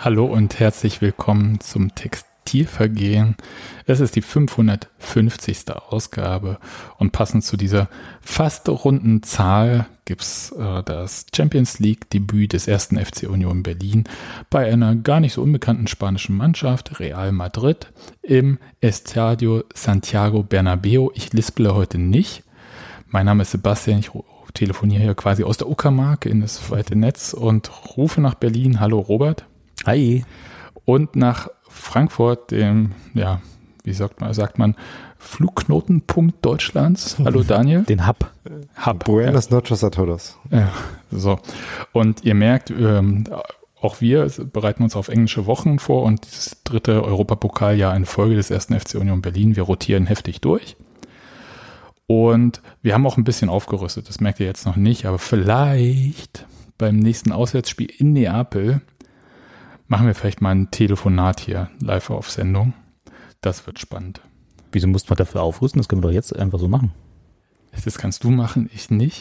Hallo und herzlich willkommen zum Textilvergehen. Es ist die 550. Ausgabe und passend zu dieser fast runden Zahl gibt es das Champions League Debüt des 1. FC Union Berlin bei einer gar nicht so unbekannten spanischen Mannschaft, Real Madrid, im Estadio Santiago Bernabéu. Ich lisple heute nicht. Mein Name ist Sebastian, ich telefoniere hier quasi aus der Uckermark in das weite Netz und rufe nach Berlin. Hallo Robert. Hi. Und nach Frankfurt, dem, ja, wie sagt man, Flugknotenpunkt Deutschlands. Hallo Daniel. Den Hub. Buenas noches a todos. Ja, so. Und ihr merkt, auch wir bereiten uns auf englische Wochen vor und das dritte Europapokaljahr in Folge des 1. FC Union Berlin. Wir rotieren heftig durch. Und wir haben auch ein bisschen aufgerüstet, das merkt ihr jetzt noch nicht, aber vielleicht beim nächsten Auswärtsspiel in Neapel machen wir vielleicht mal ein Telefonat hier live auf Sendung. Das wird spannend. Wieso musst man dafür aufrüsten? Das können wir doch jetzt einfach so machen. Das kannst du machen, ich nicht.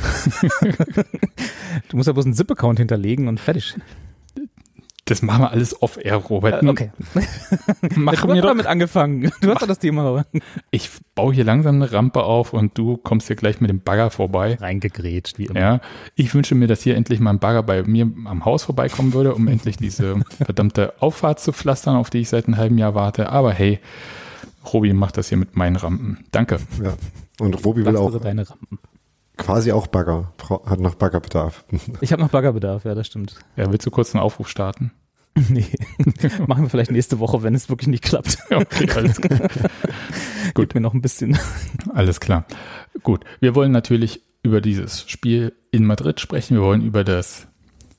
Du musst ja bloß einen ZIP-Account hinterlegen und fertig. Das machen wir alles off-air, Robert. Okay. Machen wir damit angefangen. Du hast doch das Thema. Ich baue hier langsam eine Rampe auf und du kommst hier gleich mit dem Bagger vorbei. Reingegrätscht, wie immer. Ja, ich wünsche mir, dass hier endlich mal ein Bagger bei mir am Haus vorbeikommen würde, um endlich diese verdammte Auffahrt zu pflastern, auf die ich seit einem halben Jahr warte. Aber hey, Robi macht das hier mit meinen Rampen. Danke. Ja. Und Robi will auch deine Rampen. Quasi auch Bagger. Hat noch Baggerbedarf. Ich habe noch Baggerbedarf, ja, das stimmt. Ja, willst du kurz einen Aufruf starten? Nee. Machen wir vielleicht nächste Woche, wenn es wirklich nicht klappt. Okay, alles klar. Gut, mir noch ein bisschen. Alles klar. Gut, wir wollen natürlich über dieses Spiel in Madrid sprechen. Wir wollen über das,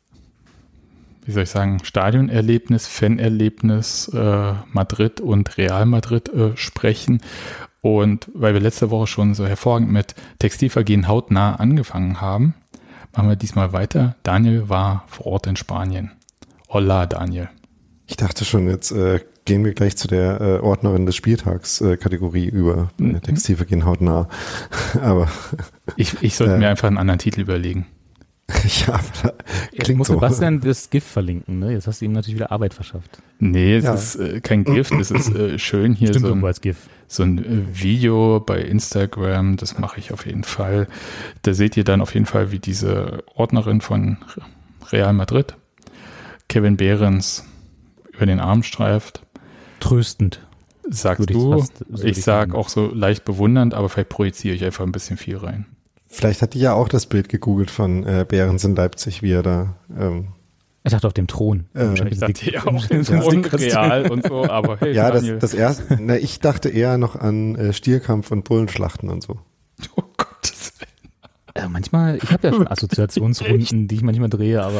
wie soll ich sagen, Stadionerlebnis, Fanerlebnis Madrid und Real Madrid sprechen. Und weil wir letzte Woche schon so hervorragend mit Textilvergehen hautnah angefangen haben, machen wir diesmal weiter. Daniel war vor Ort in Spanien. Hola, Daniel. Ich dachte schon, jetzt gehen wir gleich zu der Ordnerin des Spieltags Kategorie über Textilvergehen hautnah. Aber ich sollte mir einfach einen anderen Titel überlegen. Ja, klingt muss so. Sebastian das GIF verlinken, ne? Jetzt hast du ihm natürlich wieder Arbeit verschafft. Nee, es ist kein GIF, es ist schön hier so ein Video bei Instagram, das mache ich auf jeden Fall. Da seht ihr dann auf jeden Fall, wie diese Ordnerin von Real Madrid, Kevin Behrens, über den Arm streift. Tröstend. Sagst du, ich sag auch so leicht bewundernd, aber vielleicht projiziere ich einfach ein bisschen viel rein. Vielleicht hat die ja auch das Bild gegoogelt von Behrens in Leipzig, wie er da ich dachte auf dem Thron. Ich dachte ja auch und real und so, aber hey, ja, Daniel. das erste, ich dachte eher noch an Stierkampf und Bullenschlachten und so. Oh Gottes Willen. Manchmal, ich habe ja schon Assoziationsrunden, die ich manchmal drehe, aber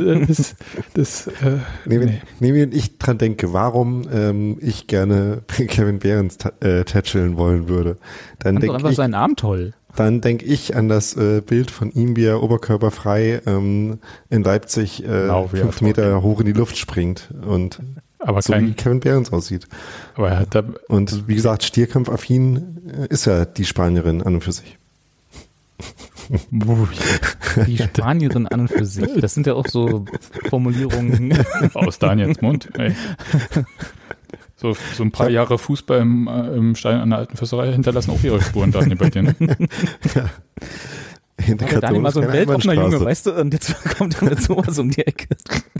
wenn ich dran denke, warum ich gerne Kevin Behrens tätscheln wollen würde, dann denke einfach seinen Arm toll. Dann denke ich an das Bild von ihm, wie er oberkörperfrei in Leipzig 5 Meter hoch in die Luft springt und aber so wie Kevin Behrens aussieht. Aber er hat und wie gesagt, stierkampfaffin ist ja die Spanierin an und für sich. Die Spanierin an und für sich. Das sind ja auch so Formulierungen aus Daniels Mund. Hey. So ein paar Jahre Fußball im Stein an der Alten Fürsterei hinterlassen auch ihre Spuren, Daniel, bei dir. Ne? Ja. Aber Daniel mal so ein weltoffener Junge, weißt du? Und jetzt kommt er mit sowas um die Ecke.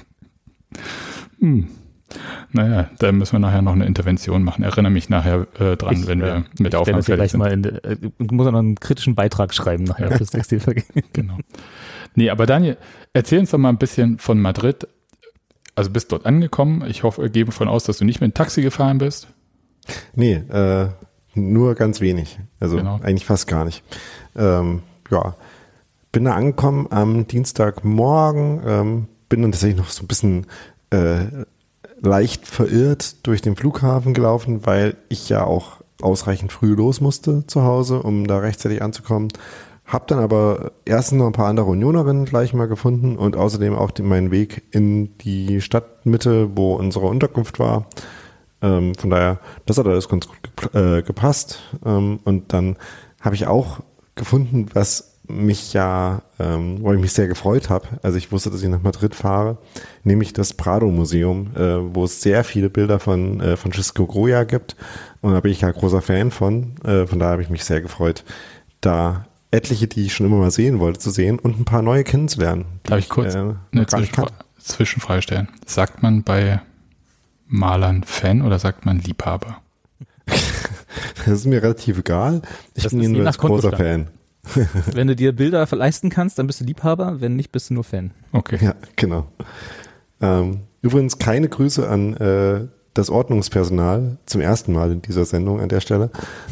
Naja, da müssen wir nachher noch eine Intervention machen. Erinnere mich nachher dran, wenn wir mit der Aufnahme fertig sind. Du musst noch einen kritischen Beitrag schreiben nachher fürs Textilvergehen. Genau. Nee, aber Daniel, erzähl uns doch mal ein bisschen von Madrid. Also bist dort angekommen. Ich hoffe, gebe von aus, dass du nicht mit dem Taxi gefahren bist. Nee, nur ganz wenig. Also eigentlich fast gar nicht. Bin da angekommen am Dienstagmorgen, bin dann tatsächlich noch so ein bisschen leicht verirrt durch den Flughafen gelaufen, weil ich ja auch ausreichend früh los musste zu Hause, um da rechtzeitig anzukommen. Hab dann aber erstens noch ein paar andere Unionerinnen gleich mal gefunden und außerdem auch meinen Weg in die Stadtmitte, wo unsere Unterkunft war. Von daher, das hat alles ganz gut gepasst. Und dann habe ich auch gefunden, was mich wo ich mich sehr gefreut habe, also ich wusste, dass ich nach Madrid fahre, nämlich das Prado-Museum, wo es sehr viele Bilder von Francisco Goya gibt und da bin ich ja großer Fan von daher habe ich mich sehr gefreut, da etliche, die ich schon immer mal sehen wollte, zu sehen und ein paar neue kennenzulernen. Darf ich kurz eine Zwischenfrage stellen? Sagt man bei Malern Fan oder sagt man Liebhaber? Das ist mir relativ egal. Ich bin nur ein großer Fan. Wenn du dir Bilder leisten kannst, dann bist du Liebhaber, wenn nicht, bist du nur Fan. Okay. Ja, genau. Übrigens keine Grüße an das Ordnungspersonal zum ersten Mal in dieser Sendung an der Stelle,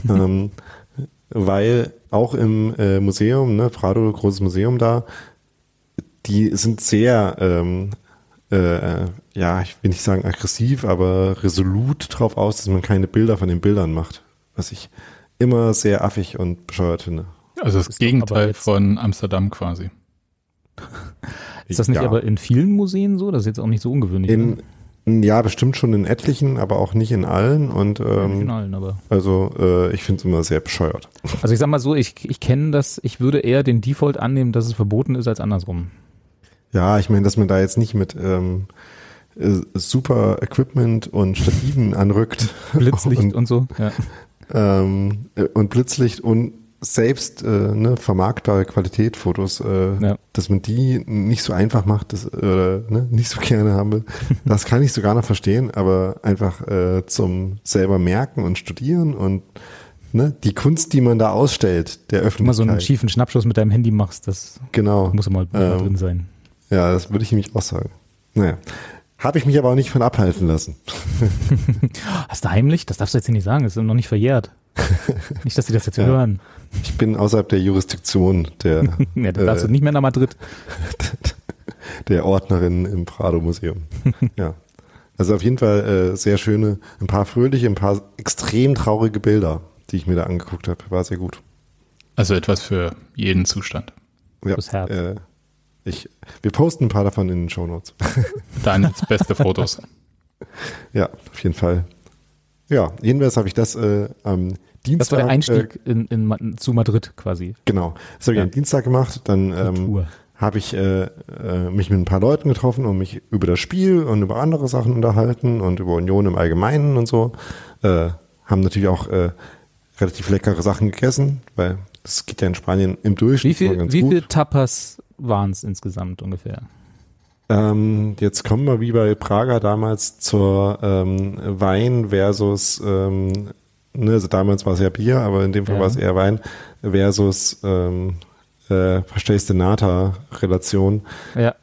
weil auch im Museum, ne, Prado, großes Museum da, die sind sehr, ich will nicht sagen aggressiv, aber resolut drauf aus, dass man keine Bilder von den Bildern macht, was ich immer sehr affig und bescheuert finde. Also das Gegenteil von Amsterdam quasi. Ist das nicht aber in vielen Museen so? Das ist jetzt auch nicht so ungewöhnlich. Ja, bestimmt schon in etlichen, aber auch nicht in allen. Und nicht in allen, aber. Also ich finde es immer sehr bescheuert. Also ich sag mal so, ich kenne das, ich würde eher den Default annehmen, dass es verboten ist, als andersrum. Ja, ich meine, dass man da jetzt nicht mit super Equipment und Stativen anrückt. Blitzlicht und so, ja. Und Blitzlicht und selbst vermarktbare Qualitätfotos, dass man die nicht so einfach macht, nicht so gerne haben will, das kann ich sogar noch verstehen, aber einfach zum selber merken und studieren und die Kunst, die man da ausstellt, der Öffentlichkeit. Immer so einen schiefen Schnappschuss mit deinem Handy machst, das muss mal drin sein. Ja, das würde ich nämlich auch sagen. Naja. Habe ich mich aber auch nicht von abhalten lassen. Hast du heimlich? Das darfst du jetzt hier nicht sagen, das ist noch nicht verjährt. Nicht, dass sie das jetzt hören. Ich bin außerhalb der Jurisdiktion der ja, da darfst du nicht mehr nach Madrid. Der Ordnerin im Prado-Museum. Ja. Also auf jeden Fall sehr schöne, ein paar fröhliche, ein paar extrem traurige Bilder, die ich mir da angeguckt habe. War sehr gut. Also etwas für jeden Zustand. Ja, fürs Herz. Wir posten ein paar davon in den Shownotes. Daniels beste Fotos. Ja, auf jeden Fall. Ja, jedenfalls habe ich das am Dienstag. Das war der Einstieg zu Madrid quasi. Genau, das habe ich am Dienstag gemacht. Dann habe ich mich mit ein paar Leuten getroffen und mich über das Spiel und über andere Sachen unterhalten und über Union im Allgemeinen und so. Haben natürlich auch relativ leckere Sachen gegessen, weil das geht ja in Spanien im Durchschnitt ganz gut. Wie viel Tapas waren es insgesamt ungefähr? Jetzt kommen wir wie bei Prager damals zur Wein versus, also damals war es ja Bier, aber in dem Fall war es eher Wein versus Pastéis de Nata-Relation. Ja.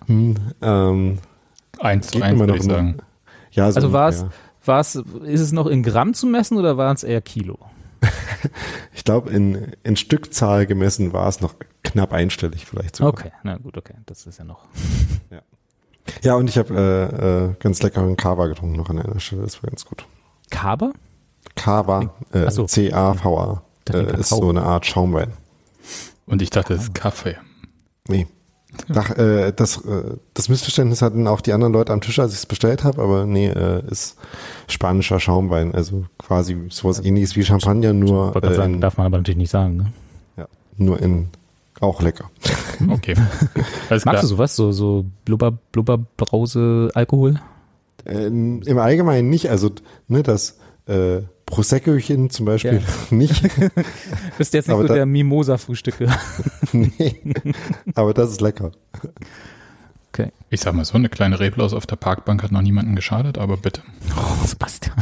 1:1 würde ich sagen. Ja, so also ist es noch in Gramm zu messen oder waren es eher Kilo? Ich glaube, in Stückzahl gemessen war es noch knapp einstellig vielleicht sogar. Okay, na gut, okay, das ist ja noch. Ja, und ich habe ganz leckeren Cava getrunken noch an einer Stelle, das war ganz gut. Cava? Cava, C-A-V-A, ist so eine Art Schaumwein. Und ich dachte, das ist Kaffee. Nee. Das Missverständnis hatten auch die anderen Leute am Tisch, als ich es bestellt habe, aber nee, ist spanischer Schaumwein, also quasi sowas ähnliches wie Champagner, nur darf man aber natürlich nicht sagen, ne? Ja, nur in auch lecker. Okay. Magst du sowas, so Blubberbrause Alkohol? Im Allgemeinen nicht, also das Proseccochen zum Beispiel nicht. Bist jetzt nicht so der Mimosa-Frühstücke. Nee, aber das ist lecker. Okay. Ich sag mal so, eine kleine Reblaus auf der Parkbank hat noch niemandem geschadet, aber bitte. Oh, Sebastian.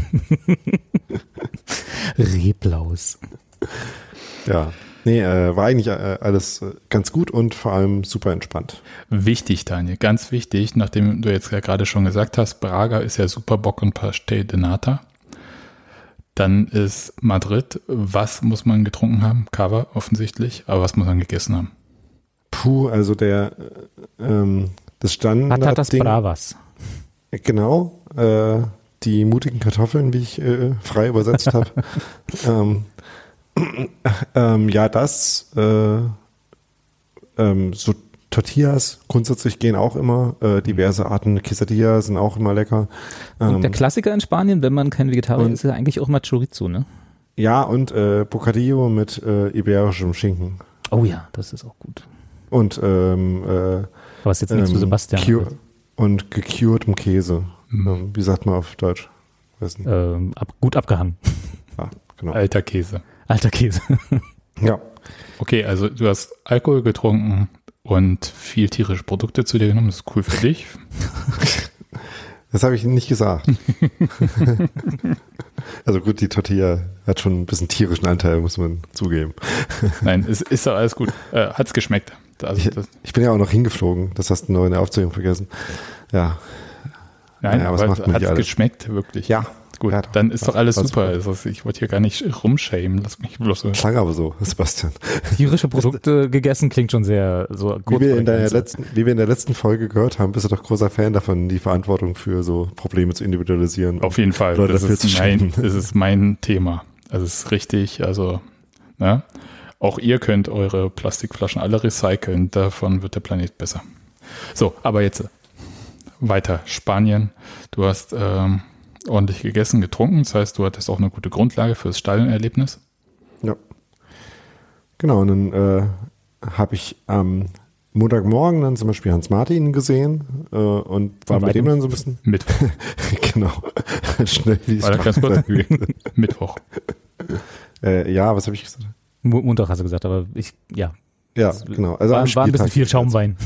Reblaus. Ja, nee, war eigentlich alles ganz gut und vor allem super entspannt. Wichtig, Daniel, ganz wichtig, nachdem du jetzt ja gerade schon gesagt hast, Braga ist ja super Bock und Pastéis de Nata. Dann ist Madrid, was muss man getrunken haben? Cava offensichtlich, aber was muss man gegessen haben? Puh, also das Standard Patatas Bravas. Genau, die mutigen Kartoffeln, wie ich frei übersetzt habe. So Tortillas grundsätzlich gehen auch immer, diverse Arten Quesadillas sind auch immer lecker. Und der Klassiker in Spanien, wenn man kein Vegetarier ist, ist ja eigentlich auch mal Chorizo, ne? Ja, und Bocadillo mit iberischem Schinken. Oh ja, das ist auch gut. Und aber ist jetzt nichts für Sebastian. Und gecuredem Käse. Wie sagt man auf Deutsch? Weiß nicht. Gut abgehangen. Ja, genau. Alter Käse. Ja. Okay, also du hast Alkohol getrunken und viel tierische Produkte zu dir genommen. Das ist cool für dich. Das habe ich nicht gesagt. Also gut, die Tortilla hat schon ein bisschen tierischen Anteil, muss man zugeben. Nein, ist doch alles gut. Hat's geschmeckt. Also ich bin ja auch noch hingeflogen. Das hast du noch in der Aufzählung vergessen. Ja. Nein, aber hat's geschmeckt, wirklich? Ja. Gut, ja, dann ist doch alles super. Also ich wollte hier gar nicht rumshamen. Lass mich bloß so. Klang aber so, Sebastian. Tierische Produkte gegessen klingt schon sehr so gut. Wie wir in der letzten Folge gehört haben, bist du doch großer Fan davon, die Verantwortung für so Probleme zu individualisieren. Auf jeden Fall. Das ist mein Thema. Also es ist richtig, also ne? Auch ihr könnt eure Plastikflaschen alle recyceln. Davon wird der Planet besser. So, aber jetzt weiter. Spanien. Du hast ordentlich gegessen, getrunken. Das heißt, du hattest auch eine gute Grundlage für das Stadionerlebnis. Ja. Genau, und dann habe ich am Montagmorgen dann zum Beispiel Hans Martin gesehen und war mit dem dann so ein bisschen... Mittwoch. Genau. Schnell wie war ganz kurz. Mittwoch. Ja, was habe ich gesagt? Montag hast du gesagt, aber ja. Ja, genau. Also war ein bisschen viel Schaumwein.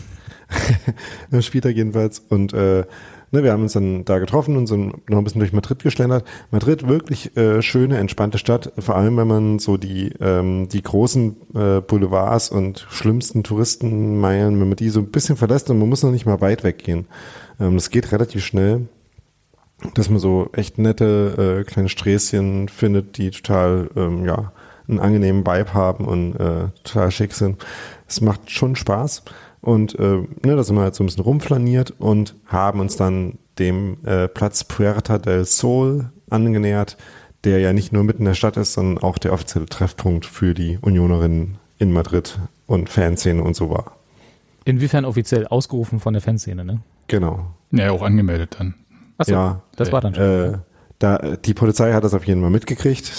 Am Spieltag jedenfalls. Und wir haben uns dann da getroffen und sind noch ein bisschen durch Madrid geschlendert. Madrid, wirklich schöne, entspannte Stadt. Vor allem, wenn man so die großen Boulevards und schlimmsten Touristenmeilen, wenn man die so ein bisschen verlässt und man muss noch nicht mal weit weggehen. Das geht relativ schnell, dass man so echt nette kleine Sträßchen findet, die total, einen angenehmen Vibe haben und total schick sind. Es macht schon Spaß. Und da sind wir halt so ein bisschen rumflaniert und haben uns dann dem Platz Puerta del Sol angenähert, der ja nicht nur mitten in der Stadt ist, sondern auch der offizielle Treffpunkt für die Unionerinnen in Madrid und Fanszene und so war. Inwiefern offiziell? Ausgerufen von der Fanszene, ne? Genau. Ja, auch angemeldet dann. Achso, ja, das war dann schon. Die Polizei hat das auf jeden Fall mitgekriegt.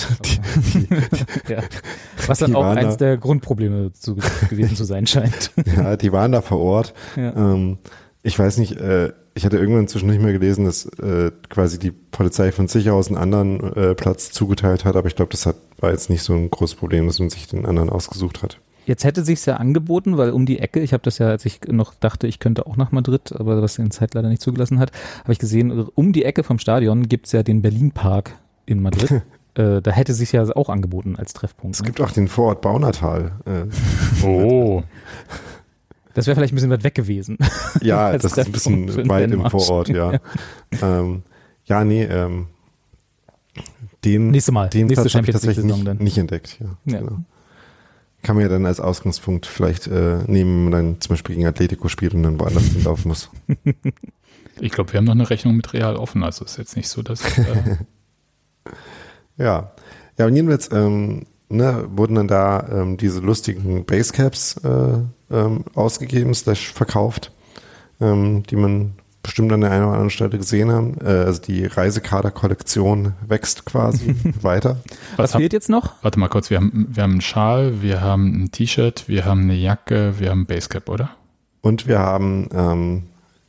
Ja. Was dann auch eins der Grundprobleme gewesen zu sein scheint. Ja, die waren da vor Ort. Ja. Ich weiß nicht, ich hatte irgendwann inzwischen nicht mehr gelesen, dass quasi die Polizei von sich aus einen anderen Platz zugeteilt hat, aber ich glaube, war jetzt nicht so ein großes Problem, dass man sich den anderen ausgesucht hat. Jetzt hätte sich's ja angeboten, weil um die Ecke, ich habe das ja, als ich noch dachte, ich könnte auch nach Madrid, aber was die Zeit leider nicht zugelassen hat, habe ich gesehen, um die Ecke vom Stadion gibt's ja den Berlin-Park in Madrid. Da hätte sich ja auch angeboten als Treffpunkt. Es gibt auch den Vorort Baunatal. Oh. Das wäre vielleicht ein bisschen weit weg gewesen. Ja, das ist ein bisschen weit im Vorort, ja. Den Nächste Platz habe ich tatsächlich nicht entdeckt. Ja. Genau. Kann man ja dann als Ausgangspunkt vielleicht nehmen, wenn man dann zum Beispiel gegen Atletico spielt und dann woanders hinlaufen muss. Ich glaube, wir haben noch eine Rechnung mit Real offen, also ist jetzt nicht so, dass... Ja, und jedenfalls wurden dann da diese lustigen Basecaps ausgegeben, verkauft, die man bestimmt an der einen oder anderen Stelle gesehen haben. Also die Reisekader-Kollektion wächst quasi weiter. Was fehlt jetzt noch? Warte mal kurz, wir haben einen Schal, wir haben ein T-Shirt, wir haben eine Jacke, wir haben ein Basecap, oder? Und wir haben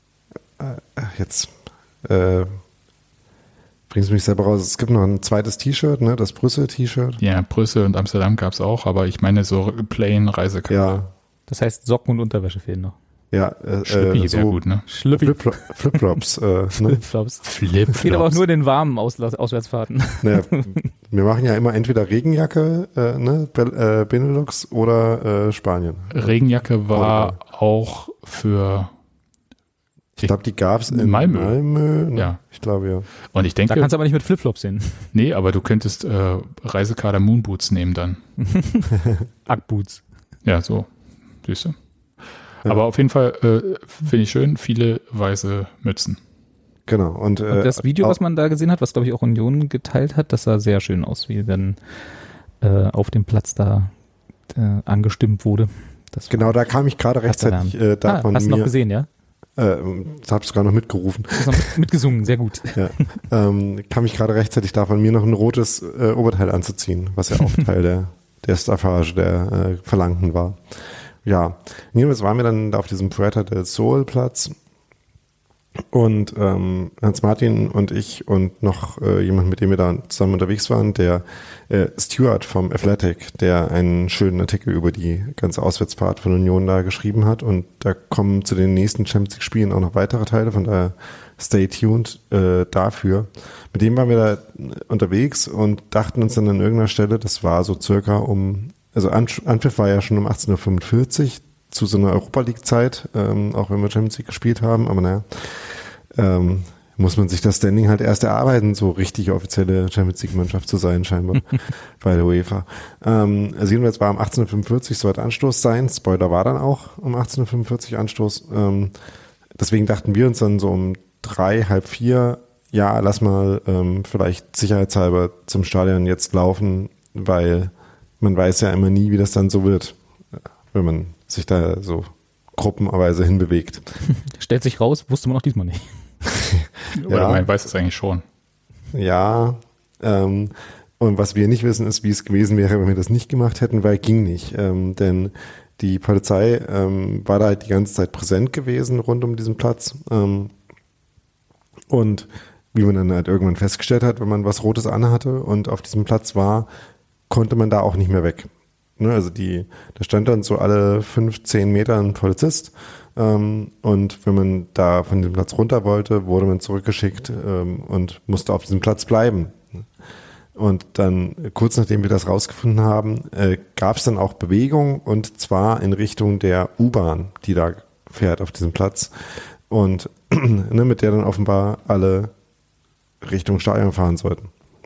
bringst du mich selber raus. Es gibt noch ein zweites T-Shirt, ne? Das Brüssel-T-Shirt. Ja, Brüssel und Amsterdam gab es auch, aber ich meine so plain Reisekader. Ja. Das heißt, Socken und Unterwäsche fehlen noch. Ja, Schlüppi wäre gut, ne? Flipflops. Flipflops. Geht aber auch nur den warmen Auswärtsfahrten. Naja, wir machen ja immer entweder Regenjacke, Benelux oder Spanien. Regenjacke war auch für... Ich glaube, die gab es in Malmö. Ja. Ich glaube, ja. Und ich denke, da kannst du aber nicht mit Flipflops hin. Nee, aber du könntest Reisekader Moonboots nehmen dann. Ackboots. Ja, so. Siehst du? Ja. Aber auf jeden Fall finde ich schön, viele weiße Mützen. Genau. Und das Video, was man da gesehen hat, was glaube ich auch Union geteilt hat, das sah sehr schön aus, wie dann auf dem Platz da angestimmt wurde. Genau, da kam ich gerade rechtzeitig. Hast du noch gesehen, ja? Habe sogar noch mitgerufen. Du hast noch mitgesungen, sehr gut. Ja. Kam ich gerade rechtzeitig davon, mir noch ein rotes Oberteil anzuziehen, was ja auch Teil der Staffage der Verlangten war. Ja, jedenfalls waren wir dann da auf diesem Puerta del Sol Platz und Hans Martin und ich und noch jemand, mit dem wir da zusammen unterwegs waren, der Stuart vom Athletic, der einen schönen Artikel über die ganze Auswärtsfahrt von Union da geschrieben hat, und da kommen zu den nächsten Champions League Spielen auch noch weitere Teile, von daher stay tuned dafür. Mit dem waren wir da unterwegs und dachten uns dann an irgendeiner Stelle, das war so circa also Anpfiff war ja schon um 18:45 Uhr zu so einer Europa-League-Zeit, auch wenn wir Champions League gespielt haben, aber naja, muss man sich das Standing halt erst erarbeiten, so richtig offizielle Champions League-Mannschaft zu sein scheinbar bei der UEFA. Also jedenfalls war um 18:45 Uhr sollte Anstoß sein, Spoiler war dann auch um 18:45 Uhr Anstoß, deswegen dachten wir uns dann so um 3, halb 4, ja, lass mal vielleicht sicherheitshalber zum Stadion jetzt laufen, weil man weiß ja immer nie, wie das dann so wird, wenn man sich da so gruppenweise hinbewegt. Stellt sich raus, wusste man auch diesmal nicht. Oder man weiß es eigentlich schon. Ja, und was wir nicht wissen, ist, wie es gewesen wäre, wenn wir das nicht gemacht hätten, weil ging nicht. Denn die Polizei war da halt die ganze Zeit präsent gewesen rund um diesen Platz. Und wie man dann halt irgendwann festgestellt hat, wenn man was Rotes anhatte und auf diesem Platz war, konnte man da auch nicht mehr weg. Ne, also da stand dann so alle 15 Meter ein Polizist, und wenn man da von dem Platz runter wollte, wurde man zurückgeschickt und musste auf diesem Platz bleiben. Und dann, kurz nachdem wir das rausgefunden haben, gab es dann auch Bewegung, und zwar in Richtung der U-Bahn, die da fährt auf diesem Platz, und ne, mit der dann offenbar alle Richtung Stadion fahren sollten.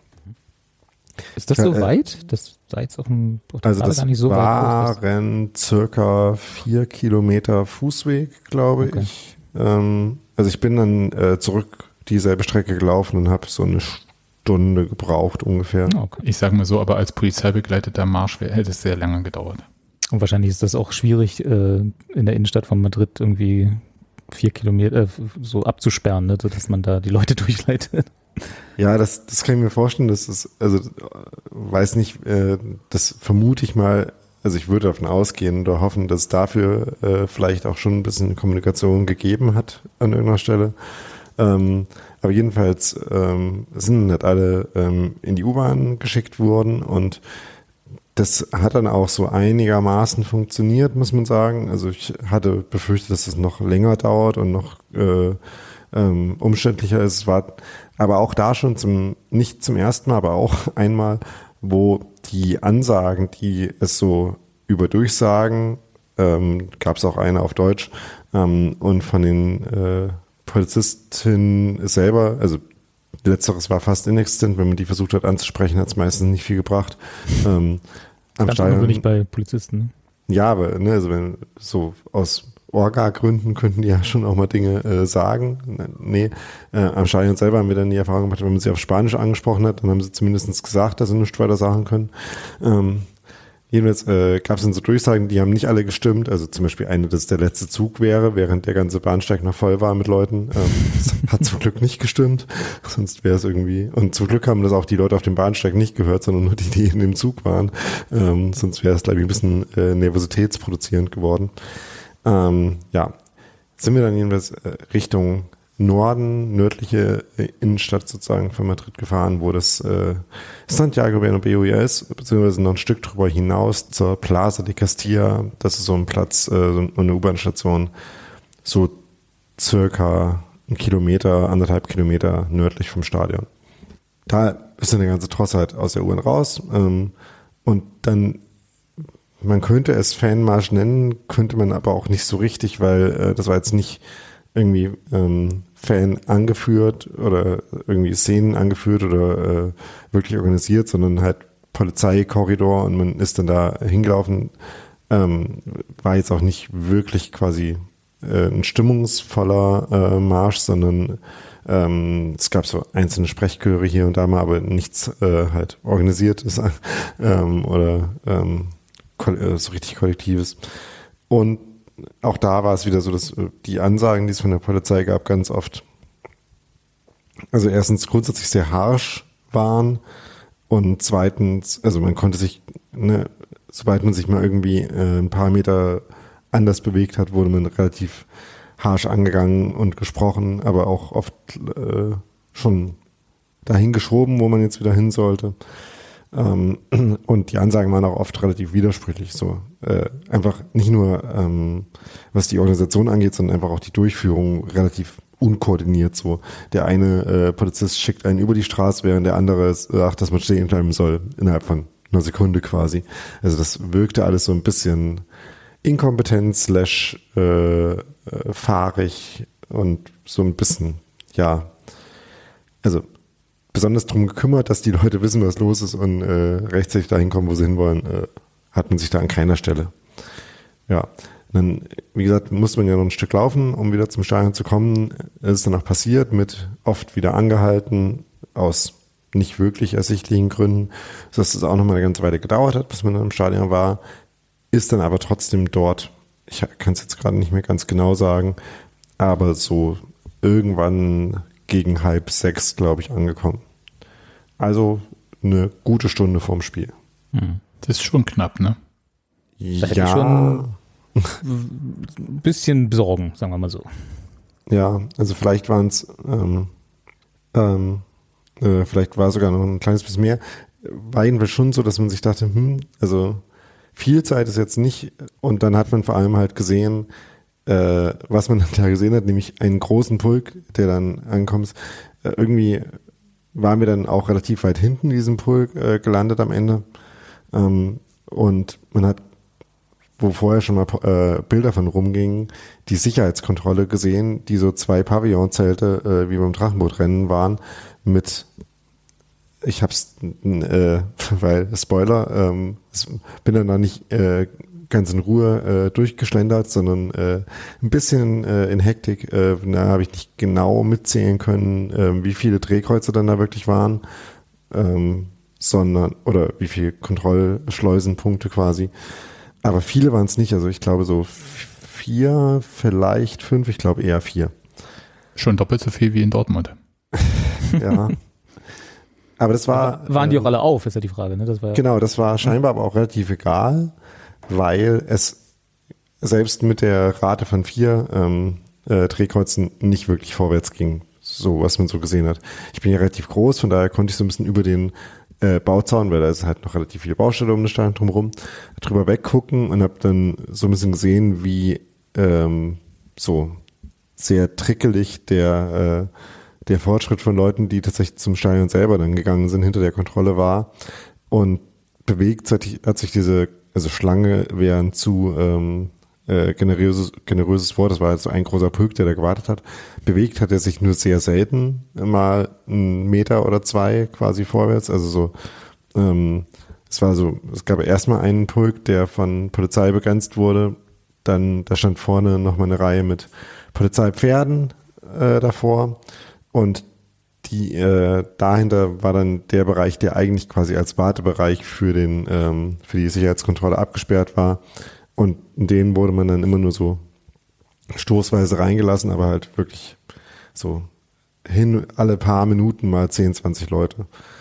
Ist das so weit? Das sei jetzt auf dem also das gar nicht so waren circa 4 Kilometer Fußweg, glaube ich. Also ich bin dann zurück dieselbe Strecke gelaufen und habe so eine Stunde gebraucht ungefähr. Okay. Ich sage mal so, aber als polizeibegleiteter Marsch hätte es sehr lange gedauert. Und wahrscheinlich ist das auch schwierig, in der Innenstadt von Madrid irgendwie 4 Kilometer so abzusperren, ne, sodass man da die Leute durchleitet. Ja, das kann ich mir vorstellen, das ist, also weiß nicht, das vermute ich mal, also ich würde davon ausgehen oder hoffen, dass es dafür vielleicht auch schon ein bisschen Kommunikation gegeben hat an irgendeiner Stelle. Aber jedenfalls sind nicht alle in die U-Bahn geschickt worden, und das hat dann auch so einigermaßen funktioniert, muss man sagen. Also ich hatte befürchtet, dass es noch länger dauert und noch umständlicher ist. Es war aber auch da schon nicht zum ersten Mal, aber auch einmal, wo die Ansagen, die es so über Durchsagen, gab es auch eine auf Deutsch, und von den Polizistinnen selber, also letzteres war fast inexistent, wenn man die versucht hat anzusprechen, hat es meistens nicht viel gebracht. Am Stadion nicht bei Polizisten. Ne? Ja, aber ne, also wenn so aus Orga-Gründen könnten die ja schon auch mal Dinge sagen. Nee, am Stadion selber haben wir dann die Erfahrung gemacht, wenn man sie auf Spanisch angesprochen hat, dann haben sie zumindest gesagt, dass sie nichts weiter sagen können. Jedenfalls gab es dann so Durchsagen, die haben nicht alle gestimmt. Also zum Beispiel eine, dass der letzte Zug wäre, während der ganze Bahnsteig noch voll war mit Leuten. Das hat zum Glück nicht gestimmt. Sonst wäre es irgendwie. Und zum Glück haben das auch die Leute auf dem Bahnsteig nicht gehört, sondern nur die in dem Zug waren. Sonst wäre es, glaube ich, ein bisschen nervositätsproduzierend geworden. Ja, sind wir dann jedenfalls Richtung Norden, nördliche Innenstadt sozusagen von Madrid gefahren, wo das Santiago Bernabéu ist, beziehungsweise noch ein Stück drüber hinaus zur Plaza de Castilla. Das ist so ein Platz, so eine U-Bahn-Station, so circa 1 Kilometer, 1,5 Kilometer nördlich vom Stadion. Da ist dann der ganze Tross halt aus der U-Bahn raus, und dann, man könnte es Fanmarsch nennen, könnte man aber auch nicht so richtig, weil das war jetzt nicht irgendwie Fan angeführt oder irgendwie Szenen angeführt oder wirklich organisiert, sondern halt Polizeikorridor, und man ist dann da hingelaufen. War jetzt auch nicht wirklich quasi ein stimmungsvoller Marsch, sondern es gab so einzelne Sprechchöre hier und da mal, aber nichts halt organisiertes oder so richtig Kollektives. Und auch da war es wieder so, dass die Ansagen, die es von der Polizei gab, ganz oft, also erstens grundsätzlich sehr harsch waren, und zweitens, also man konnte sich sobald man sich mal irgendwie ein paar Meter anders bewegt hat, wurde man relativ harsch angegangen und gesprochen, aber auch oft schon dahin geschoben, wo man jetzt wieder hin sollte. Und die Ansagen waren auch oft relativ widersprüchlich. So einfach nicht nur was die Organisation angeht, sondern einfach auch die Durchführung relativ unkoordiniert. So der eine Polizist schickt einen über die Straße, während der andere sagt, dass man stehen bleiben soll innerhalb von einer Sekunde quasi. Also das wirkte alles so ein bisschen inkompetent / fahrig und so ein bisschen, ja, also besonders darum gekümmert, dass die Leute wissen, was los ist und rechtzeitig dahin kommen, wo sie hinwollen, hat man sich da an keiner Stelle. Ja, dann, wie gesagt, musste man ja noch ein Stück laufen, um wieder zum Stadion zu kommen. Es ist dann auch passiert, mit oft wieder angehalten, aus nicht wirklich ersichtlichen Gründen, sodass es auch noch mal eine ganze Weile gedauert hat, bis man dann im Stadion war, ist dann aber trotzdem dort, ich kann es jetzt gerade nicht mehr ganz genau sagen, aber so irgendwann gegen 5:30, glaube ich, angekommen. Also eine gute Stunde vorm Spiel. Das ist schon knapp, ne? Da hätte ich schon ein bisschen Sorgen, sagen wir mal so. Ja, also vielleicht waren es, vielleicht war sogar noch ein kleines bisschen mehr. War jedenfalls schon so, dass man sich dachte, also viel Zeit ist jetzt nicht. Und dann hat man vor allem halt gesehen, was man da gesehen hat, nämlich einen großen Pulk, der dann ankommt. Irgendwie waren wir dann auch relativ weit hinten in diesem Pulk gelandet am Ende. Und man hat, wo vorher schon mal Bilder von rumgingen, die Sicherheitskontrolle gesehen, die so 2 Pavillonzelte wie beim Drachenbootrennen waren mit, ich hab's, weil Spoiler, bin dann da nicht ganz in Ruhe durchgeschlendert, sondern ein bisschen in Hektik. Da habe ich nicht genau mitzählen können, wie viele Drehkreuze dann da wirklich waren, sondern, oder wie viele Kontrollschleusenpunkte quasi. Aber viele waren es nicht. Also ich glaube so 4, vielleicht 5, ich glaube eher 4. Schon doppelt so viel wie in Dortmund. Ja. Aber das war... Waren die auch alle auf, ist ja die Frage, ne? Das war genau, das war scheinbar aber auch relativ egal, weil es selbst mit der Rate von 4 Drehkreuzen nicht wirklich vorwärts ging, so was man so gesehen hat. Ich bin ja relativ groß, von daher konnte ich so ein bisschen über den Bauzaun, weil da ist halt noch relativ viel Baustelle um den Stadion drumherum, drüber weggucken und habe dann so ein bisschen gesehen, wie so sehr trickelig der Fortschritt von Leuten, die tatsächlich zum Stadion selber dann gegangen sind, hinter der Kontrolle war. Und bewegt hat sich diese, also Schlange wäre ein zu generöses Wort, das war halt so ein großer Pulk, der da gewartet hat. Bewegt hat er sich nur sehr selten, mal 1 Meter oder 2 quasi vorwärts. Also so, es gab erstmal einen Pulk, der von Polizei begrenzt wurde. Dann, da stand vorne nochmal eine Reihe mit Polizeipferden davor. Und dahinter war dann der Bereich, der eigentlich quasi als Wartebereich für die Sicherheitskontrolle abgesperrt war. Und in den wurde man dann immer nur so stoßweise reingelassen, aber halt wirklich so alle paar Minuten mal 10, 20 Leute.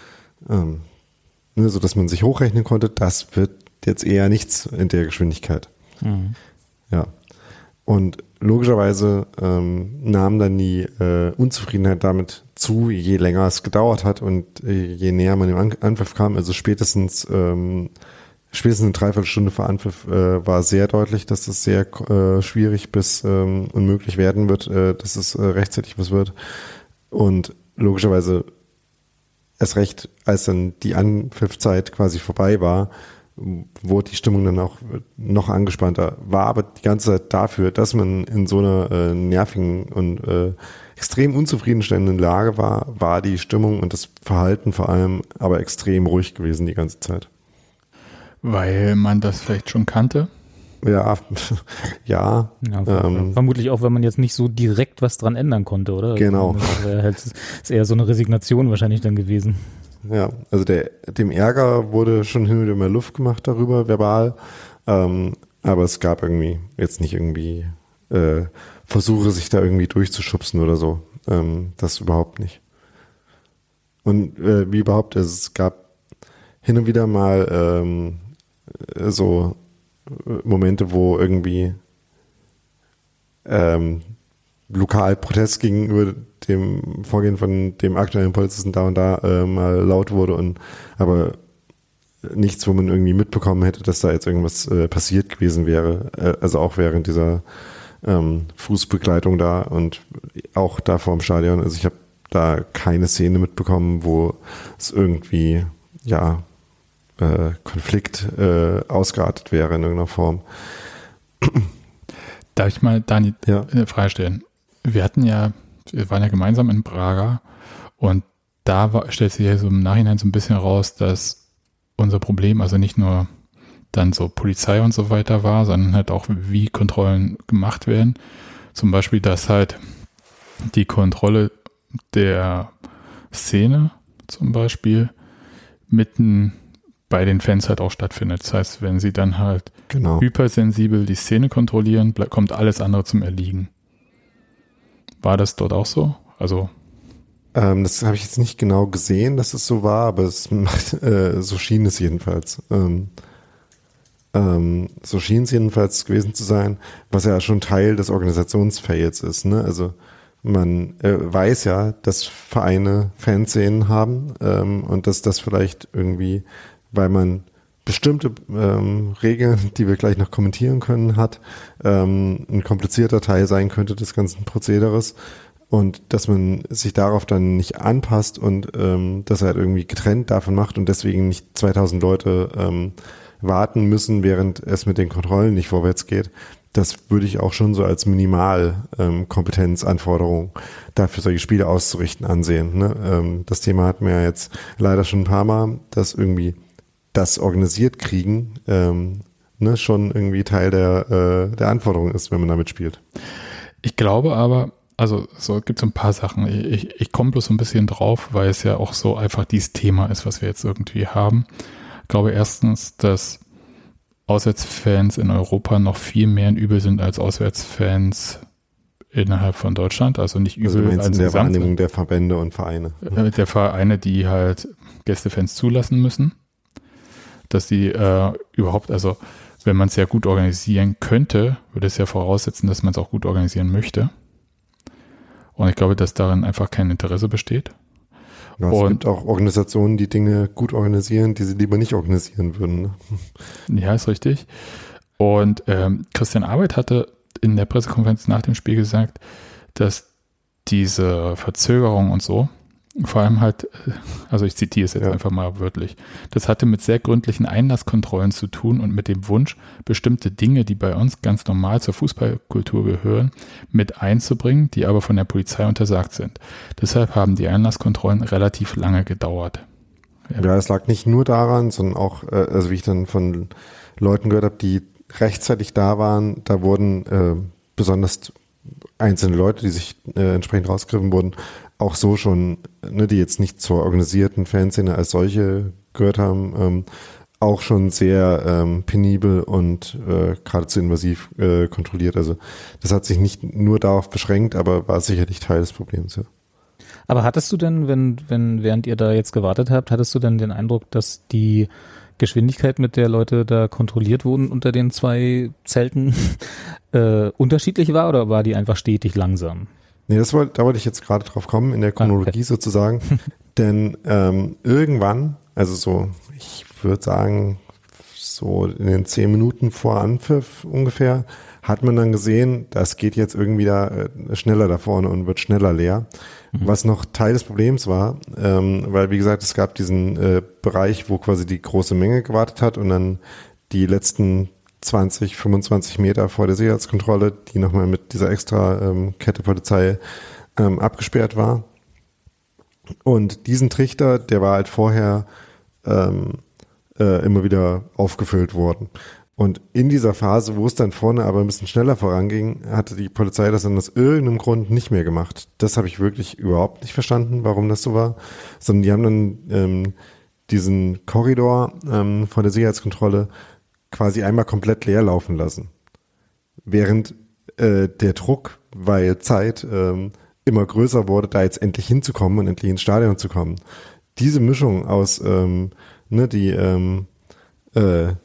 So dass man sich hochrechnen konnte, das wird jetzt eher nichts in der Geschwindigkeit. Mhm. Ja. Und logischerweise nahm dann die Unzufriedenheit damit zu, je länger es gedauert hat und je näher man dem Anpfiff kam. Also spätestens eine Dreiviertelstunde vor Anpfiff war sehr deutlich, dass es sehr schwierig bis unmöglich werden wird, dass es rechtzeitig was wird. Und logischerweise erst recht, als dann die Anpfiffzeit quasi vorbei war, wurde die Stimmung dann auch noch angespannter. War aber die ganze Zeit dafür, dass man in so einer nervigen und extrem unzufriedenstellenden Lage war die Stimmung und das Verhalten vor allem aber extrem ruhig gewesen die ganze Zeit. Weil man das vielleicht schon kannte? Ja, ja. Vermutlich auch, wenn man jetzt nicht so direkt was dran ändern konnte, oder? Genau. Das ist eher so eine Resignation wahrscheinlich dann gewesen. Ja, also dem Ärger wurde schon hin und wieder mal Luft gemacht darüber, verbal. Aber es gab irgendwie jetzt nicht irgendwie Versuche, sich da irgendwie durchzuschubsen oder so. Das überhaupt nicht. Und wie überhaupt, es gab hin und wieder mal so Momente, wo irgendwie lokal Protest gegenüber dem Vorgehen von dem aktuellen Polizisten da und da mal laut wurde, aber nichts, wo man irgendwie mitbekommen hätte, dass da jetzt irgendwas passiert gewesen wäre, also auch während dieser Fußbegleitung da und auch da vor dem Stadion. Also ich habe da keine Szene mitbekommen, wo es irgendwie Konflikt ausgeartet wäre in irgendeiner Form. Darf ich mal, Dani, eine Frage stellen? Wir waren ja gemeinsam in Braga und da stellt sich ja so im Nachhinein so ein bisschen raus, dass unser Problem also nicht nur dann so Polizei und so weiter war, sondern halt auch, wie Kontrollen gemacht werden. Zum Beispiel, dass halt die Kontrolle der Szene zum Beispiel mitten bei den Fans halt auch stattfindet. Das heißt, wenn sie dann halt hypersensibel die Szene kontrollieren, kommt alles andere zum Erliegen. War das dort auch so? Also das habe ich jetzt nicht genau gesehen, dass es so war, aber so schien es jedenfalls. So schien es jedenfalls gewesen zu sein, was ja schon Teil des Organisationsfails ist. Ne? Also man weiß ja, dass Vereine Fanszenen haben und dass das vielleicht irgendwie, weil man bestimmte Regeln, die wir gleich noch kommentieren können, hat, ein komplizierter Teil sein könnte des ganzen Prozederes und dass man sich darauf dann nicht anpasst und das halt irgendwie getrennt davon macht und deswegen nicht 2000 Leute warten müssen, während es mit den Kontrollen nicht vorwärts geht. Das würde ich auch schon so als Minimalkompetenzanforderung dafür solche Spiele auszurichten ansehen. Ne? Das Thema hatten wir ja jetzt leider schon ein paar Mal, dass irgendwie das organisiert kriegen schon irgendwie Teil der Anforderung ist, wenn man damit spielt. Ich glaube aber, also so gibt es ein paar Sachen. Ich komme bloß so ein bisschen drauf, weil es ja auch so einfach dieses Thema ist, was wir jetzt irgendwie haben. Ich glaube erstens, dass Auswärtsfans in Europa noch viel mehr ein Übel sind als Auswärtsfans innerhalb von Deutschland. Also nicht übel als in der Wahrnehmung der Verbände und Vereine. Der Vereine, die halt Gästefans zulassen müssen. Dass die überhaupt, also wenn man es ja gut organisieren könnte, würde es ja voraussetzen, dass man es auch gut organisieren möchte. Und ich glaube, dass darin einfach kein Interesse besteht. Ja, es gibt auch Organisationen, die Dinge gut organisieren, die sie lieber nicht organisieren würden. Ne? Ja, ist richtig. Und Christian Arbeit hatte in der Pressekonferenz nach dem Spiel gesagt, dass diese Verzögerung und so, vor allem halt, also ich zitiere es jetzt einfach mal wörtlich, das hatte mit sehr gründlichen Einlasskontrollen zu tun und mit dem Wunsch, bestimmte Dinge, die bei uns ganz normal zur Fußballkultur gehören, mit einzubringen, die aber von der Polizei untersagt sind. Deshalb haben die Einlasskontrollen relativ lange gedauert. Ja, es lag nicht nur daran, sondern auch, also wie ich dann von Leuten gehört habe, die rechtzeitig da waren, da wurden besonders einzelne Leute, die sich entsprechend rausgegriffen wurden, auch so schon, ne, die jetzt nicht zur organisierten Fanszene als solche gehört haben, auch schon sehr penibel und geradezu invasiv kontrolliert. Also das hat sich nicht nur darauf beschränkt, aber war sicherlich Teil des Problems, ja. Aber hattest du denn, während ihr da jetzt gewartet habt, hattest du denn den Eindruck, dass die Geschwindigkeit, mit der Leute da kontrolliert wurden unter den zwei Zelten, unterschiedlich war oder war die einfach stetig langsam? Nee, da wollte ich jetzt gerade drauf kommen, in der Chronologie sozusagen. Denn irgendwann, also so, ich würde sagen, so in den 10 Minuten vor Anpfiff ungefähr, hat man dann gesehen, das geht jetzt irgendwie da schneller da vorne und wird schneller leer. Was noch Teil des Problems war, weil wie gesagt, es gab diesen Bereich, wo quasi die große Menge gewartet hat und dann die letzten 20, 25 Meter vor der Sicherheitskontrolle, die nochmal mit dieser extra Kette Polizei abgesperrt war. Und diesen Trichter, der war halt vorher immer wieder aufgefüllt worden. Und in dieser Phase, wo es dann vorne aber ein bisschen schneller voranging, hatte die Polizei das dann aus irgendeinem Grund nicht mehr gemacht. Das habe ich wirklich überhaupt nicht verstanden, warum das so war. Sondern die haben dann diesen Korridor vor der Sicherheitskontrolle quasi einmal komplett leer laufen lassen. Während der Druck, weil Zeit immer größer wurde, da jetzt endlich hinzukommen und endlich ins Stadion zu kommen. Diese Mischung aus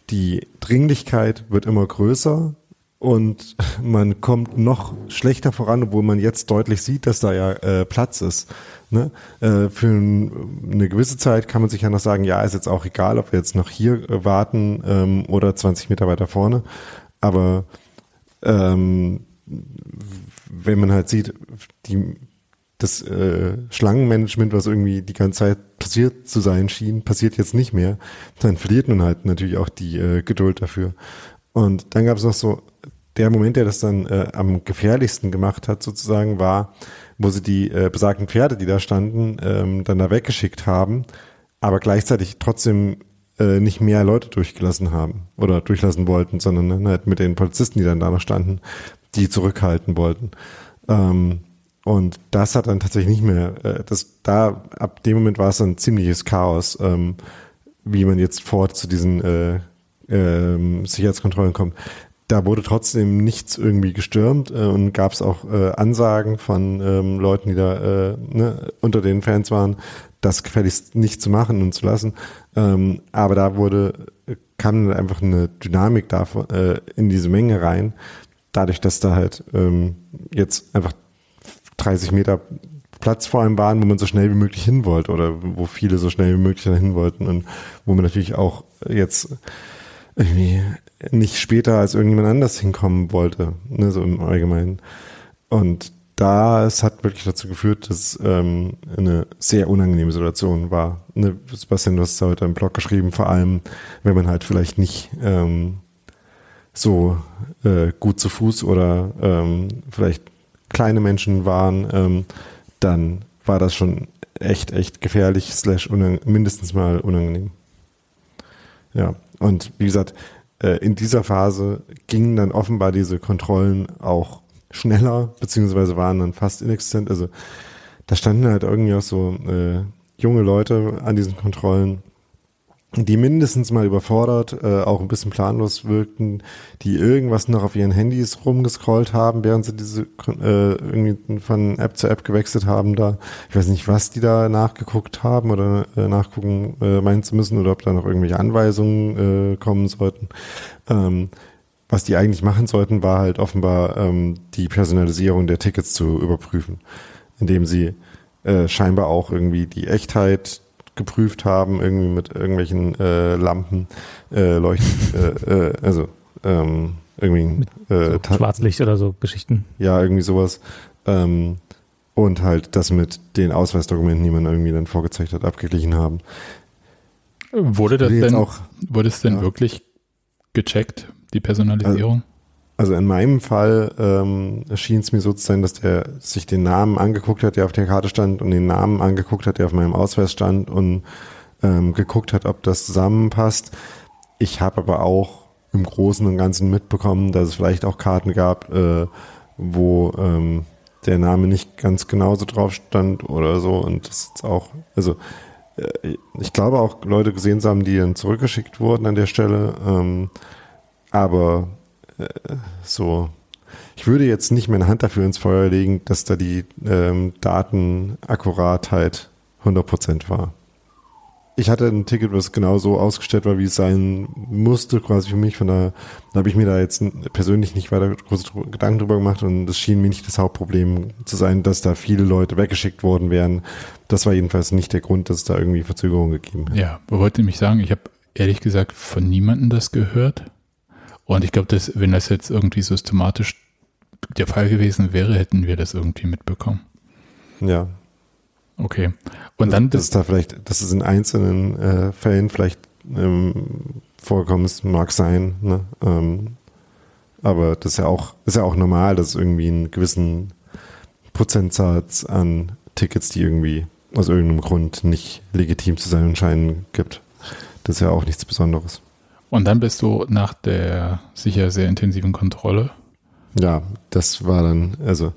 die Dringlichkeit wird immer größer und man kommt noch schlechter voran, obwohl man jetzt deutlich sieht, dass da ja Platz ist. Ne? Für eine gewisse Zeit kann man sich ja noch sagen, ja, ist jetzt auch egal, ob wir jetzt noch hier warten oder 20 Meter weiter vorne. Aber wenn man halt sieht, das Schlangenmanagement, was irgendwie die ganze Zeit passiert zu sein schien, passiert jetzt nicht mehr, dann verliert man halt natürlich auch die Geduld dafür. Und dann gab es noch so, der Moment, der das dann am gefährlichsten gemacht hat sozusagen, war, wo sie die besagten Pferde, die da standen, dann da weggeschickt haben, aber gleichzeitig trotzdem nicht mehr Leute durchgelassen haben oder durchlassen wollten, sondern halt mit den Polizisten, die dann da noch standen, die zurückhalten wollten. Und das hat dann tatsächlich nicht mehr, ab dem Moment war es dann ziemliches Chaos, wie man jetzt zu diesen Sicherheitskontrollen kommt. Da wurde trotzdem nichts irgendwie gestürmt und gab es auch Ansagen von Leuten, die da unter den Fans waren, das gefälligst nicht zu machen und zu lassen. Aber da kam dann einfach eine Dynamik davon in diese Menge rein, dadurch, dass da halt jetzt einfach 30 Meter Platz vor allem waren, wo man so schnell wie möglich hin wollte oder wo viele so schnell wie möglich dahin wollten und wo man natürlich auch jetzt irgendwie nicht später als irgendjemand anders hinkommen wollte, ne, so im Allgemeinen. Und es hat wirklich dazu geführt, dass eine sehr unangenehme Situation war. Ne, Sebastian, du hast es heute im Blog geschrieben, vor allem, wenn man halt vielleicht nicht so gut zu Fuß oder vielleicht kleine Menschen waren, dann war das schon echt gefährlich / mindestens mal unangenehm. Ja, und wie gesagt, in dieser Phase gingen dann offenbar diese Kontrollen auch schneller, beziehungsweise waren dann fast inexistent. Also da standen halt irgendwie auch so junge Leute an diesen Kontrollen, die mindestens mal überfordert, auch ein bisschen planlos wirkten, die irgendwas noch auf ihren Handys rumgescrollt haben, während sie diese irgendwie von App zu App gewechselt haben da. Ich weiß nicht, was die da nachgeguckt haben oder nachgucken meinen zu müssen oder ob da noch irgendwelche Anweisungen kommen sollten. Was die eigentlich machen sollten, war halt offenbar die Personalisierung der Tickets zu überprüfen, indem sie scheinbar auch irgendwie die Echtheit geprüft haben, irgendwie mit irgendwelchen Lampen leuchten, irgendwie so Schwarzlicht oder so Geschichten. Ja, irgendwie sowas. Und halt das mit den Ausweisdokumenten, die man irgendwie dann vorgezeigt hat, abgeglichen haben. Wurde es denn wirklich gecheckt, die Personalisierung? Also in meinem Fall schien es mir so zu sein, dass der sich den Namen angeguckt hat, der auf der Karte stand und den Namen angeguckt hat, der auf meinem Ausweis stand und geguckt hat, ob das zusammenpasst. Ich habe aber auch im Großen und Ganzen mitbekommen, dass es vielleicht auch Karten gab, wo der Name nicht ganz genauso drauf stand oder so und das ist auch, also ich glaube auch Leute gesehen zu haben, die dann zurückgeschickt wurden an der Stelle, aber so, ich würde jetzt nicht meine Hand dafür ins Feuer legen, dass da die Datenakkuratheit 100% war. Ich hatte ein Ticket, was genau so ausgestellt war, wie es sein musste, quasi für mich. Von daher habe ich mir da jetzt persönlich nicht weiter große Gedanken drüber gemacht und das schien mir nicht das Hauptproblem zu sein, dass da viele Leute weggeschickt worden wären. Das war jedenfalls nicht der Grund, dass es da irgendwie Verzögerungen gegeben hat. Ja, ich wollte nämlich sagen, ich habe ehrlich gesagt von niemandem das gehört. Und ich glaube, wenn das jetzt irgendwie systematisch der Fall gewesen wäre, hätten wir das irgendwie mitbekommen. Ja. Okay. Und dann dass es in einzelnen Fällen vielleicht vorgekommen ist, mag sein, ne? Aber das ist ja auch normal, dass es irgendwie einen gewissen Prozentsatz an Tickets, die irgendwie aus irgendeinem Grund nicht legitim zu sein scheinen, gibt. Das ist ja auch nichts Besonderes. Und dann bist du nach der sicher sehr intensiven Kontrolle? Ja, das war dann, also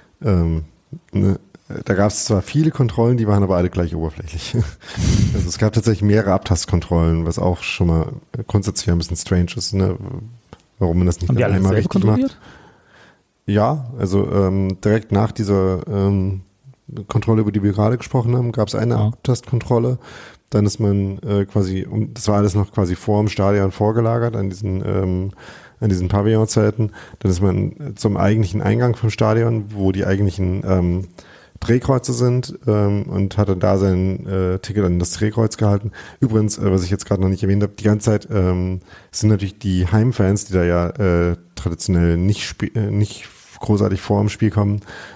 da gab es zwar viele Kontrollen, die waren aber alle gleich oberflächlich. Also es gab tatsächlich mehrere Abtastkontrollen, was auch schon mal grundsätzlich ein bisschen strange ist, ne? Warum man das nicht einmal richtig macht. Ja, also direkt nach dieser Kontrolle, über die wir gerade gesprochen haben, gab es eine Abtastkontrolle. Dann ist man quasi, das war alles noch quasi vor dem Stadion vorgelagert an diesen Pavillonzelten. Dann ist man zum eigentlichen Eingang vom Stadion, wo die eigentlichen Drehkreuze sind, und hat dann da sein Ticket an das Drehkreuz gehalten. Übrigens, was ich jetzt gerade noch nicht erwähnt habe, die ganze Zeit sind natürlich die Heimfans, die da ja traditionell nicht großartig vor dem Spiel kommen,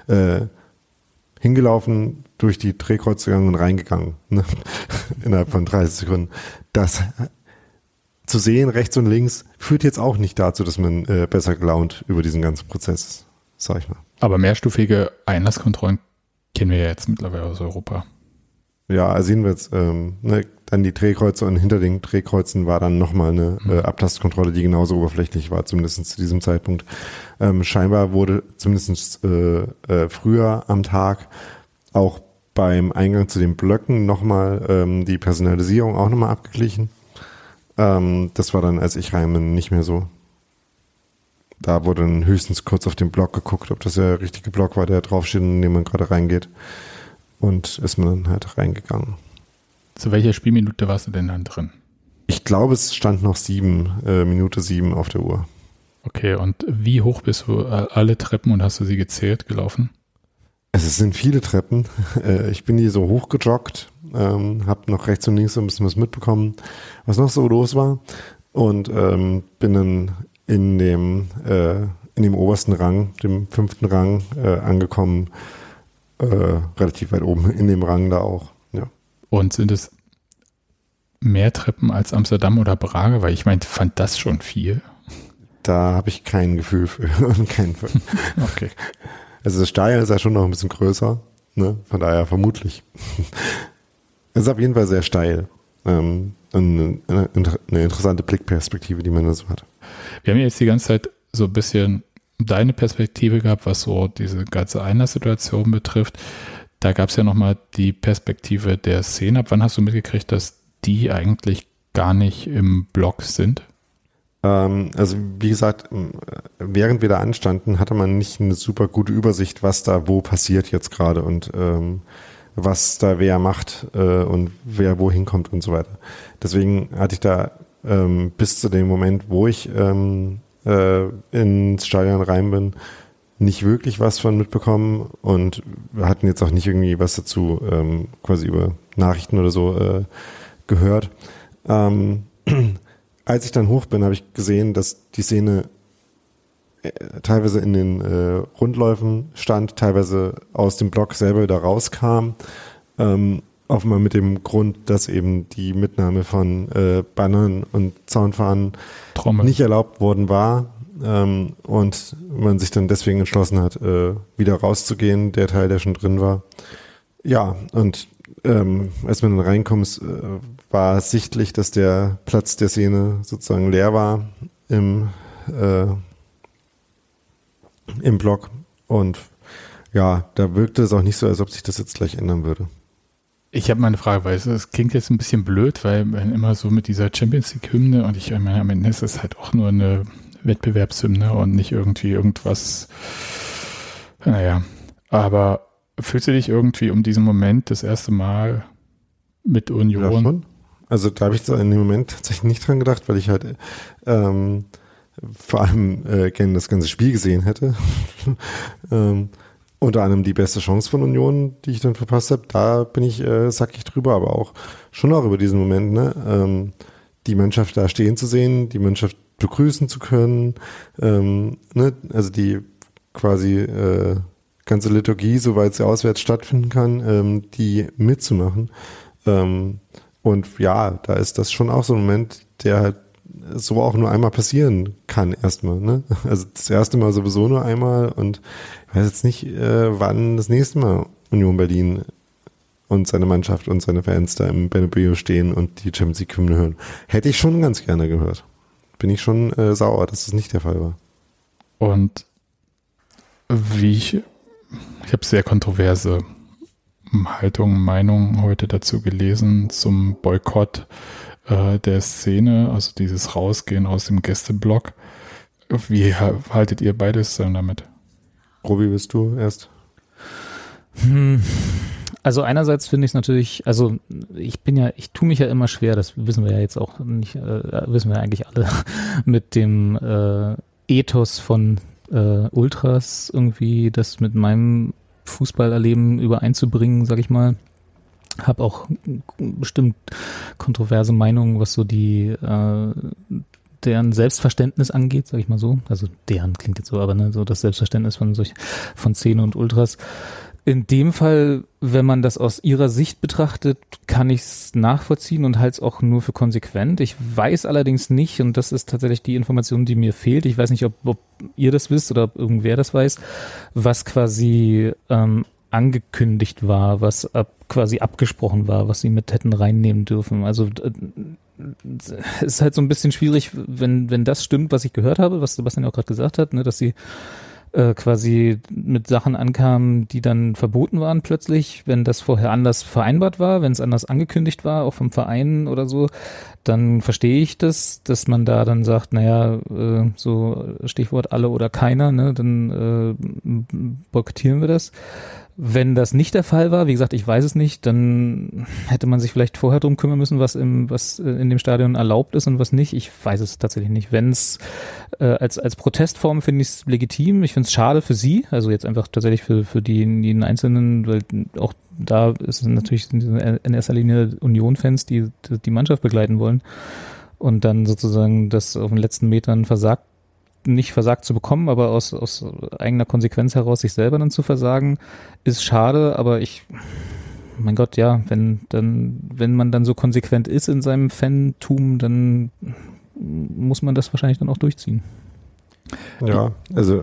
hingelaufen, durch die Drehkreuze gegangen und reingegangen. Ne? Innerhalb von 30 Sekunden. Das zu sehen, rechts und links, führt jetzt auch nicht dazu, dass man besser gelaunt über diesen ganzen Prozess ist, sag ich mal. Aber mehrstufige Einlasskontrollen kennen wir ja jetzt mittlerweile aus Europa. Ja, also jedenfalls, dann die Drehkreuze und hinter den Drehkreuzen war dann nochmal eine Abtastkontrolle, die genauso oberflächlich war, zumindest zu diesem Zeitpunkt. Scheinbar wurde zumindest früher am Tag auch beim Eingang zu den Blöcken nochmal die Personalisierung auch nochmal abgeglichen. Das war dann, als ich rein bin, nicht mehr so. Da wurde dann höchstens kurz auf den Block geguckt, ob das der richtige Block war, der draufsteht, in dem man gerade reingeht. Und ist man dann halt reingegangen. Zu welcher Spielminute warst du denn dann drin? Ich glaube, es stand noch Minute 7 auf der Uhr. Okay, und wie hoch bist du alle Treppen und hast du sie gezählt gelaufen? Es sind viele Treppen. Ich bin die so hochgejoggt, habe noch rechts und links so ein bisschen was mitbekommen, was noch so los war. Und bin dann in dem obersten Rang, dem 5. Rang, angekommen. Relativ weit oben in dem Rang da auch, ja. Und sind es mehr Treppen als Amsterdam oder Prague? Weil ich fand das schon viel. Da habe ich kein Gefühl für. Okay. Also das Stadion ist ja schon noch ein bisschen größer, ne? Von daher vermutlich. Es ist auf jeden Fall sehr steil. Und eine interessante Blickperspektive, die man da so hat. Wir haben jetzt die ganze Zeit so ein bisschen deine Perspektive gehabt, was so diese ganze Einlasssituation betrifft. Da gab es ja nochmal die Perspektive der Szene. Ab wann hast du mitgekriegt, dass die eigentlich gar nicht im Block sind? Also wie gesagt, während wir da anstanden, hatte man nicht eine super gute Übersicht, was da wo passiert jetzt gerade und was da wer macht und wer wohin kommt und so weiter. Deswegen hatte ich da bis zu dem Moment, wo ich ins Stadion rein bin, nicht wirklich was von mitbekommen und wir hatten jetzt auch nicht irgendwie was dazu quasi über Nachrichten oder so gehört. Als ich dann hoch bin, habe ich gesehen, dass die Szene teilweise in den Rundläufen stand, teilweise aus dem Block selber wieder rauskam. Offenbar mit dem Grund, dass eben die Mitnahme von Bannern und Zaunfahnen nicht erlaubt worden war und man sich dann deswegen entschlossen hat, wieder rauszugehen, der Teil, der schon drin war. Ja, und als man dann reinkommt, war sichtlich, dass der Platz der Szene sozusagen leer war im Block und ja, da wirkte es auch nicht so, als ob sich das jetzt gleich ändern würde. Ich habe mal eine Frage, weil es klingt jetzt ein bisschen blöd, weil man immer so mit dieser Champions League-Hymne und ich meine, am Ende ist es halt auch nur eine Wettbewerbshymne und nicht irgendwie irgendwas, naja, aber fühlst du dich irgendwie um diesen Moment das erste Mal mit Union? Ja, schon. Also da habe ich in dem Moment tatsächlich nicht dran gedacht, weil ich halt vor allem gerne das ganze Spiel gesehen hätte. Unter anderem die beste Chance von Union, die ich dann verpasst habe. Da bin ich sackig drüber, aber auch schon auch über diesen Moment, ne? Die Mannschaft da stehen zu sehen, die Mannschaft begrüßen zu können, ne? Also die quasi ganze Liturgie, soweit sie auswärts stattfinden kann, die mitzumachen. Und ja, da ist das schon auch so ein Moment, der halt so auch nur einmal passieren kann erstmal, ne? Also das erste Mal sowieso nur einmal und ich weiß jetzt nicht, wann das nächste Mal Union Berlin und seine Mannschaft und seine Fans da im Bernabeu stehen und die Champions League Hymne hören. Hätte ich schon ganz gerne gehört. Bin ich schon sauer, dass das nicht der Fall war. Und ich habe sehr kontroverse Haltungen, Meinungen heute dazu gelesen zum Boykott der Szene, also dieses Rausgehen aus dem Gästeblock. Wie haltet ihr beides damit? Robi, bist du erst? Also einerseits finde ich es natürlich, also ich tue mich ja immer schwer, das wissen wir ja jetzt auch nicht, wissen wir eigentlich alle, mit dem Ethos von Ultras irgendwie das mit meinem Fußballerleben übereinzubringen, sag ich mal. Hab auch bestimmt kontroverse Meinungen, was so deren Selbstverständnis angeht, sag ich mal so. Also deren klingt jetzt so, aber ne, so das Selbstverständnis von Szene und Ultras. In dem Fall, wenn man das aus ihrer Sicht betrachtet, kann ich es nachvollziehen und halte es auch nur für konsequent. Ich weiß allerdings nicht, und das ist tatsächlich die Information, die mir fehlt, ich weiß nicht, ob ihr das wisst oder ob irgendwer das weiß, was quasi angekündigt war, was quasi abgesprochen war, was sie mit hätten reinnehmen dürfen. Also es ist halt so ein bisschen schwierig, wenn das stimmt, was ich gehört habe, was Sebastian ja auch gerade gesagt hat, ne, dass sie quasi mit Sachen ankamen, die dann verboten waren plötzlich, wenn das vorher anders vereinbart war, wenn es anders angekündigt war, auch vom Verein oder so, dann verstehe ich das, dass man da dann sagt, naja, so Stichwort alle oder keiner, ne, dann boykottieren wir das. Wenn das nicht der Fall war, wie gesagt, ich weiß es nicht, dann hätte man sich vielleicht vorher drum kümmern müssen, was in dem Stadion erlaubt ist und was nicht. Ich weiß es tatsächlich nicht. Wenn es als Protestform finde ich es legitim. Ich finde es schade für sie, also jetzt einfach tatsächlich für die Einzelnen, weil auch da ist es natürlich in erster Linie Union-Fans, die Mannschaft begleiten wollen und dann sozusagen das auf den letzten Metern nicht versagt zu bekommen, aber aus eigener Konsequenz heraus sich selber dann zu versagen, ist schade, aber mein Gott, ja, wenn man dann so konsequent ist in seinem Fantum, dann muss man das wahrscheinlich dann auch durchziehen. Ja, also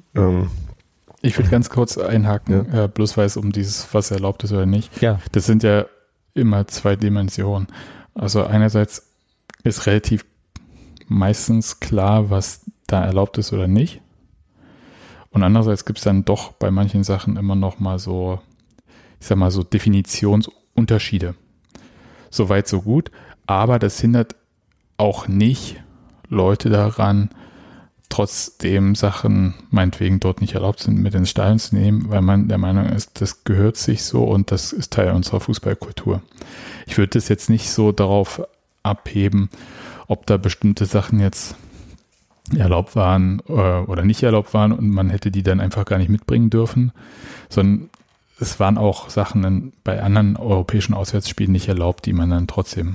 ich will ganz kurz einhaken, ja. Bloß weil es um dieses, was erlaubt ist oder nicht. Ja. Das sind ja immer zwei Dimensionen. Also einerseits ist relativ meistens klar, was da erlaubt ist oder nicht. Und andererseits gibt es dann doch bei manchen Sachen immer noch mal so, ich sag mal so Definitionsunterschiede. So weit, so gut. Aber das hindert auch nicht Leute daran, trotzdem Sachen meinetwegen dort nicht erlaubt sind, mit ins Stadion zu nehmen, weil man der Meinung ist, das gehört sich so und das ist Teil unserer Fußballkultur. Ich würde das jetzt nicht so darauf abheben, ob da bestimmte Sachen jetzt erlaubt waren oder nicht erlaubt waren und man hätte die dann einfach gar nicht mitbringen dürfen, sondern es waren auch Sachen bei anderen europäischen Auswärtsspielen nicht erlaubt, die man dann trotzdem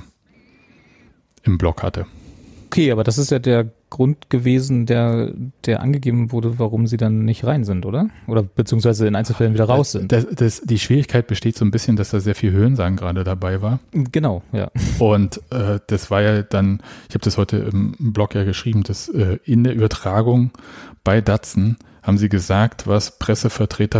im Block hatte. Okay, aber das ist ja der Grund gewesen, der angegeben wurde, warum sie dann nicht rein sind, oder? Oder beziehungsweise in Einzelfällen wieder raus sind. Die Schwierigkeit besteht so ein bisschen, dass da sehr viel Hörensagen gerade dabei war. Genau, ja. Und das war ja dann, ich habe das heute im Blog ja geschrieben, dass in der Übertragung bei Datsen haben sie gesagt, was Pressevertreter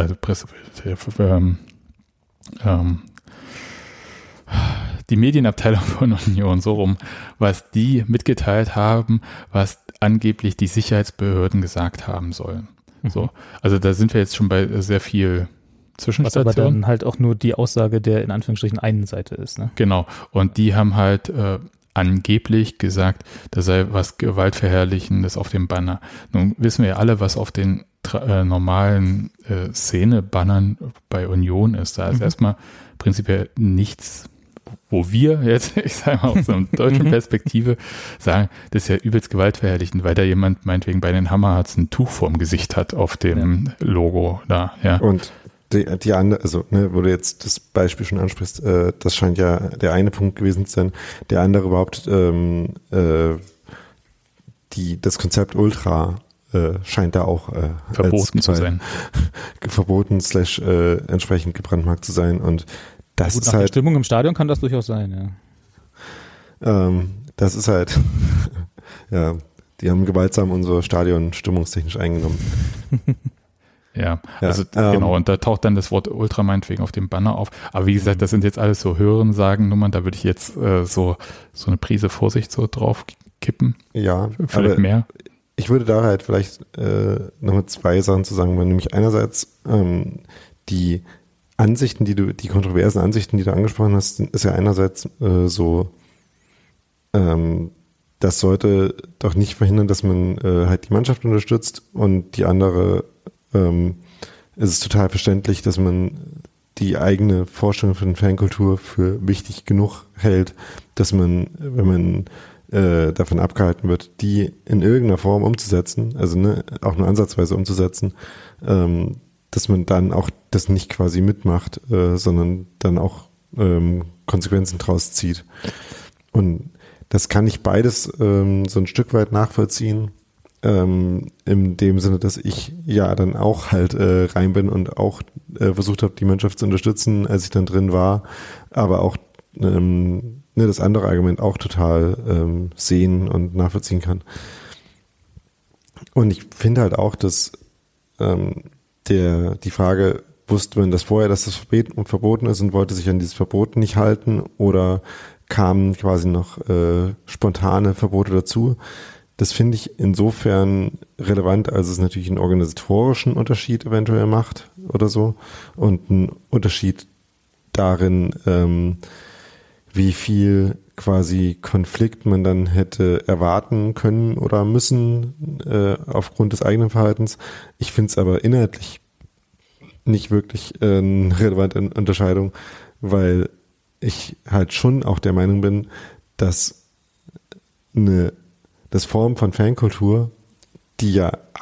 die Medienabteilung von Union, so rum, was die mitgeteilt haben, was angeblich die Sicherheitsbehörden gesagt haben sollen. So, also da sind wir jetzt schon bei sehr viel Zwischenstation. Was aber dann halt auch nur die Aussage der in Anführungsstrichen einen Seite ist, ne? Genau. Und die haben halt angeblich gesagt, da sei was Gewaltverherrlichendes auf dem Banner. Nun wissen wir ja alle, was auf den normalen Szene-Bannern bei Union ist. Da ist erstmal prinzipiell nichts, wo wir jetzt, ich sage mal aus so einer deutschen Perspektive sagen, das ist ja übelst gewaltverherrlichend, weil da jemand meinetwegen bei den Hammerharts ein Tuch vorm Gesicht hat auf dem Logo da, ja. Und die andere, also wo du jetzt das Beispiel schon ansprichst, das scheint ja der eine Punkt gewesen zu sein. Der andere überhaupt das Konzept Ultra scheint da auch verboten zu sein. Verboten / entsprechend gebrandmarkt zu sein. Und das gut, ist nach halt. der Stimmung im Stadion kann das durchaus sein, ja. Das ist halt, ja, die haben gewaltsam unser Stadion stimmungstechnisch eingenommen. Ja, also genau, und da taucht dann das Wort Ultra meinetwegen auf dem Banner auf. Aber wie gesagt, das sind jetzt alles so Hörensagen-Nummern, da würde ich jetzt so eine Prise Vorsicht so drauf kippen. Ja, vielleicht mehr. Ich würde da halt vielleicht noch mit zwei Sachen zu sagen, nämlich einerseits die Ansichten, die kontroversen Ansichten, die du angesprochen hast, ist ja einerseits das sollte doch nicht verhindern, dass man halt die Mannschaft unterstützt, und die andere es ist total verständlich, dass man die eigene Vorstellung von Fankultur für wichtig genug hält, dass man, wenn man davon abgehalten wird, die in irgendeiner Form umzusetzen, also auch nur ansatzweise umzusetzen, dass man dann auch das nicht quasi mitmacht, sondern dann auch Konsequenzen draus zieht. Und das kann ich beides so ein Stück weit nachvollziehen, in dem Sinne, dass ich ja dann auch halt rein bin und auch versucht habe, die Mannschaft zu unterstützen, als ich dann drin war, aber auch das andere Argument auch total sehen und nachvollziehen kann. Und ich finde halt auch, dass die Frage, wusste man das vorher, dass das verboten ist und wollte sich an dieses Verbot nicht halten oder kamen quasi noch spontane Verbote dazu? Das finde ich insofern relevant, als es natürlich einen organisatorischen Unterschied eventuell macht oder so und einen Unterschied darin, wie viel quasi Konflikt man dann hätte erwarten können oder müssen aufgrund des eigenen Verhaltens. Ich finde es aber inhaltlich nicht wirklich eine relevante Unterscheidung, weil ich halt schon auch der Meinung bin, dass das Form von Fankultur, die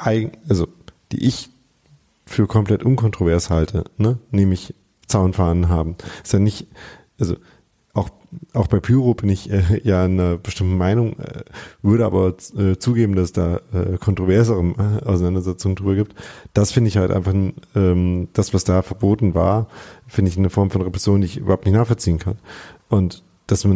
ich für komplett unkontrovers halte, nämlich Zaunfahnen haben. Ist ja nicht, also auch bei Pyro bin ich ja einer bestimmten Meinung, würde aber zugeben, dass es da kontroversere Auseinandersetzungen drüber gibt. Das finde ich halt einfach, das, was da verboten war, finde ich eine Form von Repression, die ich überhaupt nicht nachvollziehen kann. Und dass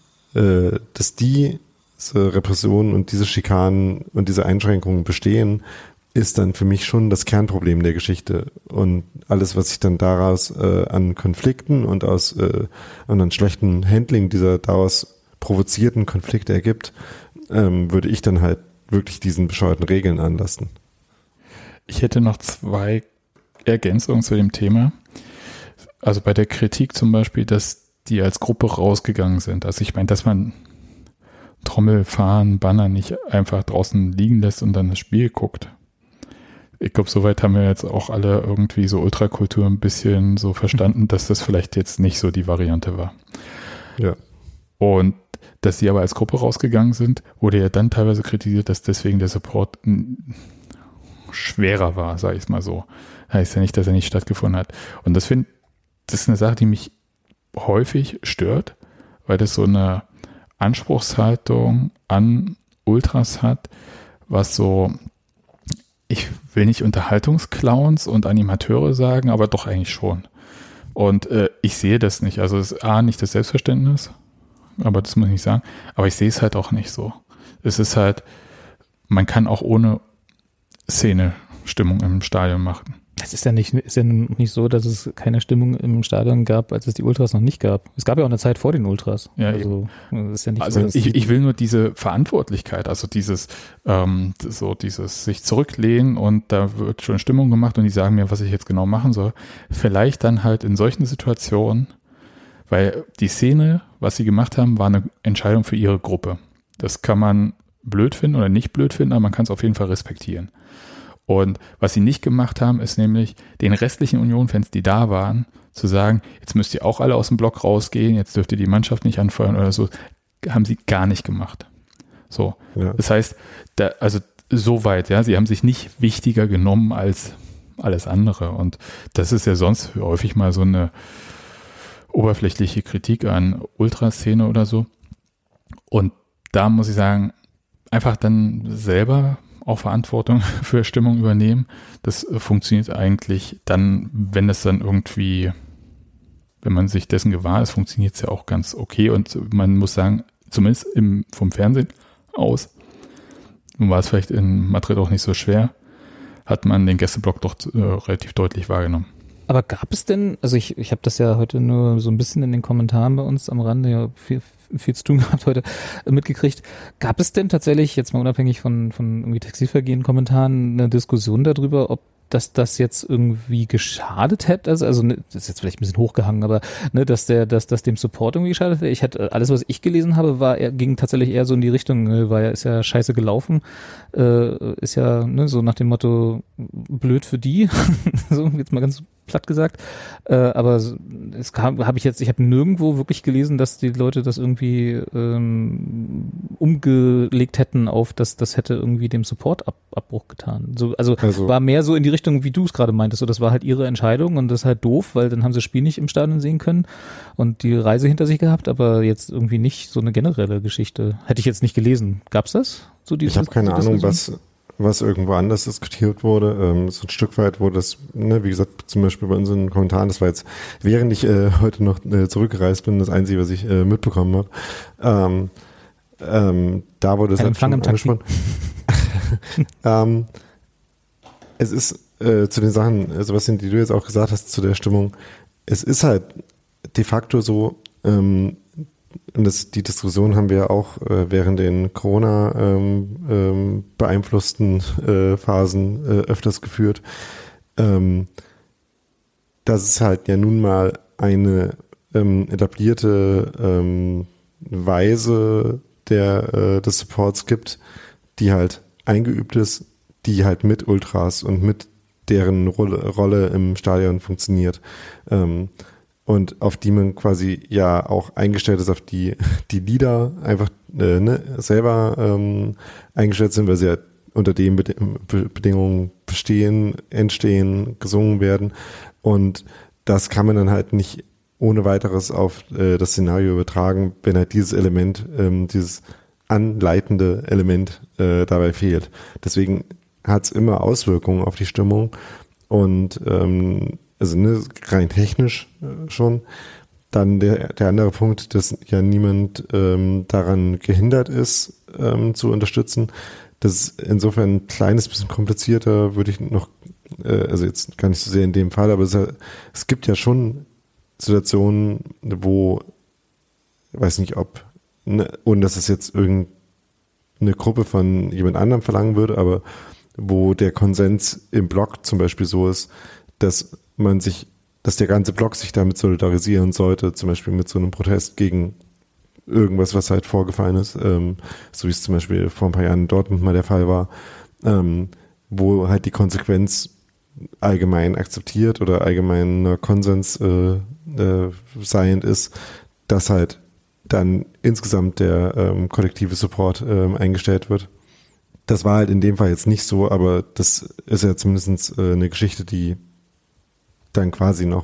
diese Repressionen und diese Schikanen und diese Einschränkungen bestehen, ist dann für mich schon das Kernproblem der Geschichte. Und alles, was sich dann daraus an Konflikten und an schlechtem Handling dieser daraus provozierten Konflikte ergibt, würde ich dann halt wirklich diesen bescheuerten Regeln anlassen. Ich hätte noch 2 Ergänzungen zu dem Thema. Also bei der Kritik zum Beispiel, dass die als Gruppe rausgegangen sind. Also ich meine, dass man Trommel, Fahnen, Banner nicht einfach draußen liegen lässt und dann das Spiel guckt. Ich glaube, soweit haben wir jetzt auch alle irgendwie so Ultrakultur ein bisschen so verstanden, dass das vielleicht jetzt nicht so die Variante war. Ja. Und dass sie aber als Gruppe rausgegangen sind, wurde ja dann teilweise kritisiert, dass deswegen der Support schwerer war, sage ich es mal so. Heißt ja nicht, dass er nicht stattgefunden hat. Und das ist eine Sache, die mich häufig stört, weil das so eine Anspruchshaltung an Ultras hat, was so, ich will nicht Unterhaltungsclowns und Animateure sagen, aber doch eigentlich schon. Und ich sehe das nicht. Also es ist nicht das Selbstverständnis, aber das muss ich nicht sagen. Aber ich sehe es halt auch nicht so. Es ist halt, man kann auch ohne Szene Stimmung im Stadion machen. Es ist ja nicht so, dass es keine Stimmung im Stadion gab, als es die Ultras noch nicht gab. Es gab ja auch eine Zeit vor den Ultras. Ja, also ist ja nicht also so, ich will nur diese Verantwortlichkeit, also dieses sich zurücklehnen und da wird schon Stimmung gemacht und die sagen mir, was ich jetzt genau machen soll. Vielleicht dann halt in solchen Situationen, weil die Szene, was sie gemacht haben, war eine Entscheidung für ihre Gruppe. Das kann man blöd finden oder nicht blöd finden, aber man kann es auf jeden Fall respektieren. Und was sie nicht gemacht haben, ist nämlich den restlichen Union-Fans, die da waren, zu sagen, jetzt müsst ihr auch alle aus dem Block rausgehen, jetzt dürft ihr die Mannschaft nicht anfeuern oder so, haben sie gar nicht gemacht. So, ja. Das heißt, so weit, ja, sie haben sich nicht wichtiger genommen als alles andere. Und das ist ja sonst häufig mal so eine oberflächliche Kritik an Ultraszene oder so. Und da muss ich sagen, einfach dann selber auch Verantwortung für Stimmung übernehmen. Das funktioniert eigentlich dann, wenn man sich dessen gewahr ist, funktioniert es ja auch ganz okay. Und man muss sagen, zumindest vom Fernsehen aus, nun war es vielleicht in Madrid auch nicht so schwer, hat man den Gästeblock doch relativ deutlich wahrgenommen. Aber gab es denn, also ich habe das ja heute nur so ein bisschen in den Kommentaren bei uns am Rande, ja viel zu tun gehabt heute, mitgekriegt. Gab es denn tatsächlich, jetzt mal unabhängig von irgendwie Textilvergehen-Kommentaren, eine Diskussion darüber, ob dass das jetzt irgendwie geschadet hätte, also das ist jetzt vielleicht ein bisschen hochgehangen, aber ne, dass dem Support irgendwie geschadet hätte. Ich hatte alles, was ich gelesen habe, ging tatsächlich eher so in die Richtung, ist ja scheiße gelaufen, ist ja so nach dem Motto blöd für die, so jetzt mal ganz platt gesagt, aber ich habe nirgendwo wirklich gelesen, dass die Leute das irgendwie umgelegt hätten auf, dass das hätte irgendwie dem Support-Abbruch getan. Also war mehr so in die Richtung, wie du es gerade meintest, so das war halt ihre Entscheidung und das ist halt doof, weil dann haben sie das Spiel nicht im Stadion sehen können und die Reise hinter sich gehabt, aber jetzt irgendwie nicht so eine generelle Geschichte. Hätte ich jetzt nicht gelesen. Gab's das? Ich habe keine Ahnung, was irgendwo anders diskutiert wurde. So ein Stück weit wurde das, wie gesagt, zum Beispiel bei unseren Kommentaren, das war jetzt, während ich heute noch zurückgereist bin, das Einzige, was ich mitbekommen habe. Da wurde es halt schon angesprochen. Es ist zu den Sachen, Sebastian, die du jetzt auch gesagt hast, zu der Stimmung, es ist halt de facto so, und die Diskussion haben wir auch während den Corona beeinflussten Phasen öfters geführt, dass es halt ja nun mal eine etablierte Weise des Supports gibt, die halt eingeübt ist, die halt mit Ultras und mit deren Rolle im Stadion funktioniert. Und auf die man quasi ja auch eingestellt ist, auf die Lieder einfach selber eingestellt sind, weil sie ja unter den Bedingungen entstehen, gesungen werden. Und das kann man dann halt nicht ohne weiteres auf das Szenario übertragen, wenn halt dieses Element, dieses anleitende Element dabei fehlt. Deswegen hat es immer Auswirkungen auf die Stimmung und also rein technisch schon. Dann der andere Punkt, dass ja niemand daran gehindert ist, zu unterstützen. Das ist insofern ein kleines bisschen komplizierter, würde ich noch, also jetzt gar nicht so sehr in dem Fall, aber es gibt ja schon Situationen, wo, weiß nicht ob, ohne dass es jetzt irgendeine Gruppe von jemand anderem verlangen würde, aber wo der Konsens im Blog zum Beispiel so ist, dass der ganze Blog sich damit solidarisieren sollte, zum Beispiel mit so einem Protest gegen irgendwas, was halt vorgefallen ist, so wie es zum Beispiel vor ein paar Jahren in Dortmund mal der Fall war, wo halt die Konsequenz allgemein akzeptiert oder allgemeiner Konsens seiend ist, dass halt dann insgesamt der kollektive Support eingestellt wird. Das war halt in dem Fall jetzt nicht so, aber das ist ja zumindest eine Geschichte, die dann quasi noch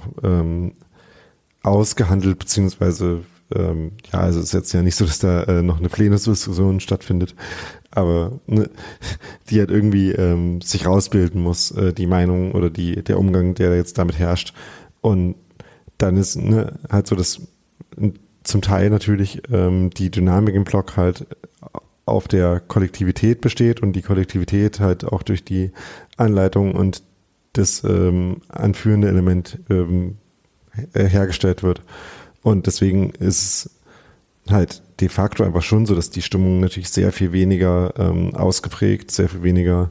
ausgehandelt, beziehungsweise also es ist jetzt ja nicht so, dass da noch eine Plenumsdiskussion stattfindet, aber die halt irgendwie sich rausbilden muss, die Meinung oder der Umgang, der jetzt damit herrscht. Und dann ist halt so, dass zum Teil natürlich die Dynamik im Blog halt auf der Kollektivität besteht und die Kollektivität halt auch durch die Anleitung und das anführende Element hergestellt wird. Und deswegen ist es halt de facto einfach schon so, dass die Stimmung natürlich sehr viel weniger ausgeprägt, sehr viel weniger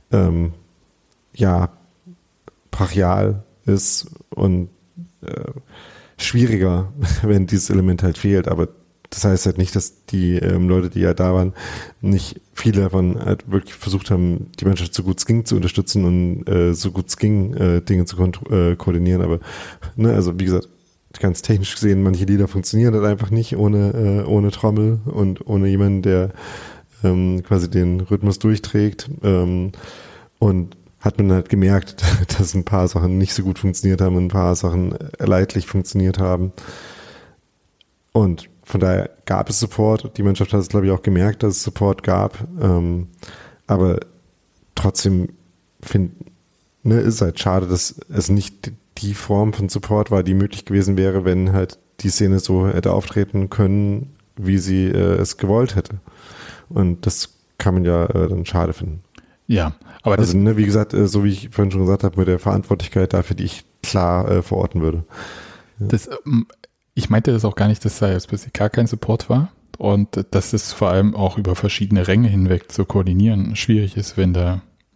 brachial ist und schwieriger, wenn dieses Element halt fehlt. Aber das heißt halt nicht, dass die Leute, die ja da waren, nicht viele davon halt wirklich versucht haben, die Mannschaft so gut es ging zu unterstützen und so gut es ging, Dinge zu koordinieren. Aber also wie gesagt, ganz technisch gesehen, manche Lieder funktionieren halt einfach nicht ohne Trommel und ohne jemanden, der quasi den Rhythmus durchträgt. Und hat man halt gemerkt, dass ein paar Sachen nicht so gut funktioniert haben und ein paar Sachen leidlich funktioniert haben. Und von daher gab es Support. Die Mannschaft hat es, glaube ich, auch gemerkt, dass es Support gab. Aber trotzdem ist es halt schade, dass es nicht die Form von Support war, die möglich gewesen wäre, wenn halt die Szene so hätte auftreten können, wie sie es gewollt hätte. Und das kann man ja dann schade finden. Ja, aber also wie gesagt, so wie ich vorhin schon gesagt habe, mit der Verantwortlichkeit dafür, die ich klar verorten würde. Ja. Ich meinte das auch gar nicht, dass da jetzt bisher gar kein Support war und dass es vor allem auch über verschiedene Ränge hinweg zu koordinieren schwierig ist, wenn da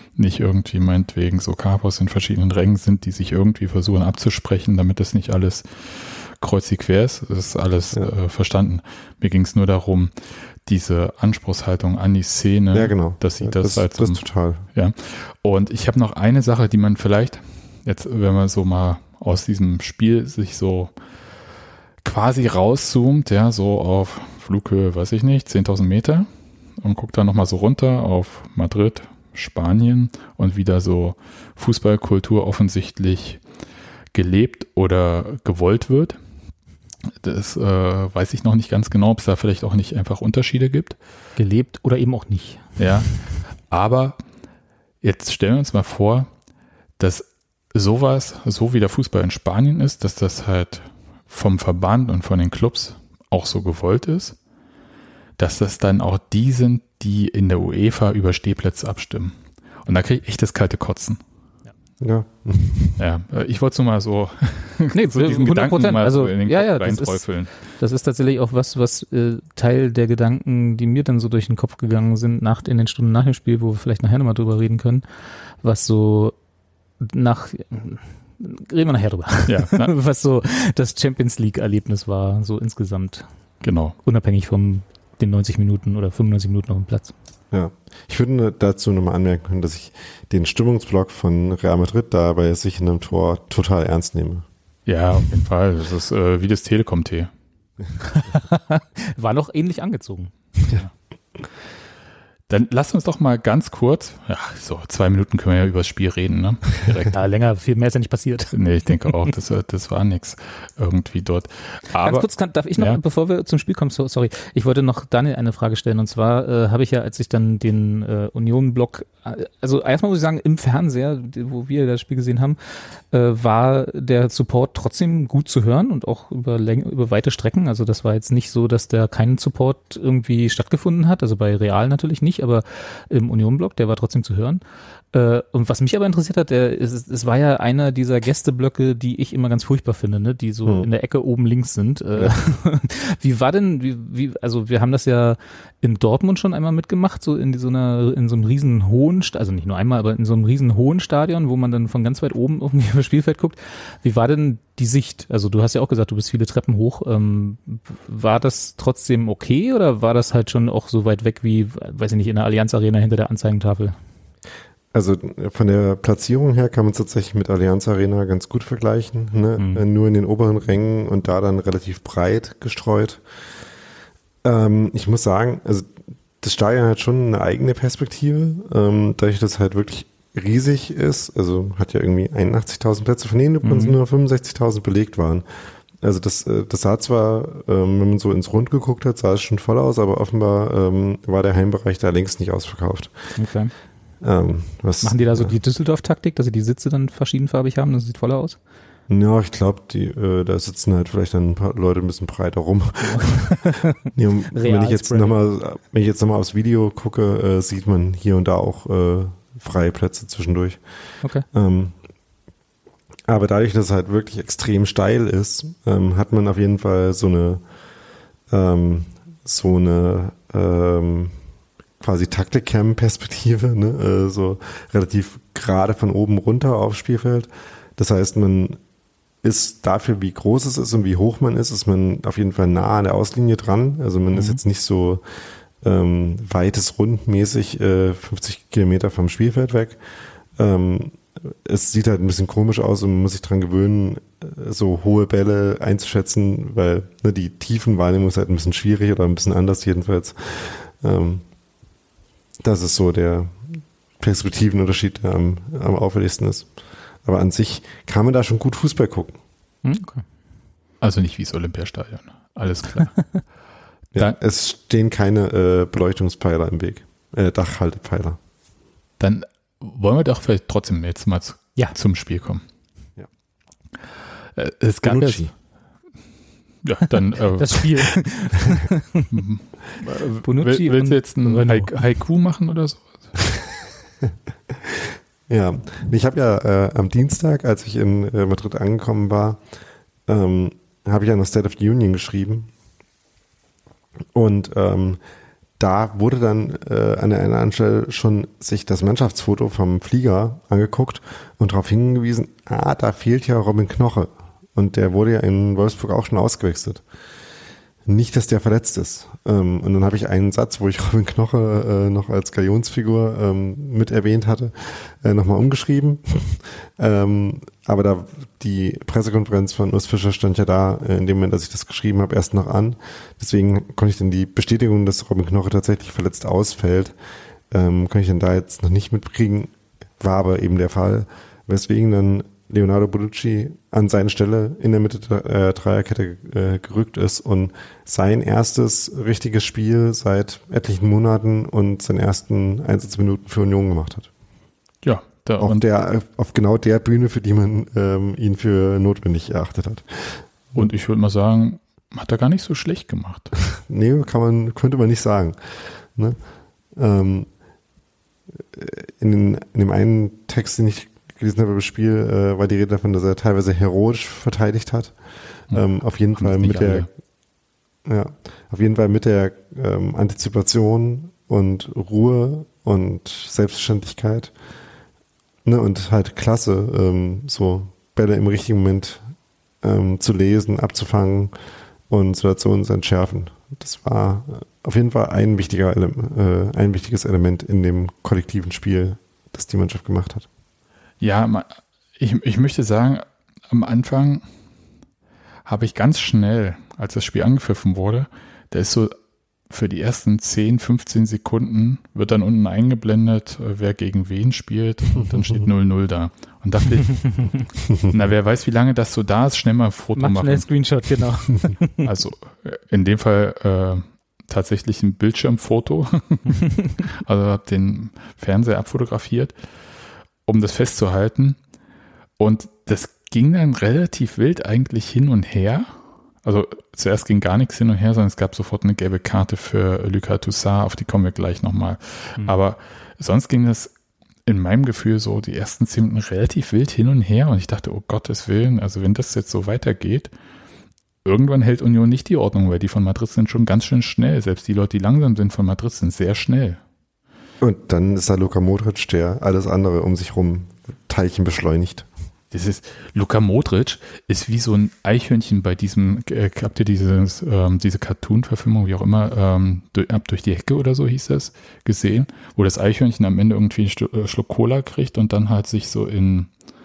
nicht irgendwie meinetwegen so Kapos in verschiedenen Rängen sind, die sich irgendwie versuchen abzusprechen, damit das nicht alles kreuzig quer ist. Das ist alles verstanden. Mir ging es nur darum, diese Anspruchshaltung an die Szene, ja, genau. dass sie das halt das total. Ja. Und ich habe noch eine Sache, die man vielleicht jetzt, wenn man so mal aus diesem Spiel sich so quasi rauszoomt, ja, so auf Flughöhe, weiß ich nicht, 10.000 Meter und guckt dann nochmal so runter auf Madrid, Spanien und wie da so Fußballkultur offensichtlich gelebt oder gewollt wird. Das weiß ich noch nicht ganz genau, ob es da vielleicht auch nicht einfach Unterschiede gibt. Gelebt oder eben auch nicht. Ja, aber jetzt stellen wir uns mal vor, dass sowas, so wie der Fußball in Spanien ist, dass das halt vom Verband und von den Clubs auch so gewollt ist, dass das dann auch die sind, die in der UEFA über Stehplätze abstimmen. Und da kriege ich echt das kalte Kotzen. Ja. Ja, ich wollte es nur mal so, so diesen 100%, Gedanken mal also, so in den Kopf reinträufeln. Das ist tatsächlich auch was Teil der Gedanken, die mir dann so durch den Kopf gegangen sind, in den Stunden nach dem Spiel, wo wir vielleicht nachher nochmal drüber reden können, was so reden wir nachher drüber, ja, was so das Champions League-Erlebnis war, so insgesamt. Genau. Unabhängig von den 90 Minuten oder 95 Minuten auf dem Platz. Ja, ich würde dazu nochmal anmerken können, dass ich den Stimmungsblock von Real Madrid da bei sicherem Tor total ernst nehme. Ja, auf jeden Fall. Das ist wie das Telekom-Tee. War noch ähnlich angezogen. Ja. Dann lass uns doch mal ganz kurz, ja, so 2 Minuten können wir ja über das Spiel reden, ne? Direkt. Ja, länger, viel mehr ist ja nicht passiert. Nee, ich denke auch, das war nichts irgendwie dort. Aber, ganz kurz, darf ich noch, bevor wir zum Spiel kommen, sorry, ich wollte noch Daniel eine Frage stellen, und zwar habe ich ja, als ich dann den Union-Block, also erstmal muss ich sagen, im Fernseher, wo wir das Spiel gesehen haben, war der Support trotzdem gut zu hören und auch über weite Strecken, also das war jetzt nicht so, dass da kein Support irgendwie stattgefunden hat, also bei Real natürlich nicht, aber im Union-Block, der war trotzdem zu hören. Und was mich aber interessiert hat, es war ja einer dieser Gästeblöcke, die ich immer ganz furchtbar finde, ne, die so in der Ecke oben links sind. Ja. Wie war denn, also wir haben das ja in Dortmund schon einmal mitgemacht, so in so einem riesen hohen, also nicht nur einmal, aber in so einem riesen hohen Stadion, wo man dann von ganz weit oben irgendwie über das Spielfeld guckt. Wie war denn die Sicht? Also du hast ja auch gesagt, du bist viele Treppen hoch. War das trotzdem okay oder war das halt schon auch so weit weg wie, weiß ich nicht, in der Allianz Arena hinter der Anzeigentafel? Also von der Platzierung her kann man es tatsächlich mit Allianz Arena ganz gut vergleichen. Ne? Nur in den oberen Rängen und da dann relativ breit gestreut. Ich muss sagen, also das Stadion hat schon eine eigene Perspektive, dadurch, dass es halt wirklich riesig ist. Also hat ja irgendwie 81.000 Plätze, von denen übrigens nur 65.000 belegt waren. Also das sah zwar, wenn man so ins Rund geguckt hat, sah es schon voll aus, aber offenbar war der Heimbereich da längst nicht ausverkauft. Okay. Machen die da so die Düsseldorf-Taktik, dass sie die Sitze dann verschiedenfarbig haben, das sieht voller aus? Ja, ich glaube, da sitzen halt vielleicht dann ein paar Leute ein bisschen breiter rum. Nee, wenn ich jetzt nochmal aufs Video gucke, sieht man hier und da auch freie Plätze zwischendurch. Okay. Aber dadurch, dass es halt wirklich extrem steil ist, hat man auf jeden Fall so eine quasi Taktikcam-Perspektive, ne? So relativ gerade von oben runter aufs Spielfeld. Das heißt, man ist dafür, wie groß es ist und wie hoch man ist man auf jeden Fall nah an der Auslinie dran. Also man ist jetzt nicht so weites rundmäßig 50 Kilometer vom Spielfeld weg. Es sieht halt ein bisschen komisch aus und man muss sich dran gewöhnen, so hohe Bälle einzuschätzen, weil die Tiefenwahrnehmung ist halt ein bisschen schwierig oder ein bisschen anders jedenfalls. Das ist so der Perspektivenunterschied, der am auffälligsten ist. Aber an sich kann man da schon gut Fußball gucken. Okay. Also nicht wie das Olympiastadion. Alles klar. Ja, es stehen keine Beleuchtungspfeiler im Weg. Dachhaltepfeiler. Dann wollen wir doch vielleicht trotzdem jetzt mal zum Spiel kommen. Ja. Es gab ja, dann das Spiel. Bonucci willst du jetzt ein Haiku machen oder sowas? Ja, ich habe ja am Dienstag, als ich in Madrid angekommen war, habe ich ja noch State of the Union geschrieben. Und da wurde dann an der einen Stelle schon sich das Mannschaftsfoto vom Flieger angeguckt und darauf hingewiesen, da fehlt ja Robin Knoche. Und der wurde ja in Wolfsburg auch schon ausgewechselt. Nicht, dass der verletzt ist. Und dann habe ich einen Satz, wo ich Robin Knoche noch als Galionsfigur mit erwähnt hatte, nochmal umgeschrieben. Aber da die Pressekonferenz von Urs Fischer stand ja da, in dem Moment, als ich das geschrieben habe, erst noch an. Deswegen konnte ich dann die Bestätigung, dass Robin Knoche tatsächlich verletzt ausfällt, konnte ich dann da jetzt noch nicht mitkriegen. War aber eben der Fall. Weswegen dann Leonardo Bonucci an seine Stelle in der Mitte der Dreierkette gerückt ist und sein erstes richtiges Spiel seit etlichen Monaten und seine ersten Einsatzminuten für Union gemacht hat. Ja. Auf genau der Bühne, für die man ihn für notwendig erachtet hat. Und ich würde mal sagen, hat er gar nicht so schlecht gemacht. Nee, könnte man nicht sagen. Ne? In dem einen Text, den ich gelesen habe über das Spiel, war die Rede davon, dass er teilweise heroisch verteidigt hat. Auf jeden Fall mit der Antizipation und Ruhe und Selbstverständlichkeit. Ne, und halt klasse, so Bälle im richtigen Moment zu lesen, abzufangen und Situationen zu entschärfen. Das war auf jeden Fall ein wichtiges Element in dem kollektiven Spiel, das die Mannschaft gemacht hat. Ja, ich möchte sagen, am Anfang habe ich ganz schnell, als das Spiel angepfiffen wurde, da ist so für die ersten 10, 15 Sekunden wird dann unten eingeblendet, wer gegen wen spielt und dann steht 0-0 da. Und dachte ich, wer weiß, wie lange das so da ist, schnell mal ein Foto machen. Schnell Screenshot, genau. Also in dem Fall tatsächlich ein Bildschirmfoto. Also habe den Fernseher abfotografiert, um das festzuhalten. Und das ging dann relativ wild eigentlich hin und her. Also zuerst ging gar nichts hin und her, sondern es gab sofort eine gelbe Karte für Lucas Toussaint, auf die kommen wir gleich nochmal. Aber sonst ging das in meinem Gefühl so die ersten 10 Minuten relativ wild hin und her und ich dachte, oh Gottes Willen, also wenn das jetzt so weitergeht, irgendwann hält Union nicht die Ordnung, weil die von Madrid sind schon ganz schön schnell. Selbst die Leute, die langsam sind von Madrid, sind sehr schnell. Und dann ist da Luka Modric, der alles andere um sich rum Teilchen beschleunigt. Luka Modric ist wie so ein Eichhörnchen bei diesem, habt ihr diese Cartoon-Verfilmung, wie auch immer, ab durch die Hecke oder so hieß das, gesehen, wo das Eichhörnchen am Ende irgendwie einen Schluck Cola kriegt und dann halt sich so in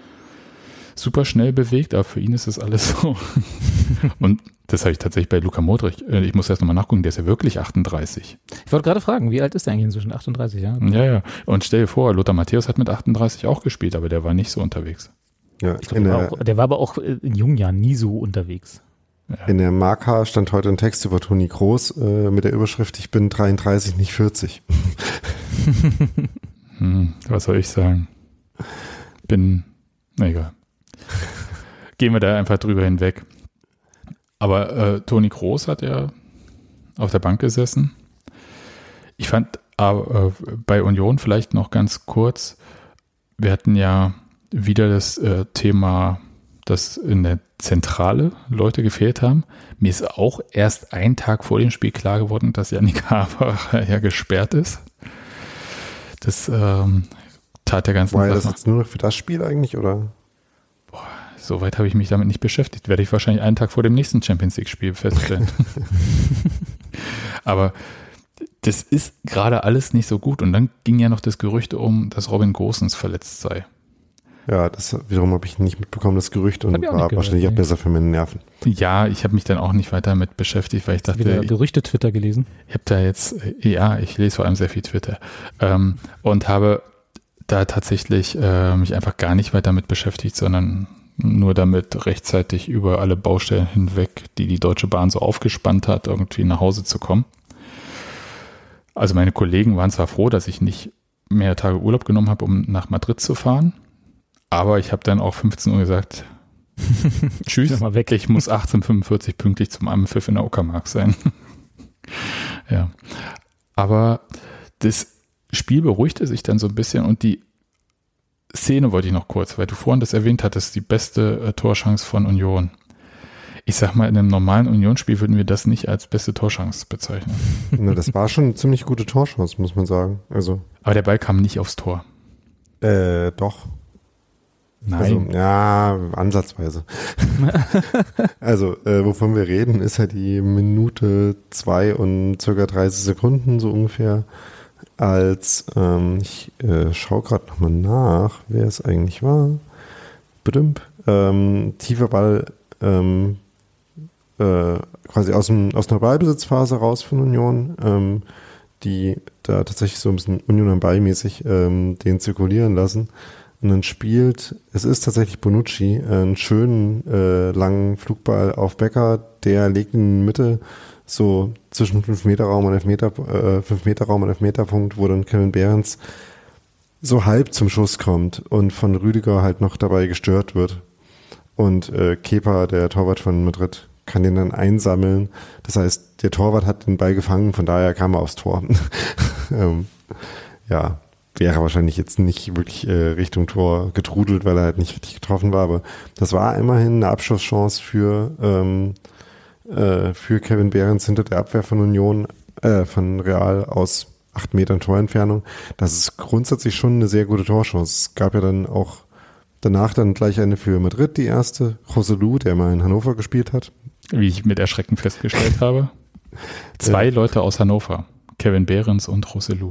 super schnell bewegt, aber für ihn ist das alles so. Und das habe ich tatsächlich bei Luka Modric, ich muss erst nochmal nachgucken, der ist ja wirklich 38. Ich wollte gerade fragen, wie alt ist der eigentlich inzwischen? 38, ja? Ja. Und stell dir vor, Lothar Matthäus hat mit 38 auch gespielt, aber der war nicht so unterwegs. Ja, ich glaub, der war aber auch in jungen Jahren nie so unterwegs. Ja. In der Marca stand heute ein Text über Toni Kroos mit der Überschrift, ich bin 33, nicht 40. Was soll ich sagen? Egal. Gehen wir da einfach drüber hinweg. Aber Toni Kroos hat ja auf der Bank gesessen. Ich fand bei Union vielleicht noch ganz kurz, wir hatten ja wieder das Thema, dass in der Zentrale Leute gefehlt haben. Mir ist auch erst einen Tag vor dem Spiel klar geworden, dass Yannick Haber ja gesperrt ist. Das tat der ganzen Sache. War das jetzt nur noch für das Spiel eigentlich, oder? Soweit habe ich mich damit nicht beschäftigt. Werde ich wahrscheinlich einen Tag vor dem nächsten Champions-League-Spiel feststellen. Aber das ist gerade alles nicht so gut. Und dann ging ja noch das Gerücht dass Robin Gosens verletzt sei. Ja, das wiederum habe ich nicht mitbekommen, das Gerücht, und war wahrscheinlich auch besser für meine Nerven. Ja, ich habe mich dann auch nicht weiter damit beschäftigt, weil ich dachte... Wieder Gerüchte-Twitter gelesen? Ich habe da jetzt, ich lese vor allem sehr viel Twitter und habe da tatsächlich mich einfach gar nicht weiter mit beschäftigt, sondern nur damit rechtzeitig über alle Baustellen hinweg, die Deutsche Bahn so aufgespannt hat, irgendwie nach Hause zu kommen. Also meine Kollegen waren zwar froh, dass ich nicht mehr Tage Urlaub genommen habe, um nach Madrid zu fahren, aber ich habe dann auch 15 Uhr gesagt, tschüss, ich muss 18:45 Uhr pünktlich zum Anpfiff in der Uckermark sein. Ja, aber das Spiel beruhigte sich dann so ein bisschen und die Szene wollte ich noch kurz, weil du vorhin das erwähnt hattest, die beste Torchance von Union. Ich sag mal, in einem normalen Unionsspiel würden wir das nicht als beste Torchance bezeichnen. Na, das war schon eine ziemlich gute Torchance, muss man sagen. Also. Aber der Ball kam nicht aufs Tor. Doch. Nein. Also, ja, ansatzweise. Also, wovon wir reden, ist halt die Minute 2 und circa 30 Sekunden so ungefähr, als ich schaue gerade nochmal nach, wer es eigentlich war. Bedimmt. Tiefer Ball quasi aus einer Ballbesitzphase raus von Union, die da tatsächlich so ein bisschen Union am Ball mäßig den zirkulieren lassen. Und dann es ist tatsächlich Bonucci, einen schönen langen Flugball auf Becker, der legt in die Mitte so zwischen 5-Meter-Raum und 5-Meter-Raum und Elfmeterpunkt, wo dann Kevin Behrens so halb zum Schuss kommt und von Rüdiger halt noch dabei gestört wird. Und Kepa, der Torwart von Madrid, kann den dann einsammeln. Das heißt, der Torwart hat den Ball gefangen, von daher kam er aufs Tor. Ja, wäre wahrscheinlich jetzt nicht wirklich Richtung Tor getrudelt, weil er halt nicht richtig getroffen war, aber das war immerhin eine Abschlusschance für Kevin Behrens hinter der Abwehr von von Real aus 8 Metern Torentfernung. Das ist grundsätzlich schon eine sehr gute Torchance. Es gab ja dann auch danach dann gleich eine für Madrid, die erste, Joselu, der mal in Hannover gespielt hat. Wie ich mit Erschrecken festgestellt habe. 2 Leute aus Hannover, Kevin Behrens und Joselu.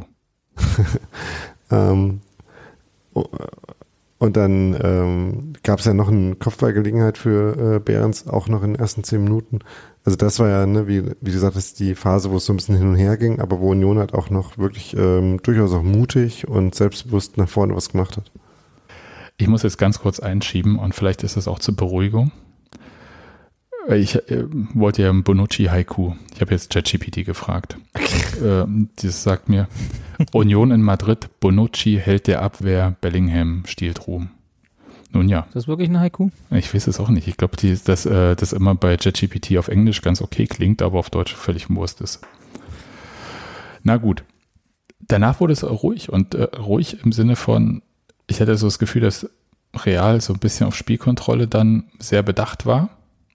Und dann gab es ja noch eine Kopfballgelegenheit für Behrens, auch noch in den ersten 10 Minuten. Also das war ja, ne, wie du sagtest, die Phase, wo es so ein bisschen hin und her ging, aber wo Union halt auch noch wirklich durchaus auch mutig und selbstbewusst nach vorne was gemacht hat. Ich muss jetzt ganz kurz einschieben und vielleicht ist das auch zur Beruhigung. Ich wollte ja ein Bonucci-Haiku. Ich habe jetzt ChatGPT gefragt. Das sagt mir, Union in Madrid, Bonucci hält der Abwehr, Bellingham stiehlt Ruhm. Nun ja. Ist das wirklich ein Haiku? Ich weiß es auch nicht. Ich glaube, dass das immer bei ChatGPT auf Englisch ganz okay klingt, aber auf Deutsch völlig Wurst ist. Na gut. Danach wurde es ruhig und ruhig im Sinne von, ich hatte so das Gefühl, dass Real so ein bisschen auf Spielkontrolle dann sehr bedacht war.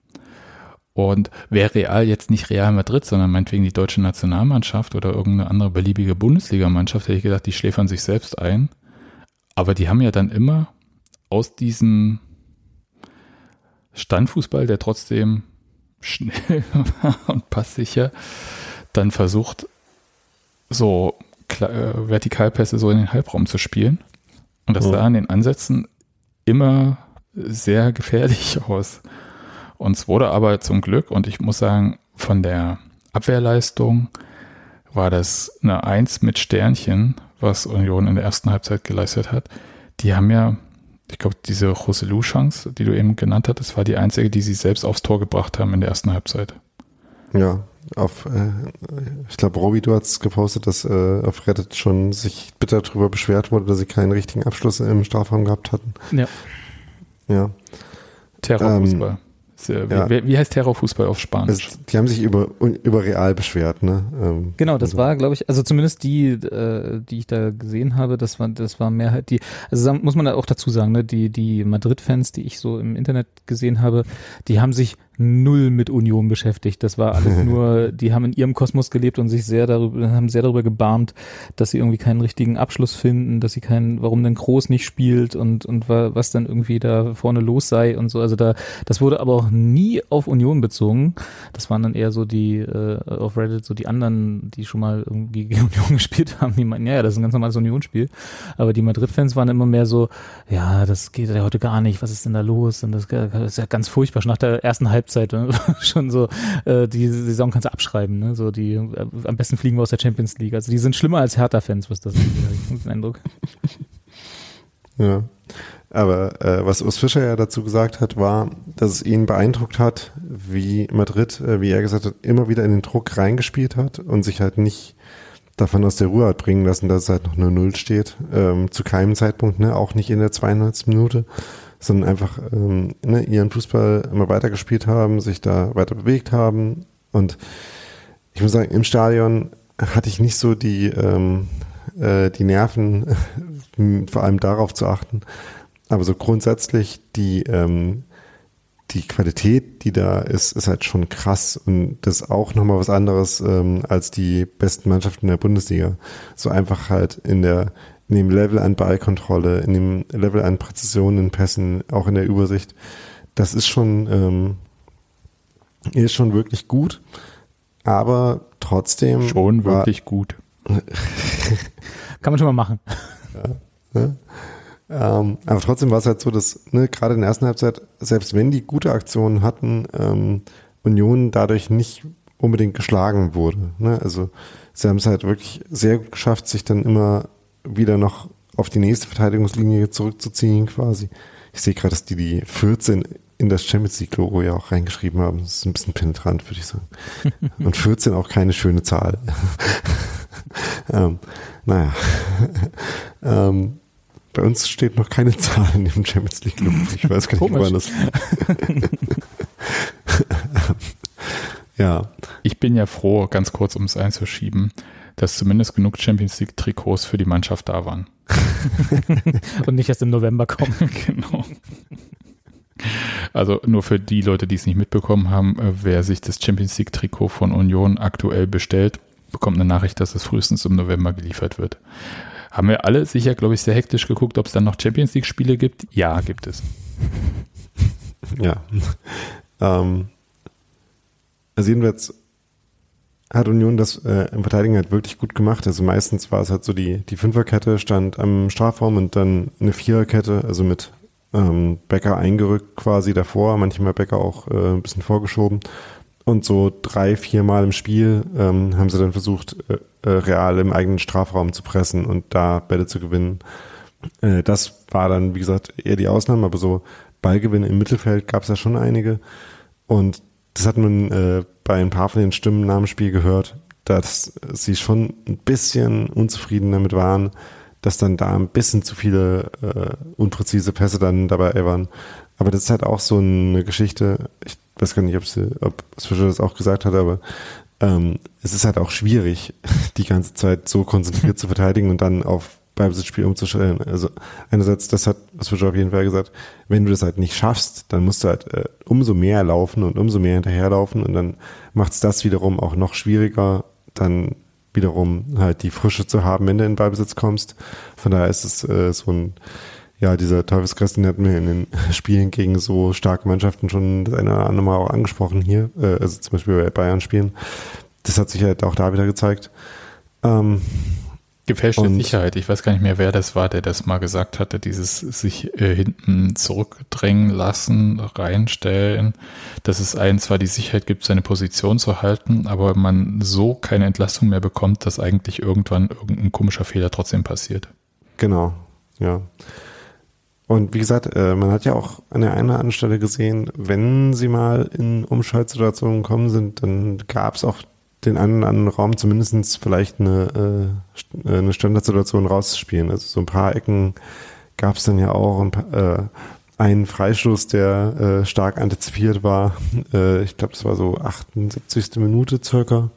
Und wäre Real jetzt nicht Real Madrid, sondern meinetwegen die deutsche Nationalmannschaft oder irgendeine andere beliebige Bundesligamannschaft, hätte ich gedacht, die schläfern sich selbst ein. Aber die haben ja dann immer aus diesem Standfußball, der trotzdem schnell war und passsicher, dann versucht, so Vertikalpässe so in den Halbraum zu spielen. Und das sah an den Ansätzen immer sehr gefährlich aus. Und es wurde aber zum Glück, und ich muss sagen, von der Abwehrleistung war das eine 1 mit Sternchen, was Union in der ersten Halbzeit geleistet hat. Die haben ja, ich glaube, diese Joselu-Chance, die du eben genannt hattest, war die einzige, die sie selbst aufs Tor gebracht haben in der ersten Halbzeit. Ja, ich glaube, Robi, du hast gepostet, dass auf Reddit schon sich bitter darüber beschwert wurde, dass sie keinen richtigen Abschluss im Strafraum gehabt hatten. Ja. Terrorfußball. Wie heißt Terrorfußball auf Spanisch? Also, die haben sich über Real beschwert, ne? Genau, das war, glaube ich, also zumindest die ich da gesehen habe, das war mehr halt also muss man da auch dazu sagen, ne, die Madrid-Fans, die ich so im Internet gesehen habe, die haben sich null mit Union beschäftigt. Das war alles nur, die haben in ihrem Kosmos gelebt und haben sehr darüber gebarmt, dass sie irgendwie keinen richtigen Abschluss finden, warum denn Kroos nicht spielt und was dann irgendwie da vorne los sei und so. Also das wurde aber auch nie auf Union bezogen. Das waren dann eher so die auf Reddit so die anderen, die schon mal irgendwie gegen Union gespielt haben, die meinten, ja, das ist ein ganz normales Unionsspiel. Aber die Madrid-Fans waren immer mehr so, ja, das geht ja heute gar nicht, was ist denn da los? Und das ist ja ganz furchtbar. Schon nach der ersten Halbzeit schon so, die Saison kannst du abschreiben, ne? So am besten fliegen wir aus der Champions League. Also die sind schlimmer als Hertha-Fans, was das ist, habe ich den Eindruck. Ja, aber was Urs Fischer ja dazu gesagt hat, war, dass es ihn beeindruckt hat, wie Madrid, wie er gesagt hat, immer wieder in den Druck reingespielt hat und sich halt nicht davon aus der Ruhe hat bringen lassen, dass es halt noch 0-0 steht, zu keinem Zeitpunkt, ne, auch nicht in der 92. Minute, sondern einfach ihren Fußball immer weitergespielt haben, sich da weiter bewegt haben. Und ich muss sagen, im Stadion hatte ich nicht so die Nerven, vor allem darauf zu achten. Aber so grundsätzlich die Qualität, die da ist halt schon krass und das ist auch nochmal was anderes als die besten Mannschaften der Bundesliga. So einfach halt in dem Level an Ballkontrolle, in dem Level an Präzision in Pässen, auch in der Übersicht. Das ist schon wirklich gut, aber trotzdem schon wirklich gut. Kann man schon mal machen. Ja, ne? Aber trotzdem war es halt so, dass gerade in der ersten Halbzeit, selbst wenn die gute Aktionen hatten, Union dadurch nicht unbedingt geschlagen wurde. Ne? Also sie haben es halt wirklich sehr gut geschafft, sich dann immer wieder noch auf die nächste Verteidigungslinie zurückzuziehen quasi. Ich sehe gerade, dass die 14 in das Champions League Logo ja auch reingeschrieben haben. Das ist ein bisschen penetrant, würde ich sagen. Und 14 auch keine schöne Zahl. Naja. Bei uns steht noch keine Zahl in dem Champions League Logo. Ich weiß gar nicht, wann das. Ja. Ich bin ja froh, ganz kurz, um es einzuschieben, dass zumindest genug Champions League Trikots für die Mannschaft da waren. Und nicht erst im November kommen. Genau. Also nur für die Leute, die es nicht mitbekommen haben, wer sich das Champions League Trikot von Union aktuell bestellt, bekommt eine Nachricht, dass es frühestens im November geliefert wird. Haben wir alle sicher, glaube ich, sehr hektisch geguckt, ob es dann noch Champions League Spiele gibt? Ja, gibt es. Ja. Also jedenfalls hat Union das im Verteidigen halt wirklich gut gemacht. Also meistens war es halt so, die Fünferkette stand am Strafraum und dann eine Viererkette, also mit Becker eingerückt quasi davor, manchmal Becker auch ein bisschen vorgeschoben. Und so 3-4 Mal im Spiel haben sie dann versucht, Real im eigenen Strafraum zu pressen und da Bälle zu gewinnen. Das war dann, wie gesagt, eher die Ausnahme, aber so Ballgewinne im Mittelfeld gab es ja schon einige. Und das hat man bei ein paar von den Stimmen nach dem Spiel gehört, dass sie schon ein bisschen unzufrieden damit waren, dass dann da ein bisschen zu viele unpräzise Pässe dann dabei waren. Aber das ist halt auch so eine Geschichte, ich weiß gar nicht, ob Fischer das auch gesagt hat, aber es ist halt auch schwierig, die ganze Zeit so konzentriert zu verteidigen und dann auf Ballbesitzspiel umzustellen. Also einerseits, das hat Fischer auf jeden Fall gesagt, wenn du das halt nicht schaffst, dann musst du halt umso mehr laufen und umso mehr hinterherlaufen und dann macht es das wiederum auch noch schwieriger, dann wiederum halt die Frische zu haben, wenn du in den Ballbesitz kommst. Von daher ist es so ein, ja, dieser Teufelskreis, den hatten wir in den Spielen gegen so starke Mannschaften schon das eine oder andere Mal auch angesprochen hier, also zum Beispiel bei Bayern-Spielen. Das hat sich halt auch da wieder gezeigt. Gefälschte Sicherheit. Ich weiß gar nicht mehr, wer das war, der das mal gesagt hatte, dieses sich hinten zurückdrängen lassen, reinstellen, dass es einen zwar die Sicherheit gibt, seine Position zu halten, aber man so keine Entlastung mehr bekommt, dass eigentlich irgendwann irgendein komischer Fehler trotzdem passiert. Genau, ja. Und wie gesagt, man hat ja auch an der einen oder anderen Stelle gesehen, wenn sie mal in Umschaltsituationen gekommen sind, dann gab es auch den einen oder anderen Raum zumindest vielleicht eine Standardsituation rauszuspielen. Also so ein paar Ecken gab es dann ja auch, einen Freistoß, der stark antizipiert war. Ich glaube, das war so 78. Minute circa.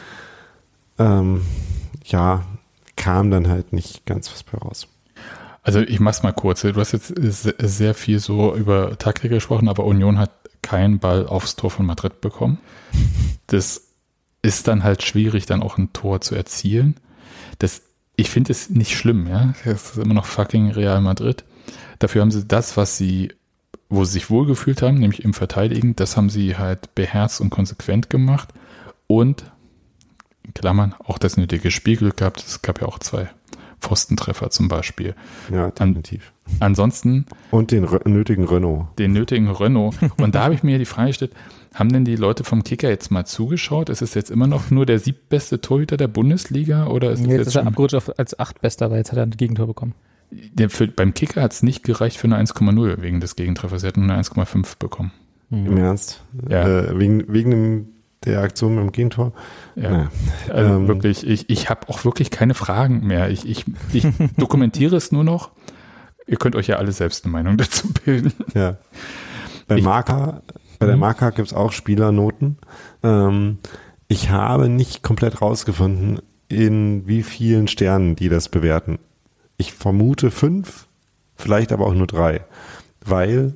Ja, kam dann halt nicht ganz was bei raus. Also ich mach's mal kurz. Du hast jetzt sehr viel so über Taktik gesprochen, aber Union hat keinen Ball aufs Tor von Madrid bekommen. Das ist dann halt schwierig, dann auch ein Tor zu erzielen. Ich finde es nicht schlimm, ja. Das ist immer noch fucking Real Madrid. Dafür haben sie das, wo sie sich wohlgefühlt haben, nämlich im Verteidigen, das haben sie halt beherzt und konsequent gemacht und, in Klammern, auch das nötige Spielglück gehabt. Es gab ja auch 2 Pfostentreffer zum Beispiel. Ja, definitiv. Ansonsten. Und den nötigen Renault. Und da habe ich mir die Frage gestellt, haben denn die Leute vom Kicker jetzt mal zugeschaut? Ist es jetzt immer noch nur der 7. beste Torhüter der Bundesliga? Oder ist jetzt ist er abgerutscht als 8. bester, weil jetzt hat er ein Gegentor bekommen. Beim Kicker hat es nicht gereicht für eine 1,0 wegen des Gegentreffers. Er hat nur eine 1,5 bekommen. Im Ernst? Ja. Wegen der Aktion mit dem Gegentor? Ja. Naja. Also wirklich, ich habe auch wirklich keine Fragen mehr. Ich dokumentiere es nur noch. Ihr könnt euch ja alle selbst eine Meinung dazu bilden. Ja. Bei der Marca gibt es auch Spielernoten. Ich habe nicht komplett rausgefunden, in wie vielen Sternen die das bewerten. Ich vermute 5, vielleicht aber auch nur 3. weil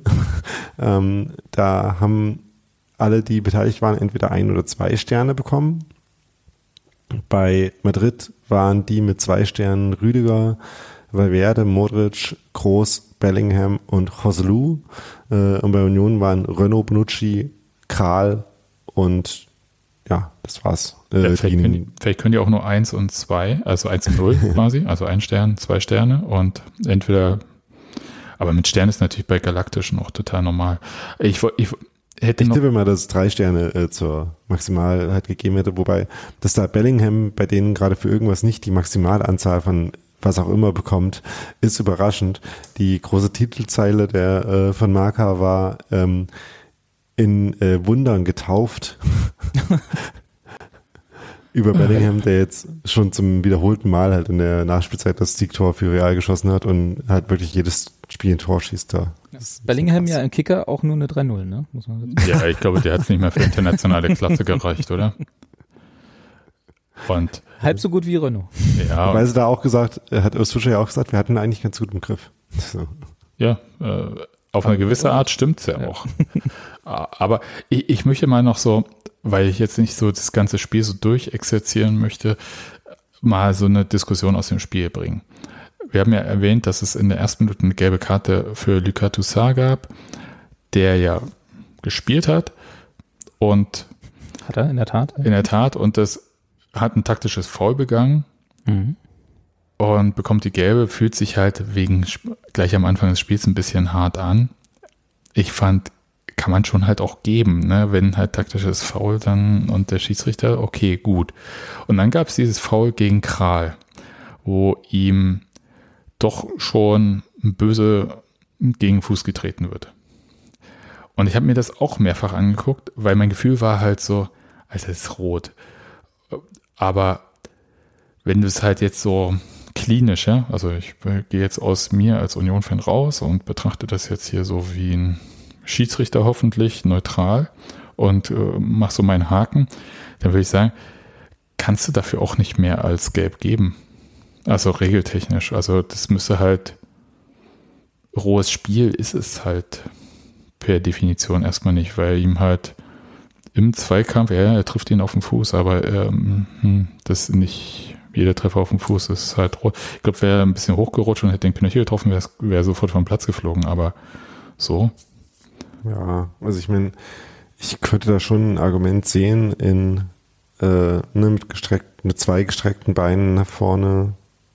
da haben alle, die beteiligt waren, entweder 1 oder 2 Sterne bekommen. Bei Madrid waren die mit 2 Sternen Rüdiger, Valverde, Modric, Kroos, Bellingham und Joselu. Und bei Union waren Renaud, Bonucci, Kral und ja, das war's. Vielleicht können die auch nur 1 und 2, also 1 und 0 quasi, also 1 Stern, 2 Sterne und entweder, aber mit Stern ist natürlich bei Galaktischen auch total normal. Ich tippe mal, dass es 3 Sterne zur Maximalheit gegeben hätte, wobei, dass da Bellingham bei denen gerade für irgendwas nicht die Maximalanzahl von was auch immer bekommt, ist überraschend. Die große Titelzeile von Marca war in Wundern getauft über Bellingham, der jetzt schon zum wiederholten Mal halt in der Nachspielzeit das Siegtor für Real geschossen hat und halt wirklich jedes Spiel ein Tor schießt da. Bellingham ja im Kicker auch nur eine 3-0, ne? Muss man sagen. Ja, ich glaube, der hat es nicht mehr für internationale Klasse gereicht, oder? Und halb so gut wie Renault. Ja. Weil sie da auch gesagt, hat Urs Fischer ja auch gesagt, wir hatten eigentlich ganz gut im Griff. So. Ja, auf eine gewisse Art stimmt's ja auch. Aber ich möchte mal noch so, weil ich jetzt nicht so das ganze Spiel so durchexerzieren möchte, mal so eine Diskussion aus dem Spiel bringen. Wir haben ja erwähnt, dass es in der ersten Minute eine gelbe Karte für Lucas Toussaint gab, der ja gespielt hat und hat er in der Tat? In der Tat, und das hat ein taktisches Foul begangen und bekommt die gelbe, fühlt sich halt gleich am Anfang des Spiels ein bisschen hart an. Ich fand, kann man schon halt auch geben, ne? Wenn halt taktisches Foul dann und der Schiedsrichter, okay, gut. Und dann gab es dieses Foul gegen Kral, wo ihm doch schon böse gegen den Fuß getreten wird. Und ich habe mir das auch mehrfach angeguckt, weil mein Gefühl war halt so, Alter, das ist rot. Aber wenn du es halt jetzt so klinisch, ja, also ich gehe jetzt aus mir als Union-Fan raus und betrachte das jetzt hier so wie ein Schiedsrichter hoffentlich, neutral und mach so meinen Haken, dann würde ich sagen, kannst du dafür auch nicht mehr als gelb geben. Also regeltechnisch. Also das müsste halt, rohes Spiel ist es halt per Definition erstmal nicht, weil ihm halt im Zweikampf, er trifft ihn auf den Fuß, aber das nicht, jeder Treffer auf den Fuß ist halt rot. Ich glaube, wäre ein bisschen hochgerutscht und hätte den Knöchel getroffen, wäre sofort vom Platz geflogen, aber so. Ja, also ich meine, ich könnte da schon ein Argument sehen mit 2 gestreckten Beinen nach vorne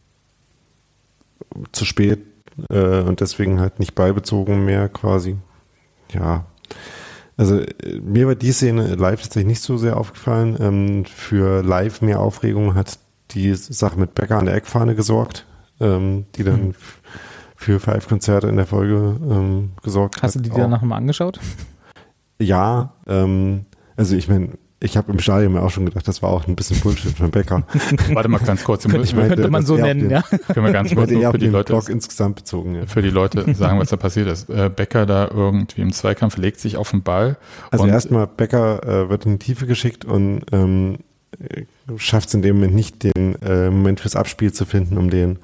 zu spät und deswegen halt nicht beibezogen mehr quasi. Ja, also mir war die Szene live tatsächlich nicht so sehr aufgefallen. Für live mehr Aufregung hat die Sache mit Becker an der Eckfahne gesorgt, die dann für 5 Konzerte in der Folge gesorgt hat. Hast du die dir nachher mal angeschaut? Ja, also ich meine, ich habe im Stadion mir auch schon gedacht, das war auch ein bisschen Bullshit von Becker. Warte mal ganz kurz. Könnte man so nennen, ja. Können wir ganz kurz für die Leute insgesamt bezogen, ja. Für die Leute sagen, was da passiert ist. Becker da irgendwie im Zweikampf legt sich auf den Ball. Also erstmal Becker wird in die Tiefe geschickt und schafft es in dem Moment nicht, den Moment fürs Abspiel zu finden, um den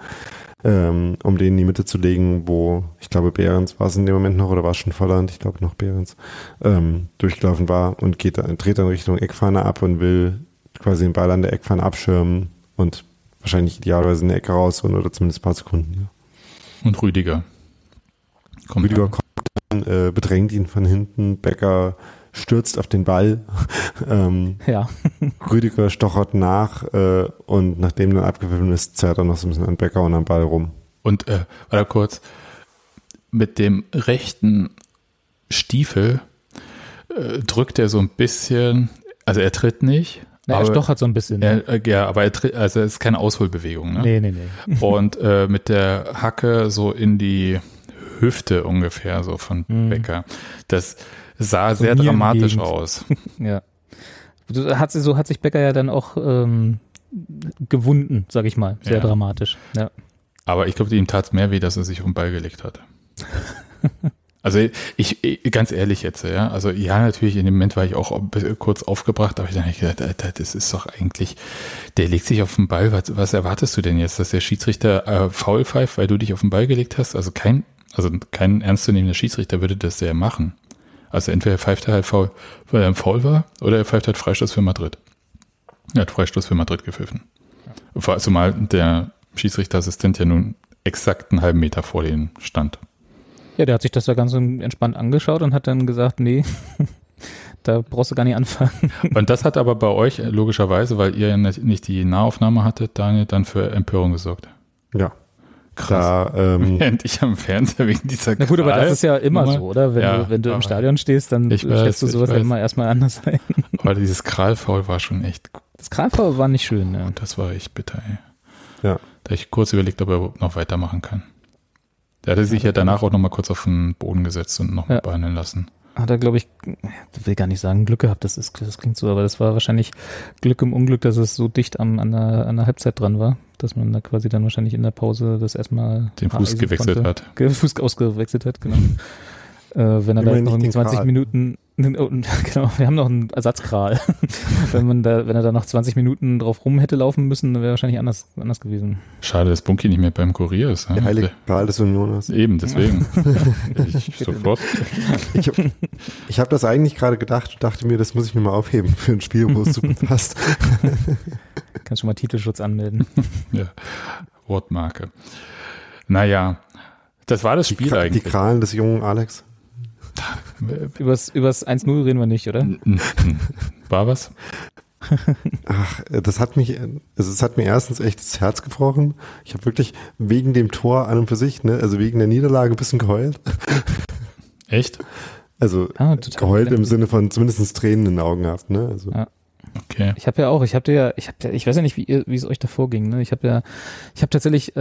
in die Mitte zu legen, wo, ich glaube, Behrens war es in dem Moment noch, oder war es schon Volland, ich glaube noch Behrens, durchgelaufen war und dreht dann Richtung Eckfahne ab und will quasi den Ball an der Eckfahne abschirmen und wahrscheinlich idealerweise in der Ecke rausholen oder zumindest ein paar Sekunden. Ja. Und Rüdiger kommt dann, bedrängt ihn von hinten, Becker stürzt auf den Ball. Ja. Rüdiger stochert nach und nachdem dann abgepfiffen ist, zerrt er noch so ein bisschen an Becker und am Ball rum. Und warte kurz, mit dem rechten Stiefel drückt er so ein bisschen, also er tritt nicht. Ja, er stochert so ein bisschen. Aber er tritt, also es ist keine Ausholbewegung. Ne? Nee. Und mit der Hacke so in die Hüfte ungefähr so von Becker. Das sah so sehr dramatisch aus. Ja. So hat sich Becker ja dann auch gewunden, sag ich mal. Sehr dramatisch. Ja. Aber ich glaube, ihm tat es mehr weh, dass er sich auf den Ball gelegt hat. Also ich ganz ehrlich jetzt, ja. Also ja, natürlich, in dem Moment war ich auch kurz aufgebracht, aber ich dann gedacht, Alter, das ist doch eigentlich, der legt sich auf den Ball. Was erwartest du denn jetzt, dass der Schiedsrichter Foul pfeift, weil du dich auf den Ball gelegt hast? Also Also kein ernstzunehmender Schiedsrichter würde das ja machen. Also entweder er pfeift halt faul, weil er im Foul war, oder er pfeift halt Freistoß für Madrid. Er hat Freistoß für Madrid gepfiffen. Ja. Zumal der Schiedsrichterassistent ja nun exakt einen halben Meter vor denen stand. Ja, der hat sich das da ganz entspannt angeschaut und hat dann gesagt, nee, da brauchst du gar nicht anfangen. Und das hat aber bei euch logischerweise, weil ihr ja nicht die Nahaufnahme hattet, Daniel, dann für Empörung gesorgt. Ja. Krass. Während ich am Fernseher wegen dieser Na gut, aber das ist ja immer so, oder? Wenn du im Stadion stehst, dann stellst du sowas ja immer erstmal anders ein. Aber dieses Kral-Foul war schon echt. Das Kral-Foul war nicht schön, ja. Das war echt bitter, ey. Ja. Da habe ich kurz überlegt, ob er überhaupt noch weitermachen kann. Der hatte sich ja danach auch nochmal kurz auf den Boden gesetzt und nochmal behandeln lassen. Hat er, glaube ich, will gar nicht sagen Glück gehabt, das klingt so, aber das war wahrscheinlich Glück im Unglück, dass es so dicht an der Halbzeit dran war, dass man da quasi dann wahrscheinlich in der Pause das erstmal den Fuß gewechselt hat. Fuß ausgewechselt hat, genau. Wenn er da noch 20 Minuten, genau, wir haben noch einen Ersatzkral. Wenn er da noch 20 Minuten drauf rum hätte laufen müssen, dann wäre wahrscheinlich anders gewesen. Schade, dass Bunky nicht mehr beim Kurier ist. Der heilige Kral des Unioners. Eben, deswegen. Ich habe das eigentlich gerade gedacht und dachte mir, das muss ich mir mal aufheben für ein Spiel, wo es super passt. Kannst schon mal Titelschutz anmelden. Ja, Wortmarke. Naja, das war das Spiel eigentlich. Die Kralen des jungen Alex. Übers 1-0 reden wir nicht, oder? War was? Ach, das hat mir erstens echt das Herz gebrochen. Ich habe wirklich wegen dem Tor an und für sich, ne, also wegen der Niederlage ein bisschen geheult. Echt? Also geheult im Sinne von zumindest Tränen in den Augen gehabt, ne? Also. Ja. Okay. Ich habe ich weiß ja nicht, wie es euch davor ging, ne? Ich habe tatsächlich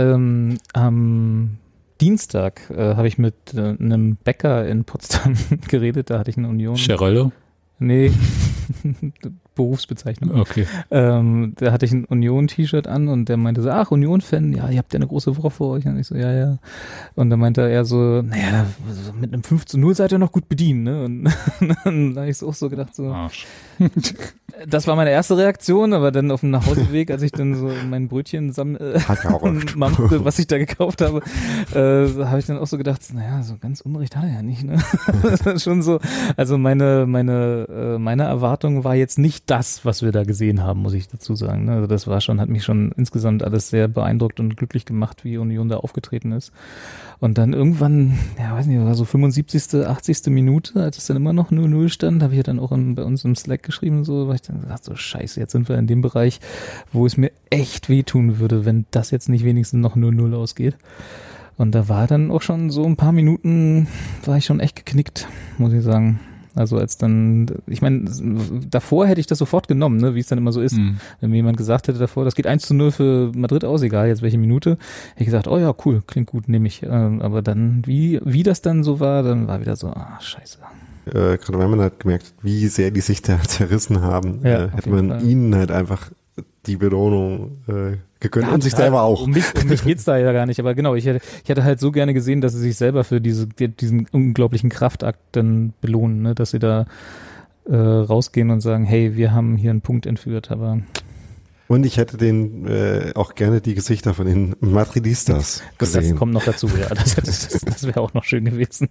am Dienstag habe ich mit einem Bäcker in Potsdam geredet, da hatte ich eine Union. Scherollo? Nee, Berufsbezeichnung. Okay. Da hatte ich ein Union-T-Shirt an und der meinte so, ach, Union-Fan, ja, ihr habt ja eine große Woche vor euch. Und ich so, ja. Und dann meinte er so, naja, mit einem 5-0 seid ihr noch gut bedient, ne? Und dann habe ich so auch so gedacht, so. Arsch. Das war meine erste Reaktion, aber dann auf dem Nachhauseweg, als ich dann so mein Brötchen mampfte, was ich da gekauft habe, habe ich dann auch so gedacht, naja, so ganz Unrecht hat er ja nicht, ne? Das war schon so, also meine Erwartung war jetzt nicht das, was wir da gesehen haben, muss ich dazu sagen. Also das hat mich schon insgesamt alles sehr beeindruckt und glücklich gemacht, wie Union da aufgetreten ist. Und dann irgendwann, ja, weiß nicht, war so 75., 80. Minute, als es dann immer noch 0-0 stand, habe ich ja dann auch bei uns im Slack geschrieben, so, weil ich dann gesagt so, scheiße, jetzt sind wir in dem Bereich, wo es mir echt wehtun würde, wenn das jetzt nicht wenigstens noch 0-0 ausgeht. Und da war dann auch schon so ein paar Minuten, war ich schon echt geknickt, muss ich sagen. Also als dann, ich meine, davor hätte ich das sofort genommen, ne, wie es dann immer so ist. Wenn mir jemand gesagt hätte davor, das geht 1-0 für Madrid aus, egal jetzt welche Minute, hätte ich gesagt, oh ja, cool, klingt gut, nehme ich. Aber dann, wie das dann so war, dann war wieder so, scheiße. Gerade wenn man halt gemerkt, wie sehr die sich da zerrissen haben, hätte man ihnen halt einfach die Belohnung gegönnt und sich selber auch. Um mich geht's da ja gar nicht, aber genau, ich hätte halt so gerne gesehen, dass sie sich selber für diesen unglaublichen Kraftakt dann belohnen, ne? Dass sie da rausgehen und sagen, hey, wir haben hier einen Punkt entführt, aber... Und ich hätte auch gerne die Gesichter von den Madridistas gesehen. Das kommt noch dazu, ja, das wäre auch noch schön gewesen.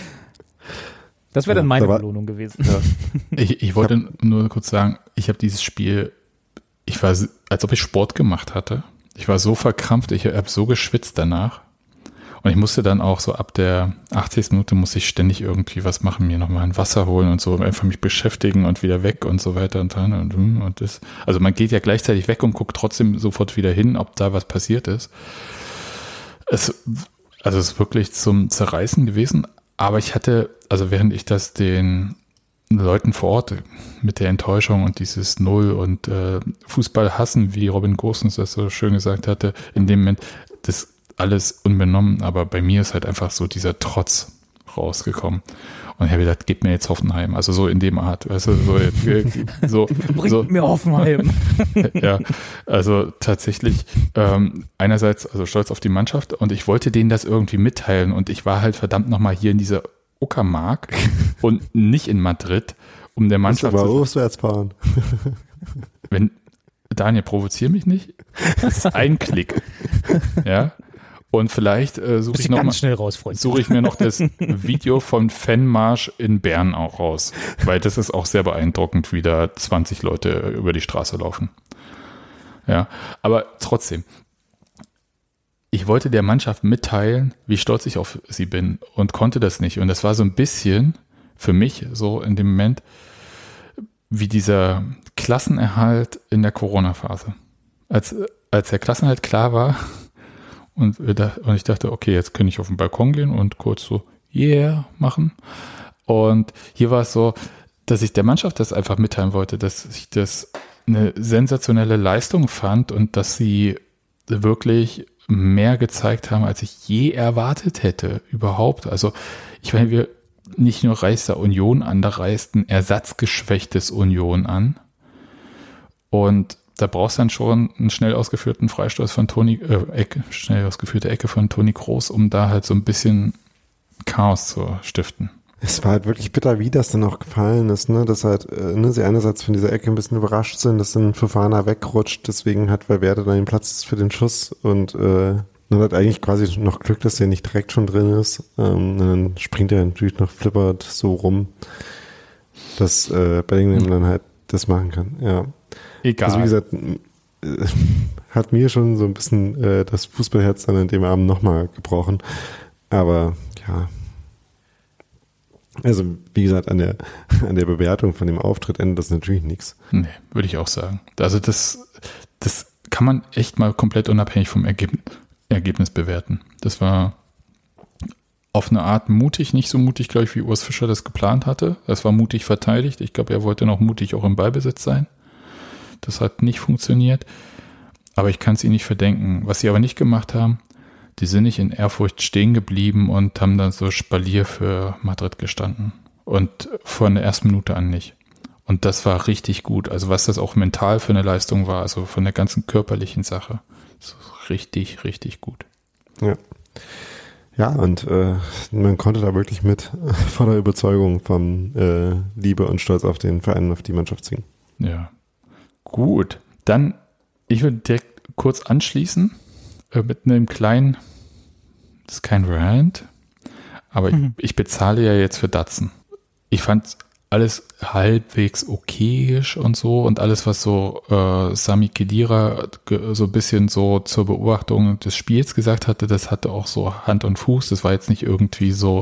Das wäre dann meine Belohnung gewesen. Ja. Ich wollte nur kurz sagen, ich habe dieses Spiel, ich war, als ob ich Sport gemacht hatte. Ich war so verkrampft, ich habe so geschwitzt danach. Und ich musste dann auch so ab der 80. Minute musste ich ständig irgendwie was machen, mir nochmal ein Wasser holen und so, einfach mich beschäftigen und wieder weg und so weiter und dann und das. Also man geht ja gleichzeitig weg und guckt trotzdem sofort wieder hin, ob da was passiert ist. Es ist wirklich zum Zerreißen gewesen. Aber ich hatte, also während ich das den Leuten vor Ort mit der Enttäuschung und dieses Null und Fußball hassen, wie Robin Gosens das so schön gesagt hatte, in dem Moment, das alles unbenommen, aber bei mir ist halt einfach so dieser Trotz rausgekommen. Und ich habe gedacht, gib mir jetzt Hoffenheim. Also so in dem Art. Weißt du, Bringt mir Hoffenheim. Ja, also tatsächlich einerseits also stolz auf die Mannschaft und ich wollte denen das irgendwie mitteilen und ich war halt verdammt nochmal hier in dieser Uckermark und nicht in Madrid, um der Mannschaft zu auswärts fahren. Daniel, provozier mich nicht. Das ist ein Klick. Ja. Und vielleicht suche ich mir noch das Video von Fanmarsch in Bern auch raus, weil das ist auch sehr beeindruckend, wie da 20 Leute über die Straße laufen. Ja, aber trotzdem, ich wollte der Mannschaft mitteilen, wie stolz ich auf sie bin und konnte das nicht. Und das war so ein bisschen für mich so in dem Moment wie dieser Klassenerhalt in der Corona-Phase. Als der Klassenerhalt klar war und ich dachte, okay, jetzt kann ich auf den Balkon gehen und kurz so yeah machen. Und hier war es so, dass ich der Mannschaft das einfach mitteilen wollte, dass ich das eine sensationelle Leistung fand und dass sie wirklich mehr gezeigt haben, als ich je erwartet hätte überhaupt. Also ich meine, wir nicht nur reißt der Union an, da reißt ein ersatzgeschwächtes Union an. Und da brauchst du dann schon einen schnell ausgeführten Freistoß von schnell ausgeführte Ecke von Toni Kroos, um da halt so ein bisschen Chaos zu stiften. Es war halt wirklich bitter, wie das dann auch gefallen ist, ne, dass halt, sie einerseits von dieser Ecke ein bisschen überrascht sind, dass dann Fofana wegrutscht, deswegen hat Valverde dann den Platz für den Schuss und dann hat eigentlich quasi noch Glück, dass der nicht direkt schon drin ist. Und dann springt er natürlich noch flippert so rum, dass Bellingham dann halt das machen kann. Ja. Egal. Also wie gesagt, hat mir schon so ein bisschen das Fußballherz dann an dem Abend nochmal gebrochen. Aber ja. Also wie gesagt, an der Bewertung von dem Auftritt endet das natürlich nichts. Nee, würde ich auch sagen. Also das kann man echt mal komplett unabhängig vom Ergebnis bewerten. Das war auf eine Art mutig, nicht so mutig, glaube ich, wie Urs Fischer das geplant hatte. Das war mutig verteidigt. Ich glaube, er wollte noch mutig auch im Ballbesitz sein. Das hat nicht funktioniert. Aber ich kann es ihnen nicht verdenken. Was sie aber nicht gemacht haben, die sind nicht in Ehrfurcht stehen geblieben und haben dann so Spalier für Madrid gestanden. Und von der ersten Minute an nicht. Und das war richtig gut. Also was das auch mental für eine Leistung war, also von der ganzen körperlichen Sache. Das ist richtig, richtig gut. Ja. Ja, und man konnte da wirklich mit voller Überzeugung von Liebe und Stolz auf den Verein, auf die Mannschaft singen. Ja. Gut. Dann, ich würde direkt kurz anschließen mit einem kleinen, das ist kein Rant, aber ich bezahle ja jetzt für Datsun. Ich fand alles halbwegs okayisch und so und alles, was so Sami Khedira so ein bisschen so zur Beobachtung des Spiels gesagt hatte, das hatte auch so Hand und Fuß. Das war jetzt nicht irgendwie so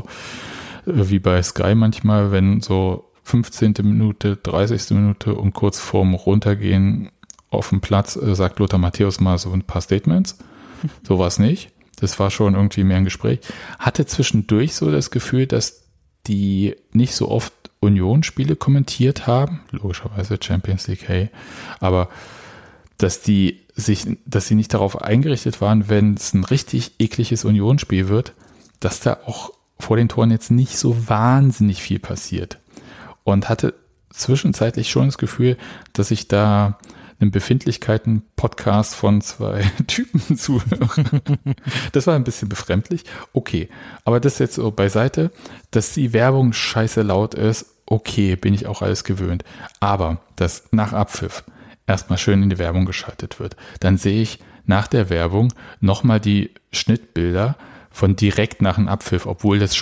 wie bei Sky manchmal, wenn so 15. Minute, 30. Minute und kurz vorm Runtergehen auf dem Platz sagt Lothar Matthäus mal so ein paar Statements. So war es nicht. Das war schon irgendwie mehr ein Gespräch. Hatte zwischendurch so das Gefühl, dass die nicht so oft Union-Spiele kommentiert haben, logischerweise Champions League, hey, aber dass sie nicht darauf eingerichtet waren, wenn es ein richtig ekliges Union-Spiel wird, dass da auch vor den Toren jetzt nicht so wahnsinnig viel passiert. Und hatte zwischenzeitlich schon das Gefühl, dass ich da einem Befindlichkeiten-Podcast von zwei Typen zuhöre. Das war ein bisschen befremdlich. Okay, aber das jetzt so beiseite, dass die Werbung scheiße laut ist, okay, bin ich auch alles gewöhnt. Aber dass nach Abpfiff erstmal schön in die Werbung geschaltet wird, dann sehe ich nach der Werbung nochmal die Schnittbilder von direkt nach dem Abpfiff, obwohl das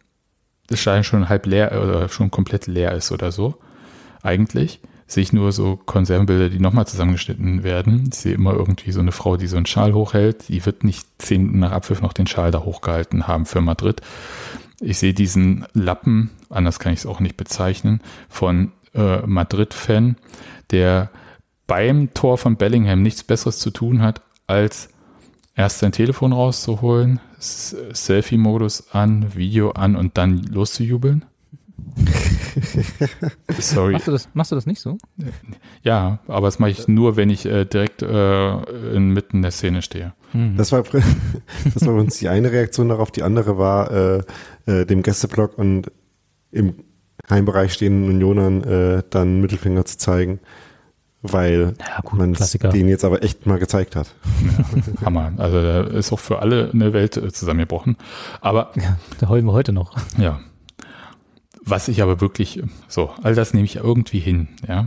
Stadion schon halb leer oder schon komplett leer ist oder so. Eigentlich sehe ich nur so Konservenbilder, die nochmal zusammengeschnitten werden. Ich sehe immer irgendwie so eine Frau, die so einen Schal hochhält. Die wird nicht 10 Minuten nach Abpfiff noch den Schal da hochgehalten haben für Madrid. Ich sehe diesen Lappen, anders kann ich es auch nicht bezeichnen, von Madrid-Fan, der beim Tor von Bellingham nichts Besseres zu tun hat, als erst sein Telefon rauszuholen, Selfie-Modus an, Video an und dann loszujubeln. Sorry. Machst du das nicht so? Ja, aber das mache ich nur, wenn ich direkt inmitten der Szene stehe. Das war uns die eine Reaktion darauf. Die andere war, dem Gästeblock und im Heimbereich stehenden Unionern dann Mittelfinger zu zeigen, weil man den jetzt aber echt mal gezeigt hat. Ja, Hammer. Also da ist auch für alle eine Welt zusammengebrochen. Aber ja, da heulen wir heute noch. Ja. Was ich aber wirklich, so, all das nehme ich irgendwie hin, ja.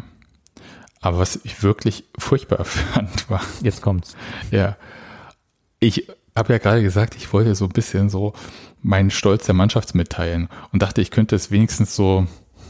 Aber was ich wirklich furchtbar fand, war. Jetzt kommt's. Ja. Ich habe ja gerade gesagt, ich wollte so ein bisschen so meinen Stolz der Mannschaft mitteilen und dachte, ich könnte es wenigstens so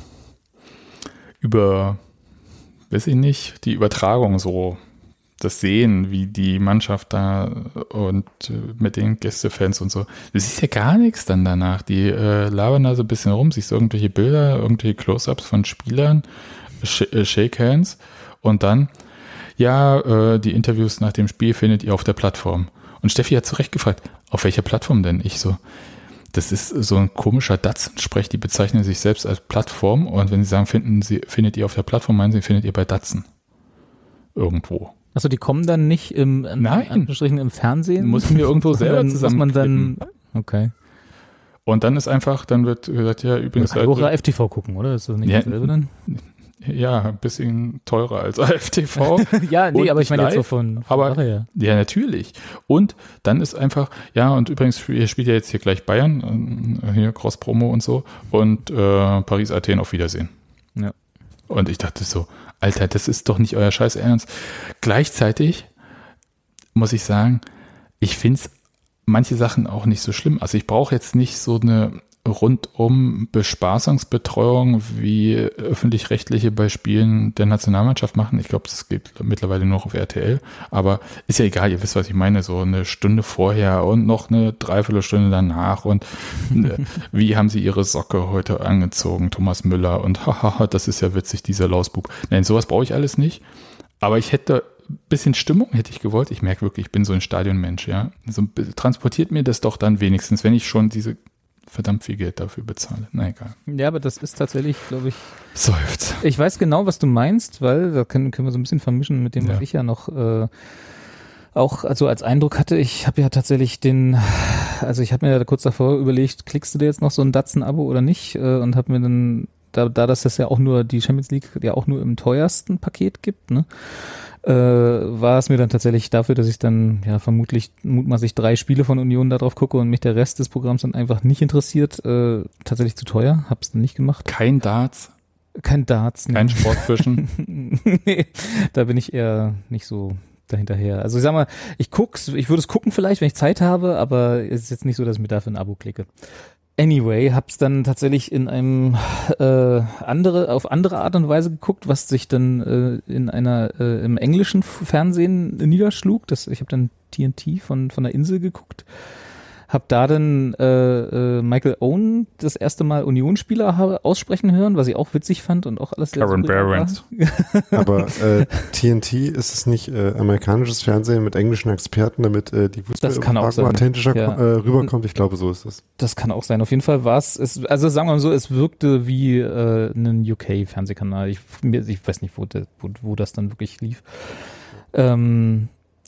über, weiß ich nicht, die Übertragung so, das Sehen, wie die Mannschaft da und mit den Gästefans und so. Du siehst ja gar nichts dann danach. Die labern da so ein bisschen rum, siehst irgendwelche Bilder, irgendwelche Close-Ups von Spielern, Shake Hands und dann, ja, die Interviews nach dem Spiel findet ihr auf der Plattform. Und Steffi hat zu Recht gefragt, auf welcher Plattform denn? Ich so, das ist so ein komischer Datsen-Sprech, die bezeichnen sich selbst als Plattform und wenn sie sagen, findet ihr auf der Plattform, meinen sie, findet ihr bei Datsen. Irgendwo. Achso, die kommen dann nicht im Fernsehen? Mussten wir irgendwo selber zusammen. Okay. Und dann ist einfach, dann wird gesagt, ja, übrigens. Man kann auch FTV gucken, oder? Ist das nicht dasselbe dann? Ja, ein bisschen teurer als AFTV. Ja, nee, aber ich meine jetzt so von aber ja, natürlich. Und dann ist einfach, ja, und übrigens, ihr spielt ja jetzt hier gleich Bayern, hier Cross-Promo und so, und Paris, Athen, auf Wiedersehen. Ja. Und ich dachte so, Alter, das ist doch nicht euer Scheiß Ernst. Gleichzeitig muss ich sagen, ich finde manche Sachen auch nicht so schlimm. Also ich brauche jetzt nicht so eine rundum Bespaßungsbetreuung, wie öffentlich-rechtliche bei Spielen der Nationalmannschaft machen. Ich glaube, das geht mittlerweile nur auf RTL. Aber ist ja egal, ihr wisst, was ich meine. So eine Stunde vorher und noch eine Dreiviertelstunde danach. Und wie haben sie ihre Socke heute angezogen, Thomas Müller. Und hahaha, das ist ja witzig, dieser Lausbub. Nein, sowas brauche ich alles nicht. Aber ich hätte ein bisschen Stimmung, hätte ich gewollt. Ich merke wirklich, ich bin so ein Stadionmensch. Ja, so, transportiert mir das doch dann wenigstens, wenn ich schon diese verdammt viel Geld dafür bezahle. Na egal. Ja, aber das ist tatsächlich, glaube ich. Seufzt. Ich weiß genau, was du meinst, weil da können wir so ein bisschen vermischen mit dem, was ich ja noch auch also als Eindruck hatte. Ich habe ja tatsächlich ich habe mir da kurz davor überlegt, klickst du dir jetzt noch so ein Datsen-Abo oder nicht? Und habe mir dann, da das ja auch nur die Champions League ja auch nur im teuersten Paket gibt, ne? War es mir dann tatsächlich dafür, dass ich dann ja mutmaßlich 3 Spiele von Union da drauf gucke und mich der Rest des Programms dann einfach nicht interessiert, tatsächlich zu teuer, hab's dann nicht gemacht. Kein Darts? Kein Darts. Kein Sportfischen? Nee, da bin ich eher nicht so dahinterher. Also ich sag mal, ich würde es gucken vielleicht, wenn ich Zeit habe, aber es ist jetzt nicht so, dass ich mir dafür ein Abo klicke. Anyway, hab's dann tatsächlich in einem auf andere Art und Weise geguckt, was sich dann im englischen Fernsehen niederschlug. Ich habe dann TNT von der Insel geguckt. Hab da dann Michael Owen das erste Mal Unionsspieler aussprechen hören, was ich auch witzig fand und auch alles sehr Karen Behrens. Aber TNT, ist es nicht amerikanisches Fernsehen mit englischen Experten, damit die Fußball authentischer rüberkommt? Ich glaube, so ist es. Das kann auch sein. Auf jeden Fall war also sagen wir mal so, es wirkte wie ein UK-Fernsehkanal. Ich weiß nicht, wo das dann wirklich lief. Und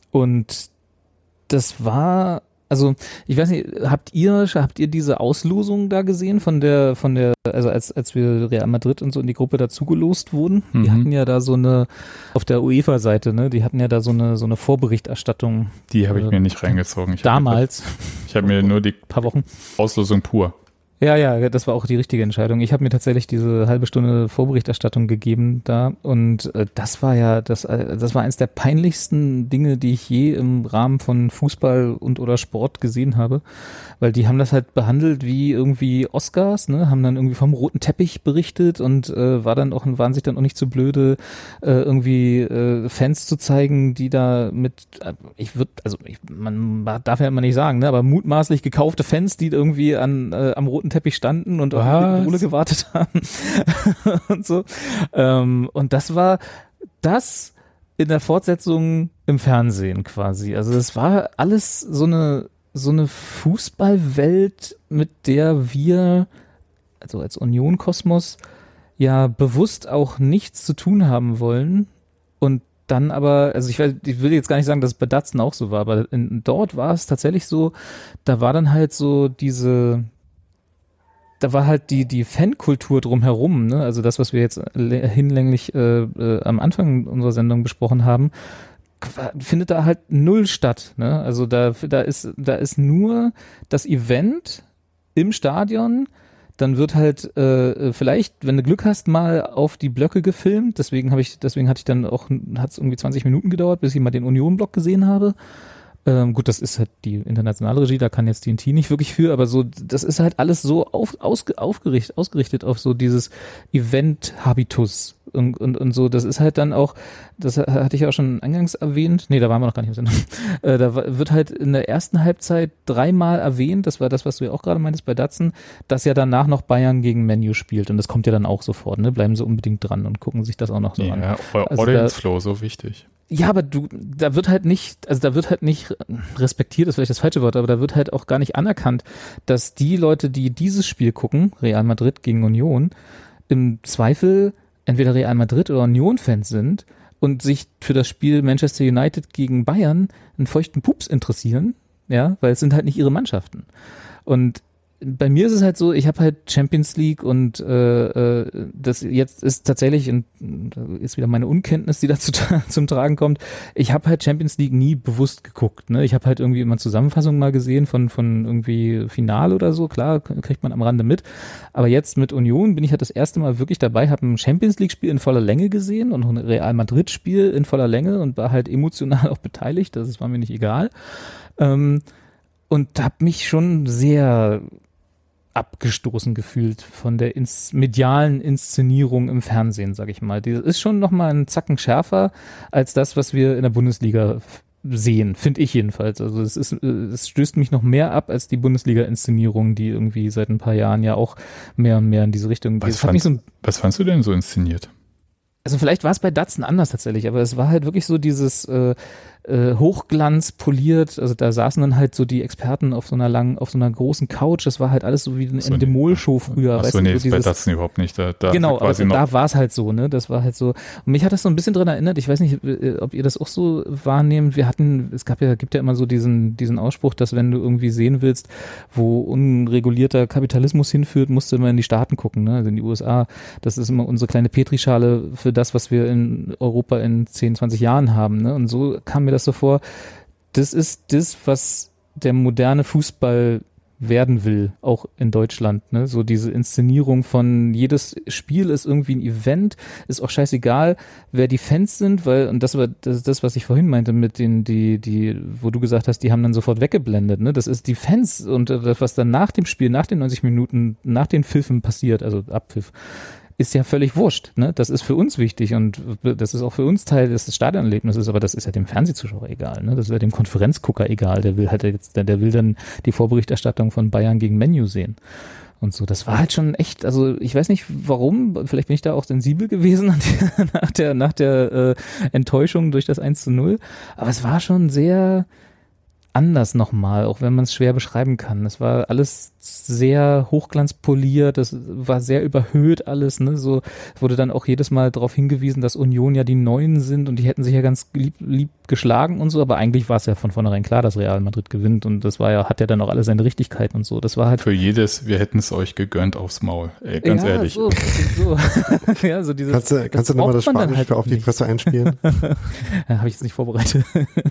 das war, also ich weiß nicht, habt ihr diese Auslosung da gesehen also als wir Real Madrid und so in die Gruppe dazugelost wurden? Die hatten ja da so eine, auf der UEFA-Seite, ne, die hatten ja da so eine Vorberichterstattung. Die habe ich mir nicht reingezogen. Ich habe mir nur die paar Wochen Auslosung pur. Ja, das war auch die richtige Entscheidung. Ich habe mir tatsächlich diese halbe Stunde Vorberichterstattung gegeben da und das war eines der peinlichsten Dinge, die ich je im Rahmen von Fußball und oder Sport gesehen habe, weil die haben das halt behandelt wie irgendwie Oscars, ne, haben dann irgendwie vom roten Teppich berichtet und waren sich dann auch nicht so blöde, irgendwie Fans zu zeigen, die da man darf ja immer nicht sagen, ne, aber mutmaßlich gekaufte Fans, die irgendwie am roten Teppich standen und auf die Kohle gewartet haben und so. Und das war das in der Fortsetzung im Fernsehen quasi. Also es war alles so eine Fußballwelt, mit der wir, also als Union Kosmos, ja bewusst auch nichts zu tun haben wollen. Und dann aber, also ich will jetzt gar nicht sagen, dass es bei Datsen auch so war, aber dort war es tatsächlich so, da war dann halt so da war halt die Fankultur drumherum, ne? Also das, was wir jetzt hinlänglich am Anfang unserer Sendung besprochen haben, findet da halt null statt, ne? Also da ist nur das Event im Stadion, dann wird halt vielleicht, wenn du Glück hast, mal auf die Blöcke gefilmt, deswegen hatte ich dann auch, hat es irgendwie 20 Minuten gedauert, bis ich mal den Union-Block gesehen habe. Gut, das ist halt die internationale Regie, da kann jetzt TNT nicht wirklich für, aber so, das ist halt alles so ausgerichtet auf so dieses Event-Habitus und so. Das ist halt dann auch, das hatte ich ja auch schon eingangs erwähnt, nee, da waren wir noch gar nicht im Sinn. Da wird halt in der ersten Halbzeit 3-mal erwähnt, das war das, was du ja auch gerade meintest bei Datsun, dass ja danach noch Bayern gegen Man U spielt und das kommt ja dann auch sofort, ne? Bleiben sie unbedingt dran und gucken sich das auch noch so an. Ja, Audience Flow, so wichtig. Ja, aber da wird halt nicht respektiert, ist vielleicht das falsche Wort, aber da wird halt auch gar nicht anerkannt, dass die Leute, die dieses Spiel gucken, Real Madrid gegen Union, im Zweifel entweder Real Madrid oder Union-Fans sind und sich für das Spiel Manchester United gegen Bayern einen feuchten Pups interessieren, ja, weil es sind halt nicht ihre Mannschaften. Und bei mir ist es halt so, ich habe halt Champions League und das jetzt ist tatsächlich, und ist wieder meine Unkenntnis, die dazu zum Tragen kommt, ich habe halt Champions League nie bewusst geguckt. Ne? Ich habe halt irgendwie immer Zusammenfassungen mal gesehen von irgendwie Finale oder so, klar, kriegt man am Rande mit. Aber jetzt mit Union bin ich halt das erste Mal wirklich dabei, habe ein Champions League-Spiel in voller Länge gesehen und ein Real Madrid-Spiel in voller Länge und war halt emotional auch beteiligt, das war mir nicht egal. Und habe mich schon sehr abgestoßen gefühlt von der medialen Inszenierung im Fernsehen, sag ich mal. Die ist schon nochmal einen Zacken schärfer als das, was wir in der Bundesliga sehen, finde ich jedenfalls. Also es stößt mich noch mehr ab als die Bundesliga-Inszenierung, die irgendwie seit ein paar Jahren ja auch mehr und mehr in diese Richtung geht. Was fandst du denn so inszeniert? Also vielleicht war es bei Datsun anders tatsächlich, aber es war halt wirklich so dieses Hochglanz poliert, also da saßen dann halt so die Experten auf so einer großen Couch, das war halt alles so wie eine Endemol-Show früher. Achso, nee, ist bei Datsun überhaupt nicht. Da genau, also da war es halt so, ne, das war halt so. Und mich hat das so ein bisschen dran erinnert, ich weiß nicht, ob ihr das auch so wahrnehmt, gibt ja immer so diesen Ausspruch, dass wenn du irgendwie sehen willst, wo unregulierter Kapitalismus hinführt, musst du immer in die Staaten gucken, ne, also in die USA. Das ist immer unsere kleine Petrischale für das, was wir in Europa in 10, 20 Jahren haben, ne, und so kam mir das so vor, das ist das, was der moderne Fußball werden will, auch in Deutschland, ne? So diese Inszenierung von jedes Spiel ist irgendwie ein Event, ist auch scheißegal, wer die Fans sind, weil, und das ist das, was ich vorhin meinte, mit die, wo du gesagt hast, die haben dann sofort weggeblendet, ne? Das ist die Fans und das, was dann nach dem Spiel, nach den 90 Minuten, nach den Pfiffen passiert, also Abpfiff, ist ja völlig wurscht, ne? Das ist für uns wichtig und das ist auch für uns Teil des Stadionerlebnisses, aber das ist ja dem Fernsehzuschauer egal, ne? Das ist ja dem Konferenzgucker egal, der will dann die Vorberichterstattung von Bayern gegen Man U sehen. Und so, das war halt schon echt, also ich weiß nicht warum, vielleicht bin ich da auch sensibel gewesen nach der Enttäuschung durch das 1:0, aber es war schon sehr anders nochmal, auch wenn man es schwer beschreiben kann. Es war alles sehr hochglanzpoliert, das war sehr überhöht alles, ne, so wurde dann auch jedes Mal darauf hingewiesen, dass Union ja die Neuen sind und die hätten sich ja ganz lieb geschlagen und so, aber eigentlich war es ja von vornherein klar, dass Real Madrid gewinnt und das hat ja dann auch alle seine Richtigkeit und so. Das war halt für jedes, wir hätten es euch gegönnt aufs Maul, ganz ehrlich. So. Ja, so dieses, kannst du nochmal das Spanische halt für auf die Fresse einspielen? Habe ich jetzt nicht vorbereitet.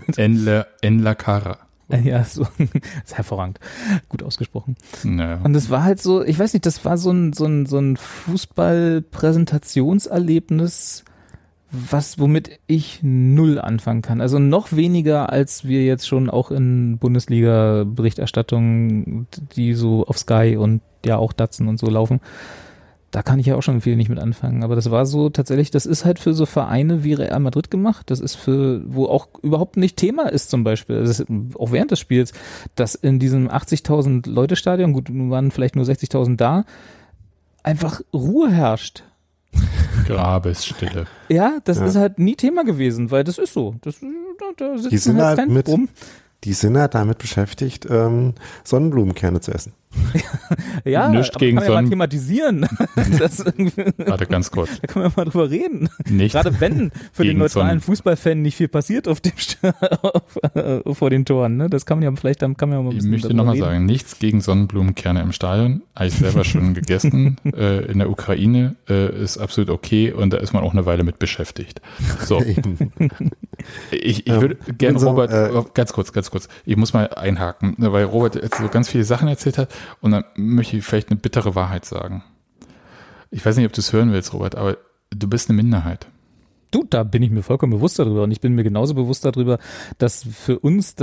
En la cara. Ja, so, das ist hervorragend. Gut ausgesprochen. Naja. Und es war halt so, ich weiß nicht, das war so ein Fußball-Präsentationserlebnis, womit ich null anfangen kann. Also noch weniger, als wir jetzt schon auch in Bundesliga-Berichterstattungen, die so auf Sky und ja auch Datsun und so laufen, da kann ich ja auch schon viel nicht mit anfangen. Aber das war so tatsächlich, das ist halt für so Vereine wie Real Madrid gemacht. Das ist wo auch überhaupt nicht Thema ist zum Beispiel. Das ist auch während des Spiels, dass in diesem 80.000 Leute Stadion, gut, waren vielleicht nur 60.000 da, einfach Ruhe herrscht. Grabesstille. Ja, das ist halt nie Thema gewesen, weil das ist so. Da sitzen halt Fans rum. Die sind halt damit beschäftigt, Sonnenblumenkerne zu essen. Ja, nicht gegen kann man ja mal thematisieren. Warte, ganz kurz. Da können wir mal drüber reden. Nicht gerade wenn für den neutralen Fußballfan nicht viel passiert auf dem vor den Toren. Ne? Das kann man ja vielleicht, dann kann man ja mal ein bisschen Ich möchte nochmal sagen, nichts gegen Sonnenblumenkerne im Stadion. Habe ich selber schon gegessen. In der Ukraine ist absolut okay und da ist man auch eine Weile mit beschäftigt. So. Ich würde gerne, Robert, ganz kurz. Ich muss mal einhaken, weil Robert jetzt so ganz viele Sachen erzählt hat und dann möchte ich vielleicht eine bittere Wahrheit sagen. Ich weiß nicht, ob du es hören willst, Robert, aber du bist eine Minderheit. Du, da bin ich mir vollkommen bewusst darüber und ich bin mir genauso bewusst darüber, dass für uns das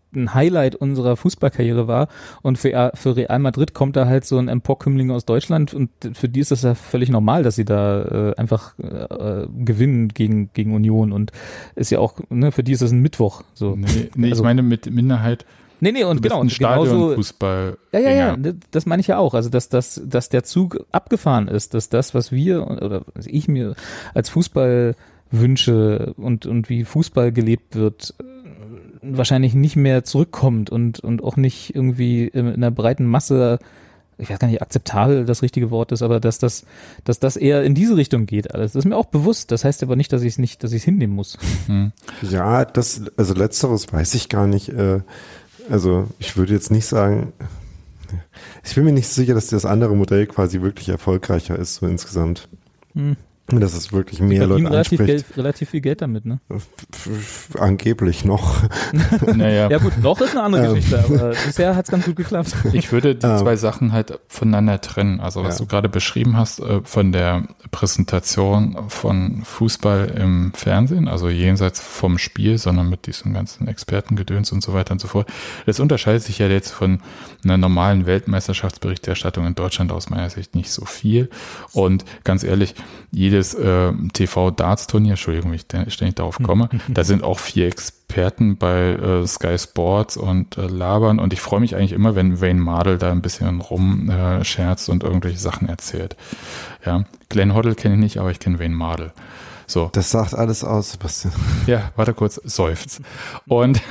ein Highlight unserer Fußballkarriere war und für Real Madrid kommt da halt so ein Emporkömmling aus Deutschland und für die ist das ja völlig normal, dass sie da einfach gewinnen gegen Union und ist ja auch, ne, für die ist das ein Mittwoch. So. Nee, also, ich meine mit Minderheit. Nee, und genau. Ein Stadionfußball. Ja, das meine ich ja auch. Also, dass der Zug abgefahren ist, dass das, was wir oder ich mir als Fußball wünsche und wie Fußball gelebt wird, wahrscheinlich nicht mehr zurückkommt und auch nicht irgendwie in einer breiten Masse, ich weiß gar nicht, akzeptabel das richtige Wort ist, aber dass das eher in diese Richtung geht alles. Das ist mir auch bewusst. Das heißt aber nicht, dass ich es hinnehmen muss. Ja, also letzteres weiß ich gar nicht. Also ich würde jetzt nicht sagen, ich bin mir nicht sicher, dass das andere Modell quasi wirklich erfolgreicher ist, so insgesamt. Dass es wirklich mehr Leute anspricht. Relativ viel Geld damit, ne? Angeblich noch. Naja. Ja gut, noch ist eine andere Geschichte, aber bisher hat es ganz gut geklappt. Ich würde die zwei Sachen halt voneinander trennen. Also was du gerade beschrieben hast von der Präsentation von Fußball im Fernsehen, also jenseits vom Spiel, sondern mit diesen ganzen Expertengedöns und so weiter und so fort. Das unterscheidet sich ja jetzt von einer normalen Weltmeisterschaftsberichterstattung in Deutschland aus meiner Sicht nicht so viel. Und ganz ehrlich, jedes TV-Darts-Turnier, Entschuldigung, wenn ich ständig darauf komme, da sind auch 4 Experten bei Sky Sports und labern und ich freue mich eigentlich immer, wenn Wayne Mardle da ein bisschen rumscherzt und irgendwelche Sachen erzählt. Ja, Glenn Hoddle kenne ich nicht, aber ich kenne Wayne Mardle. So. Das sagt alles aus, Sebastian. Ja, warte kurz, seufzt. Und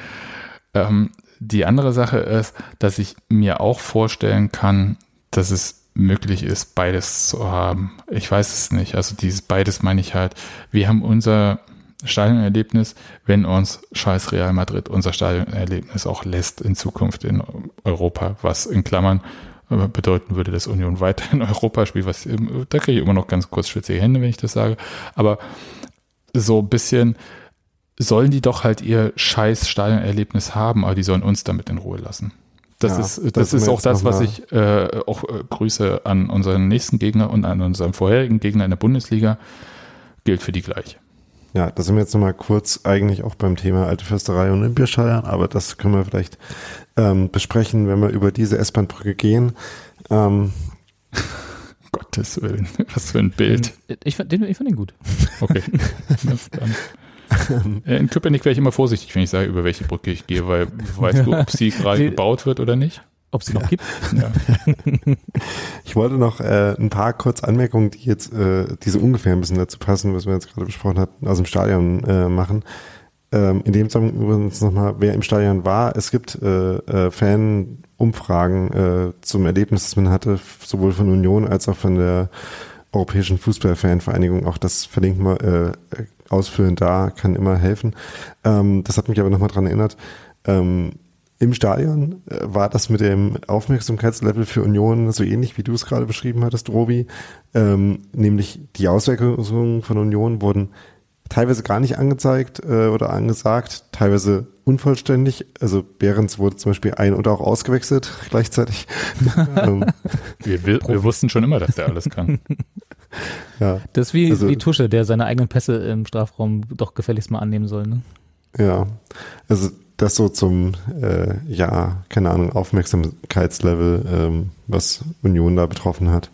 die andere Sache ist, dass ich mir auch vorstellen kann, dass es möglich ist, beides zu haben. Ich weiß es nicht. Also dieses beides meine ich halt, wir haben unser Stadionerlebnis, wenn uns scheiß Real Madrid unser Stadionerlebnis auch lässt in Zukunft in Europa, was in Klammern bedeuten würde, dass Union weiter in Europa spielt, da kriege ich immer noch ganz kurz schwitzige Hände, wenn ich das sage, aber so ein bisschen sollen die doch halt ihr scheiß Stadionerlebnis haben, aber die sollen uns damit in Ruhe lassen. Das ist auch das, was ich auch Grüße an unseren nächsten Gegner und an unseren vorherigen Gegner in der Bundesliga gilt für die gleich. Ja, da sind wir jetzt nochmal kurz eigentlich auch beim Thema Alte Försterei und Olympiastadion, aber das können wir vielleicht besprechen, wenn wir über diese S-Bahn-Brücke gehen. Gottes Willen, was für ein Bild. Ich fand den gut. Okay. In Köpenick wäre ich immer vorsichtig, wenn ich sage, über welche Brücke ich gehe, weil weißt du, ob sie gerade gebaut wird oder nicht? Ob sie noch gibt? Ja. Ich wollte noch ein paar kurz Anmerkungen, die jetzt diese ungefähr ein bisschen dazu passen, was wir jetzt gerade besprochen hatten, aus dem Stadion machen. In dem Zusammenhang übrigens nochmal, wer im Stadion war. Es gibt Fan-Umfragen zum Erlebnis, das man hatte, sowohl von Union als auch von der Europäischen Fußball-Fan-Vereinigung. Auch das verlinken wir ausführend da, kann immer helfen. Das hat mich aber nochmal dran erinnert. Im Stadion war das mit dem Aufmerksamkeitslevel für Union so ähnlich, wie du es gerade beschrieben hattest, Robi. Nämlich die Auswirkungen von Union wurden teilweise gar nicht angezeigt oder angesagt, teilweise unvollständig. Also Behrens wurde zum Beispiel ein- oder auch ausgewechselt gleichzeitig. Wir wussten schon immer, dass der alles kann. Ja, das ist wie Tusche, der seine eigenen Pässe im Strafraum doch gefälligst mal annehmen soll. Ne? Ja, also das so zum, keine Ahnung, Aufmerksamkeitslevel, was Union da betroffen hat.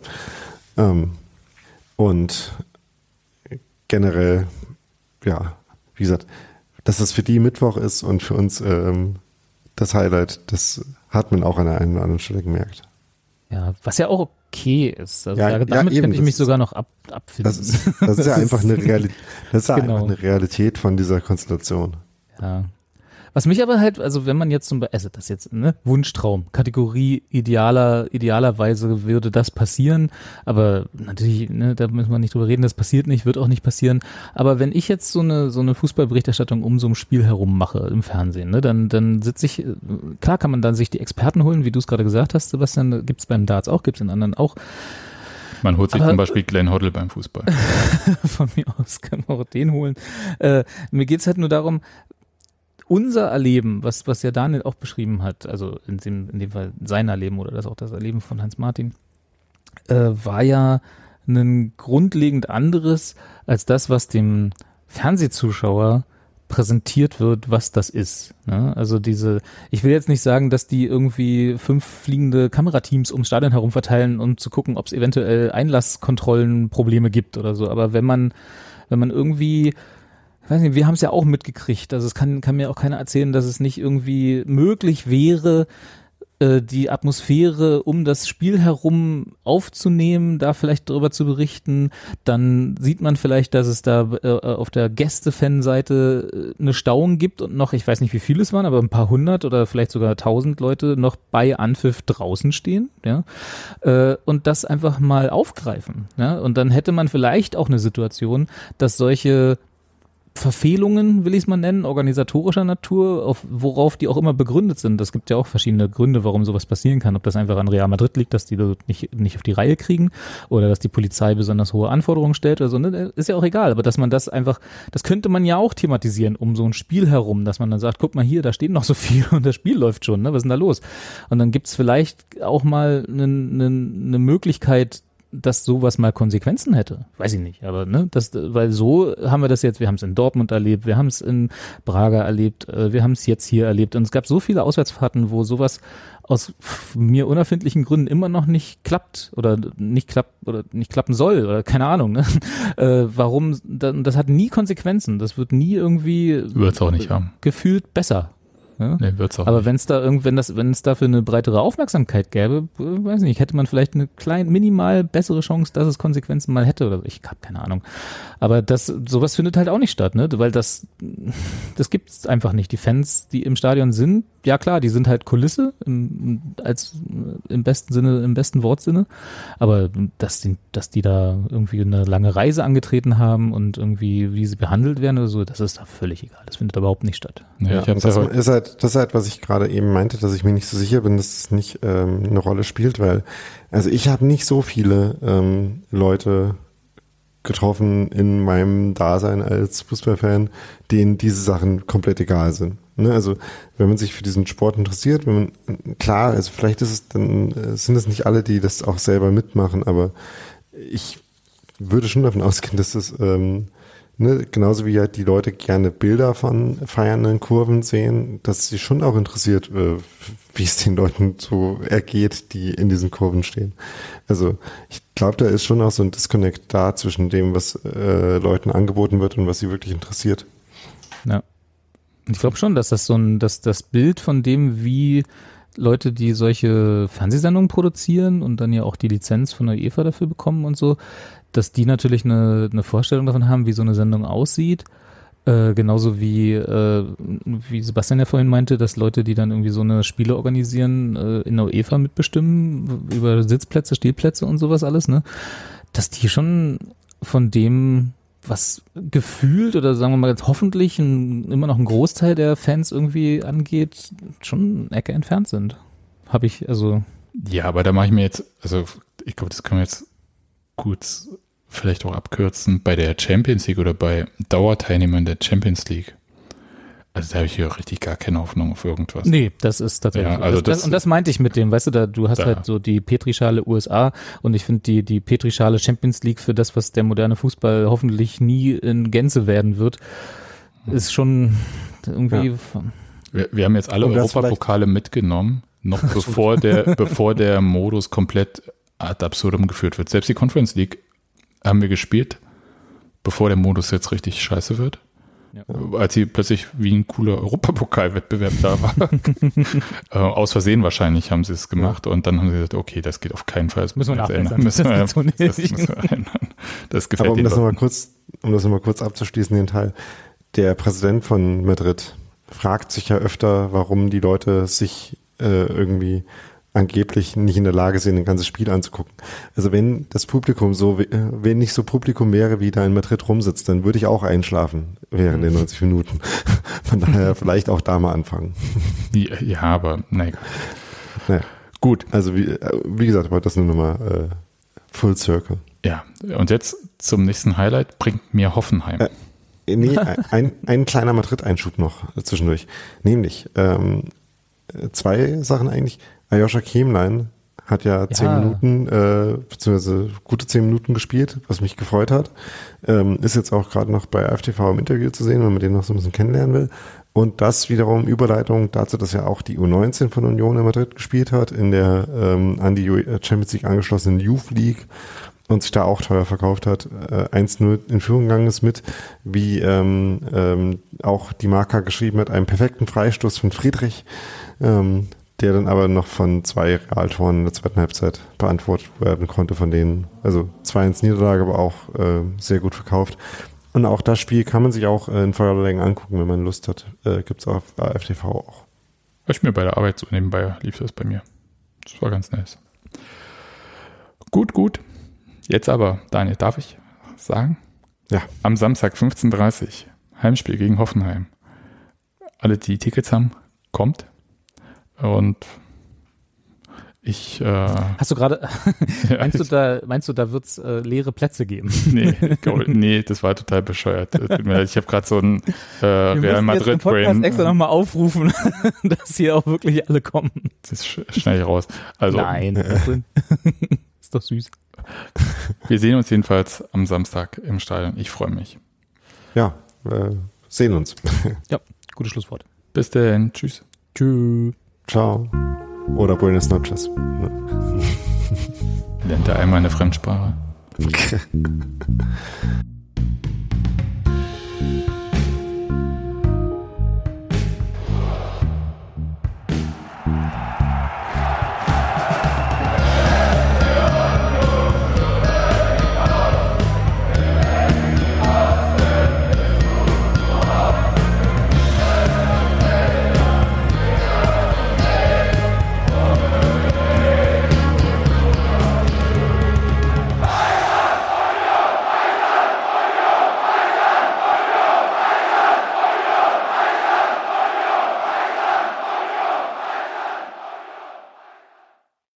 Und generell, ja, wie gesagt, dass es für die Mittwoch ist und für uns das Highlight, das hat man auch an der einen oder anderen Stelle gemerkt. Ja, was ja auch okay ist. Also ja, damit eben, könnte ich mich sogar noch abfinden. Das ist ja einfach eine Realität. Das ist ja genau. einfach eine Realität von dieser Konstellation. Ja. Was mich aber halt, also wenn man jetzt zum Beispiel, also das jetzt, ne, Wunschtraum, Kategorie idealerweise würde das passieren, aber natürlich, ne, da müssen wir nicht drüber reden, das passiert nicht, wird auch nicht passieren, aber wenn ich jetzt so eine Fußballberichterstattung um so ein Spiel herum mache im Fernsehen, ne, dann sitze ich, klar kann man dann sich die Experten holen, wie du es gerade gesagt hast, Sebastian, gibt's beim Darts auch, gibt's in anderen auch. Man holt sich zum Beispiel Glenn Hoddle beim Fußball. Von mir aus kann man auch den holen. Mir geht's halt nur darum, unser Erleben, was ja Daniel auch beschrieben hat, also in dem Fall sein Erleben oder das Erleben von Hans Martin, war ja ein grundlegend anderes als das, was dem Fernsehzuschauer präsentiert wird, was das ist. Ne? Also ich will jetzt nicht sagen, dass die irgendwie 5 fliegende Kamerateams ums Stadion herum verteilen, um zu gucken, ob es eventuell Einlasskontrollenprobleme gibt oder so. Aber wenn man irgendwie, ich weiß nicht, wir haben es ja auch mitgekriegt, also es kann mir auch keiner erzählen, dass es nicht irgendwie möglich wäre, die Atmosphäre um das Spiel herum aufzunehmen, da vielleicht darüber zu berichten. Dann sieht man vielleicht, dass es da auf der Gäste-Fan-Seite eine Stauung gibt und noch, ich weiß nicht, wie viele es waren, aber ein paar hundert oder vielleicht sogar 1000 Leute noch bei Anpfiff draußen stehen, ja, und das einfach mal aufgreifen, ja, und dann hätte man vielleicht auch eine Situation, dass solche Verfehlungen, will ich es mal nennen, organisatorischer Natur, worauf die auch immer begründet sind. Es gibt ja auch verschiedene Gründe, warum sowas passieren kann. Ob das einfach an Real Madrid liegt, dass die nicht auf die Reihe kriegen oder dass die Polizei besonders hohe Anforderungen stellt oder so, ne? Ist ja auch egal. Aber dass man das einfach, das könnte man ja auch thematisieren um so ein Spiel herum, dass man dann sagt, guck mal hier, da steht noch so viel und das Spiel läuft schon, ne? Was ist denn da los? Und dann gibt's vielleicht auch mal eine Möglichkeit, dass sowas mal Konsequenzen hätte. Weiß ich nicht, aber ne, weil so haben wir das jetzt, wir haben es in Dortmund erlebt, wir haben es in Braga erlebt, wir haben es jetzt hier erlebt und es gab so viele Auswärtsfahrten, wo sowas aus mir unerfindlichen Gründen immer noch nicht klappt oder nicht klappen soll oder keine Ahnung, ne? Warum, das hat nie Konsequenzen, das wird nie irgendwie wird's auch nicht haben. Gefühlt besser. Ja? Nee, wird's auch aber nicht. Wenn es dafür eine breitere Aufmerksamkeit gäbe, weiß nicht, hätte man vielleicht eine minimal bessere Chance, dass es Konsequenzen mal hätte oder ich habe keine Ahnung. Aber sowas findet halt auch nicht statt, ne? Weil das gibt's einfach nicht. Die Fans, die im Stadion sind, ja klar, die sind halt Kulisse im besten Wortsinne. Aber dass die da irgendwie eine lange Reise angetreten haben und irgendwie wie sie behandelt werden oder so, das ist da völlig egal. Das findet überhaupt nicht statt. Ja, das ist halt, was ich gerade eben meinte, dass ich mir nicht so sicher bin, dass es nicht eine Rolle spielt, weil, also ich habe nicht so viele Leute getroffen in meinem Dasein als Fußballfan, denen diese Sachen komplett egal sind. Ne? Also wenn man sich für diesen Sport interessiert, klar, also vielleicht sind es nicht alle, die das auch selber mitmachen, aber ich würde schon davon ausgehen, dass das genauso wie halt die Leute gerne Bilder von feiernden Kurven sehen, dass sie schon auch interessiert, wie es den Leuten so ergeht, die in diesen Kurven stehen. Also ich glaube, da ist schon auch so ein Disconnect da zwischen dem, was Leuten angeboten wird und was sie wirklich interessiert. Ja. Ich glaube schon, dass dass das Bild von dem, wie Leute, die solche Fernsehsendungen produzieren und dann ja auch die Lizenz von der UEFA dafür bekommen und so, dass die natürlich eine Vorstellung davon haben, wie so eine Sendung aussieht. Genauso wie Sebastian ja vorhin meinte, dass Leute, die dann irgendwie so eine Spiele organisieren, in der UEFA mitbestimmen, über Sitzplätze, Stehplätze und sowas alles, ne? Dass die schon von dem, was gefühlt oder sagen wir mal jetzt hoffentlich immer noch ein Großteil der Fans irgendwie angeht, schon eine Ecke entfernt sind. Habe ich, also. Ja, aber da mache ich mir jetzt, also ich glaube, das können wir jetzt kurz vielleicht auch abkürzen, bei der Champions League oder bei Dauerteilnehmern der Champions League. Also da habe ich hier richtig gar keine Hoffnung auf irgendwas. Nee, das ist tatsächlich. Ja, also und das meinte ich mit dem, weißt du, du hast halt so die Petrischale USA und ich finde die Petrischale Champions League für das, was der moderne Fußball hoffentlich nie in Gänze werden wird, ist schon irgendwie. Ja. Wir haben jetzt alle Europapokale mitgenommen, noch bevor der Modus komplett ad absurdum geführt wird. Selbst die Conference League haben wir gespielt, bevor der Modus jetzt richtig scheiße wird. Ja. Als sie plötzlich wie ein cooler Europapokalwettbewerb da war. Aus Versehen wahrscheinlich haben sie es gemacht und dann haben sie gesagt, okay, das geht auf keinen Fall. Das müssen wir ändern. Das müssen wir ändern. Das gefällt mir. Aber um das nochmal kurz abzuschließen, den Teil. Der Präsident von Madrid fragt sich ja öfter, warum die Leute sich irgendwie angeblich nicht in der Lage sind, ein ganzes Spiel anzugucken. Also wenn das Publikum wenn nicht so Publikum wäre, wie da in Madrid rumsitzt, dann würde ich auch einschlafen während den 90 Minuten. Von daher vielleicht auch da mal anfangen. Ja, aber naja. Gut. Also wie gesagt, war das nur nochmal Full Circle. Ja, und jetzt zum nächsten Highlight, bringt mir Hoffenheim. Ein kleiner Madrid-Einschub noch zwischendurch. Nämlich 2 Sachen eigentlich. Aljoscha Kemlein hat ja 10 Minuten, beziehungsweise gute 10 Minuten gespielt, was mich gefreut hat. Ist jetzt auch gerade noch bei AFTV im Interview zu sehen, wenn man den noch so ein bisschen kennenlernen will. Und das wiederum Überleitung dazu, dass ja auch die U19 von Union in Madrid gespielt hat, in der an die Champions League angeschlossenen Youth League und sich da auch teuer verkauft hat, 1-0 in Führung gegangen ist mit, wie auch die Marca geschrieben hat, einem perfekten Freistoß von Friedrich, der dann aber noch von 2 Realtoren in der zweiten Halbzeit beantwortet werden konnte von denen. Also 2-1 Niederlage, aber auch sehr gut verkauft. Und auch das Spiel kann man sich auch in Feuerlängen angucken, wenn man Lust hat. Gibt's auf AFTV auch. Ich mir bei der Arbeit so nebenbei lief das bei mir. Das war ganz nice. Gut. Jetzt aber, Daniel, darf ich sagen? Ja. Am Samstag 15:30 Uhr, Heimspiel gegen Hoffenheim. Alle, die Tickets haben, kommt. Und ich... Hast du gerade... meinst du, da wird es leere Plätze geben? Nee, das war total bescheuert. Ich habe gerade so ein Real Madrid Brain. Ich muss extra nochmal aufrufen, dass hier auch wirklich alle kommen. Das schneide ich raus. Also, nein, ist doch süß. Wir sehen uns jedenfalls am Samstag im Stadion. Ich freue mich. Ja, sehen uns. Ja, gutes Schlusswort. Bis dann. Tschüss. Tschüss. Ciao. Oder Buenas noches. Lernt er einmal eine Fremdsprache?